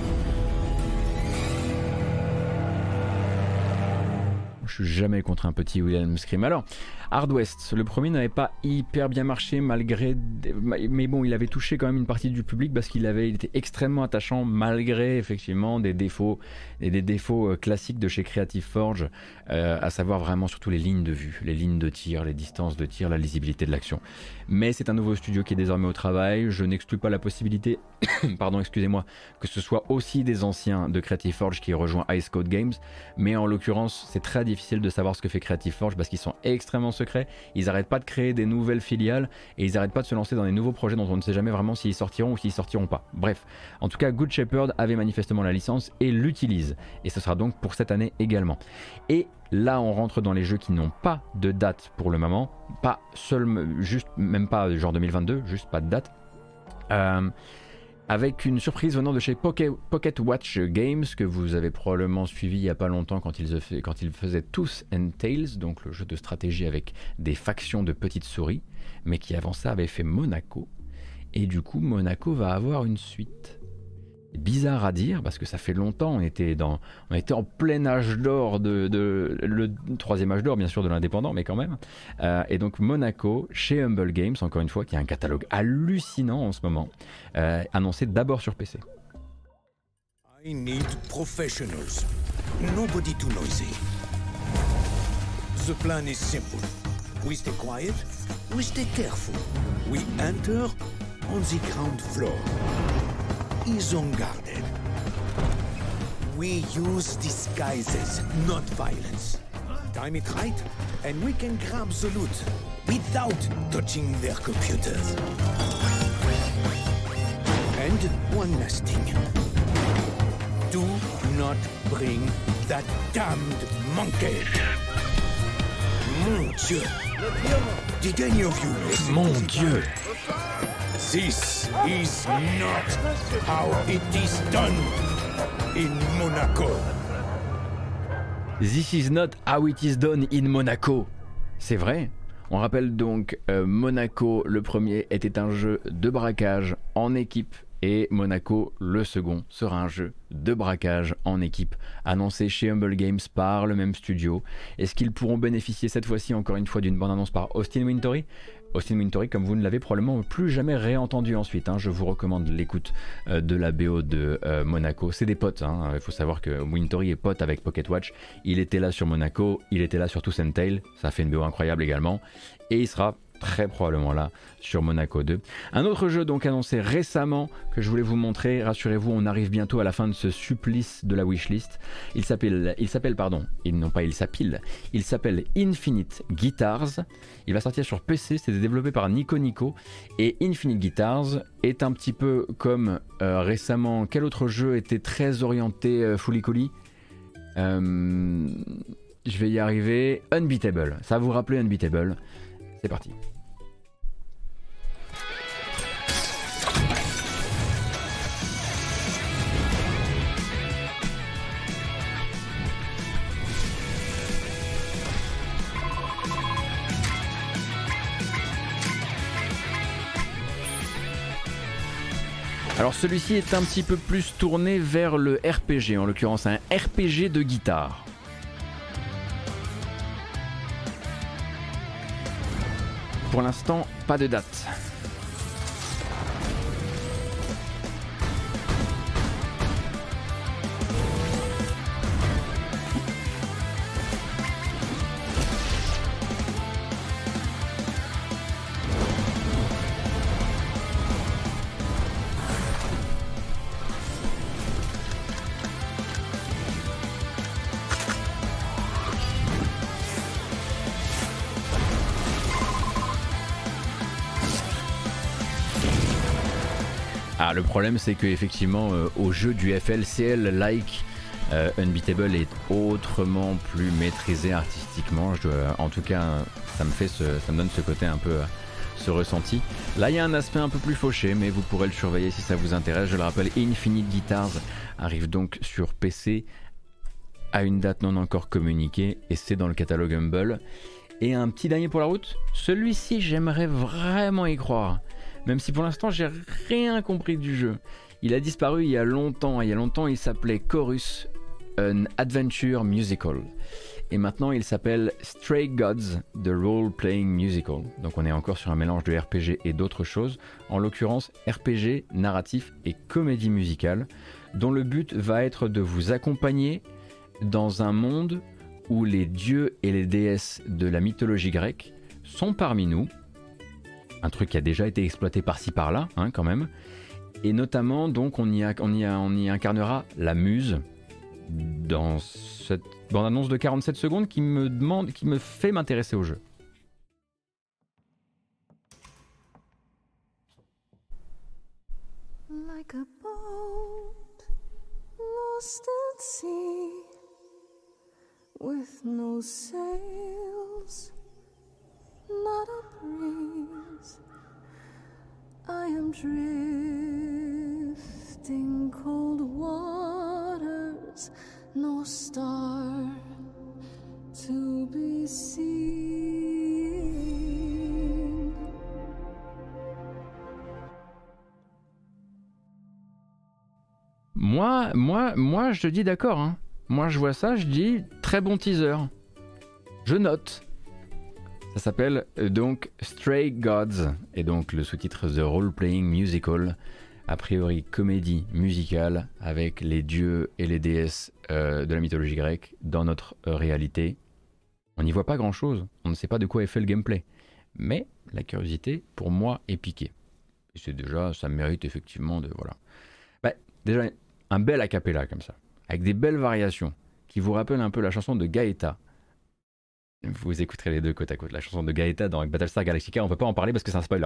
Je suis jamais contre un petit William Scream. Alors, Hard West, le premier n'avait pas hyper bien marché malgré... Mais bon, il avait touché quand même une partie du public parce qu'il était extrêmement attachant malgré effectivement des défauts classiques de chez Creative Forge, à savoir vraiment surtout les lignes de vue, les lignes de tir, les distances de tir, la lisibilité de l'action. Mais c'est un nouveau studio qui est désormais au travail. Je n'exclus pas la possibilité, pardon, excusez-moi, que ce soit aussi des anciens de Creative Forge qui rejoignent Ice Code Games. Mais en l'occurrence, c'est très difficile de savoir ce que fait Creative Forge parce qu'ils sont extrêmement secrets. Ils n'arrêtent pas de créer des nouvelles filiales et ils n'arrêtent pas de se lancer dans des nouveaux projets dont on ne sait jamais vraiment s'ils sortiront ou s'ils sortiront pas. Bref, en tout cas, Good Shepherd avait manifestement la licence et l'utilise. Et ce sera donc pour cette année également. Et là, on rentre dans les jeux qui n'ont pas de date pour le moment, pas juste même pas genre 2022, juste pas de date. Avec une surprise venant de chez Pocket Watch Games, que vous avez probablement suivi il n'y a pas longtemps quand ils faisaient Tooth and Tails, donc le jeu de stratégie avec des factions de petites souris, mais qui avant ça avait fait Monaco. Et du coup, Monaco va avoir une suite. bizarre à dire parce que ça fait longtemps, on était en plein âge d'or le troisième âge d'or bien sûr de l'indépendant, mais quand même. Et donc Monaco chez Humble Games, encore une fois, qui a un catalogue hallucinant en ce moment, annoncé d'abord sur PC.
I need professionals. Nobody too noisy. The plan is simple. We stay quiet, we stay careful. We enter on the ground floor. Is unguarded. We use disguises, not violence. Time it right, and we can grab the loot without touching their computers. And one last thing. Do not bring that damned monkey. Mon Dieu. Did any of you listen?
Mon Dieu.
This is not how it is done in Monaco.
This is not how it is done in Monaco. C'est vrai. On rappelle donc Monaco, le premier, était un jeu de braquage en équipe. Et Monaco, le second, sera un jeu de braquage en équipe, annoncé chez Humble Games par le même studio. Est-ce qu'ils pourront bénéficier cette fois-ci encore une fois d'une bande-annonce par Austin Wintory ? Austin Wintory, comme vous ne l'avez probablement plus jamais réentendu ensuite, je vous recommande l'écoute de la BO de Monaco. C'est des potes, il faut savoir que Wintory est pote avec Pocket Watch. Il était là sur Monaco, il était là sur Tooth and Tail, ça fait une BO incroyable également. Et il sera très probablement là sur Monaco 2. Un autre jeu donc annoncé récemment que je voulais vous montrer, rassurez-vous, on arrive bientôt à la fin de ce supplice de la wishlist. Il s'appelle Infinite Guitars. Il va sortir sur PC, c'est développé par Nico Nico, et Infinite Guitars est un petit peu comme récemment, quel autre jeu était très orienté Fooly Cooly, je vais y arriver, Unbeatable. Ça va vous rappeler Unbeatable. C'est parti. Alors celui-ci est un petit peu plus tourné vers le RPG, en l'occurrence un RPG de guitare. Pour l'instant, pas de date. Ah, le problème c'est que effectivement au jeu du FLCL like Unbeatable est autrement plus maîtrisé artistiquement. En tout cas ça me donne ce côté un peu ce ressenti. Là il y a un aspect un peu plus fauché, mais vous pourrez le surveiller si ça vous intéresse. Je le rappelle, Infinite Guitars arrive donc sur PC à une date non encore communiquée et c'est dans le catalogue Humble. Et un petit dernier pour la route, celui-ci j'aimerais vraiment y croire. Même si pour l'instant j'ai rien compris du jeu. Il a disparu il y a longtemps il s'appelait Chorus, an Adventure Musical. Et maintenant il s'appelle Stray Gods, The Role Playing Musical. Donc on est encore sur un mélange de RPG et d'autres choses. En l'occurrence RPG, narratif et comédie musicale, dont le but va être de vous accompagner dans un monde où les dieux et les déesses de la mythologie grecque sont parmi nous. Un truc qui a déjà été exploité par-ci par-là, quand même. Et notamment, donc, on y incarnera la muse dans cette bande-annonce de 47 secondes qui me fait m'intéresser au jeu.
Like a boat lost at sea with no sails. Not a breeze, I am drifting cold waters, no star to be seen.
Moi, je te dis d'accord. Hein. Moi, je vois ça, je dis très bon teaser. Je note. Ça s'appelle donc Stray Gods, et donc le sous-titre The Role Playing Musical, a priori comédie musicale avec les dieux et les déesses de la mythologie grecque dans notre réalité. On n'y voit pas grand-chose, on ne sait pas de quoi est fait le gameplay, mais la curiosité pour moi est piquée. Et c'est déjà, ça mérite effectivement de voilà. Bah, déjà un bel a cappella comme ça, avec des belles variations qui vous rappellent un peu la chanson de Gaëta. Vous écouterez les deux côte à côte. La chanson de Gaëta dans Battlestar Galactica, on peut pas en parler parce que c'est un spoiler.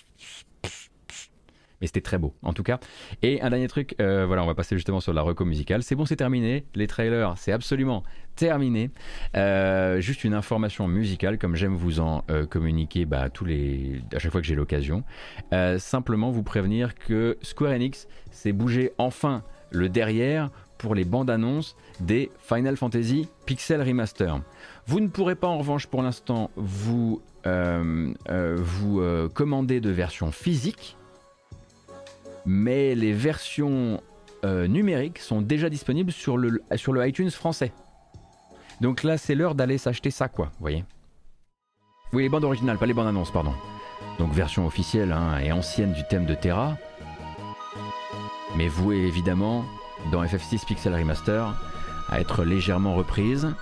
Mais c'était très beau, en tout cas. Et un dernier truc, voilà, on va passer justement sur la reco musicale. C'est bon, c'est terminé. Les trailers, c'est absolument terminé. Juste une information musicale, comme j'aime vous en communiquer à chaque fois que j'ai l'occasion. Simplement vous prévenir que Square Enix s'est bougé enfin le derrière pour les bandes annonces des Final Fantasy Pixel Remaster. Vous ne pourrez pas en revanche pour l'instant vous commander de version physique, mais les versions numériques sont déjà disponibles sur le iTunes français. Donc là c'est l'heure d'aller s'acheter ça quoi, vous voyez. Oui, les bandes originales, pas les bandes annonces, pardon. Donc version officielle et ancienne du thème de Terra, mais vouée évidemment dans FF6 Pixel Remaster à être légèrement reprise.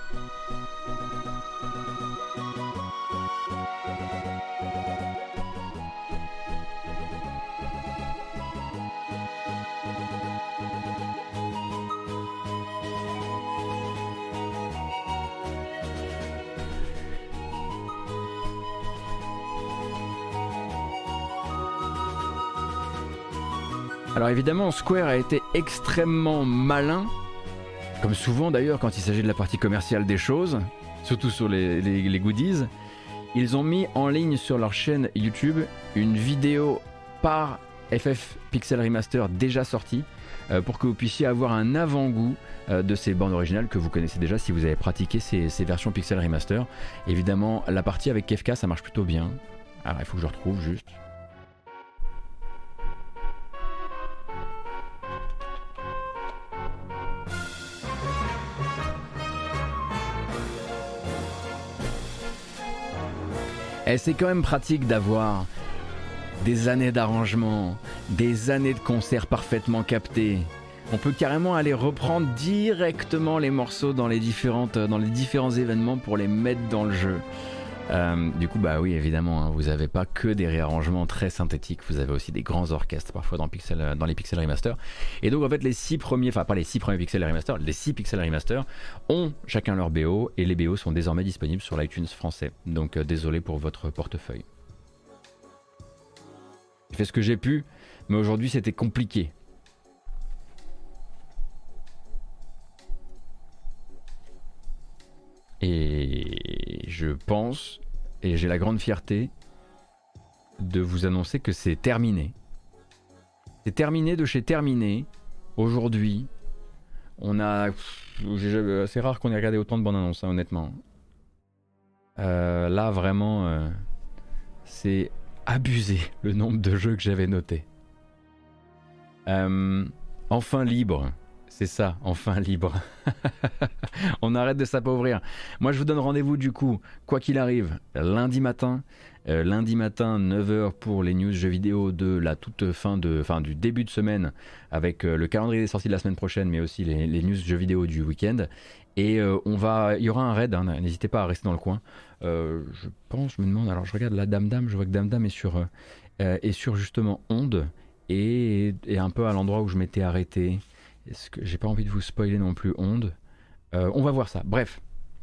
Alors évidemment, Square a été extrêmement malin, comme souvent d'ailleurs quand il s'agit de la partie commerciale des choses, surtout sur les goodies. Ils ont mis en ligne sur leur chaîne YouTube une vidéo par FF Pixel Remaster déjà sortie, pour que vous puissiez avoir un avant-goût de ces bandes originales que vous connaissez déjà si vous avez pratiqué ces versions Pixel Remaster. Évidemment, la partie avec Kefka, ça marche plutôt bien. Alors il faut que je retrouve juste. Et c'est quand même pratique d'avoir des années d'arrangement, des années de concerts parfaitement captés. On peut carrément aller reprendre directement les morceaux dans les différents événements pour les mettre dans le jeu. Du coup, bah oui, évidemment, vous n'avez pas que des réarrangements très synthétiques, vous avez aussi des grands orchestres parfois dans les Pixel Remaster. Et donc en fait, les 6 premiers Pixel Remaster, les 6 Pixel Remaster ont chacun leur BO, et les BO sont désormais disponibles sur l'iTunes français. Donc désolé pour votre portefeuille. J'ai fait ce que j'ai pu, mais aujourd'hui c'était compliqué. Et je pense, et j'ai la grande fierté de vous annoncer que c'est terminé. C'est terminé de chez terminé. Aujourd'hui, on a... C'est rare qu'on ait regardé autant de bandes annonces, honnêtement. Là, vraiment, c'est abusé le nombre de jeux que j'avais notés. Enfin libre. C'est ça, enfin libre. On arrête de s'appauvrir. Moi, je vous donne rendez-vous du coup, quoi qu'il arrive, lundi matin 9h pour les news jeux vidéo de la toute fin du début de semaine, avec le calendrier des sorties de la semaine prochaine, mais aussi les news jeux vidéo du week-end. Et il y aura un raid, n'hésitez pas à rester dans le coin. Je me demande, alors je regarde la Dame, je vois que Dame est sur justement Onde, et un peu à l'endroit où je m'étais arrêté. Est-ce que j'ai pas envie de vous spoiler non plus Onde, on va voir ça. Bref.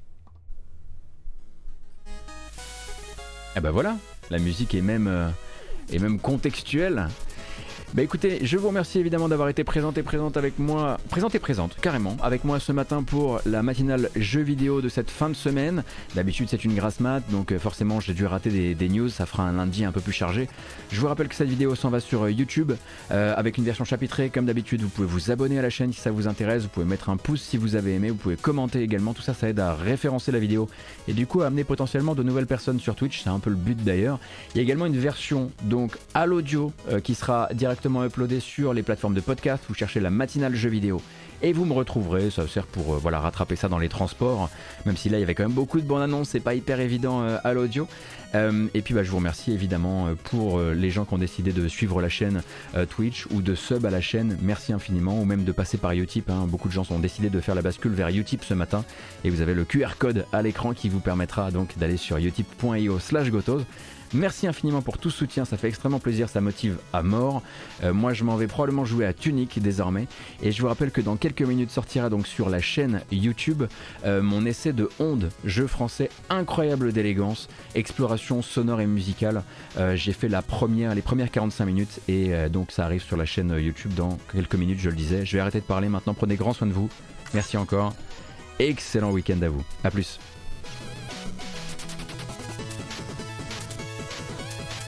Et ben voilà, la musique est même contextuelle. Bah écoutez, je vous remercie évidemment d'avoir été présente avec moi, carrément, avec moi ce matin pour la matinale jeux vidéo de cette fin de semaine. D'habitude c'est une grasse mat, donc forcément j'ai dû rater des news, ça fera un lundi un peu plus chargé. Je vous rappelle que cette vidéo s'en va sur YouTube, avec une version chapitrée comme d'habitude. Vous pouvez vous abonner à la chaîne si ça vous intéresse, vous pouvez mettre un pouce si vous avez aimé, vous pouvez commenter également, tout ça, ça aide à référencer la vidéo et du coup à amener potentiellement de nouvelles personnes sur Twitch, c'est un peu le but d'ailleurs. Il y a également une version donc à l'audio qui sera directement directement uploadé sur les plateformes de podcast. Vous cherchez la matinale jeux vidéo et vous me retrouverez. Ça sert pour voilà, rattraper ça dans les transports, même si là il y avait quand même beaucoup de bandes annonces, c'est pas hyper évident à l'audio. Et puis je vous remercie évidemment pour les gens qui ont décidé de suivre la chaîne Twitch ou de sub à la chaîne, merci infiniment, ou même de passer par Utip, hein. Beaucoup de gens ont décidé de faire la bascule vers Utip ce matin et vous avez le QR code à l'écran qui vous permettra donc d'aller sur utip.io/gotos. Merci infiniment pour tout soutien, ça fait extrêmement plaisir, ça motive à mort. Moi je m'en vais probablement jouer à Tunic désormais, et je vous rappelle que dans quelques minutes sortira donc sur la chaîne YouTube mon essai de Onde, jeu français incroyable d'élégance, exploration sonore et musicale. J'ai fait les premières 45 minutes et donc ça arrive sur la chaîne YouTube dans quelques minutes, je le disais. Je vais arrêter de parler maintenant, prenez grand soin de vous, merci encore, excellent week-end à vous, à plus.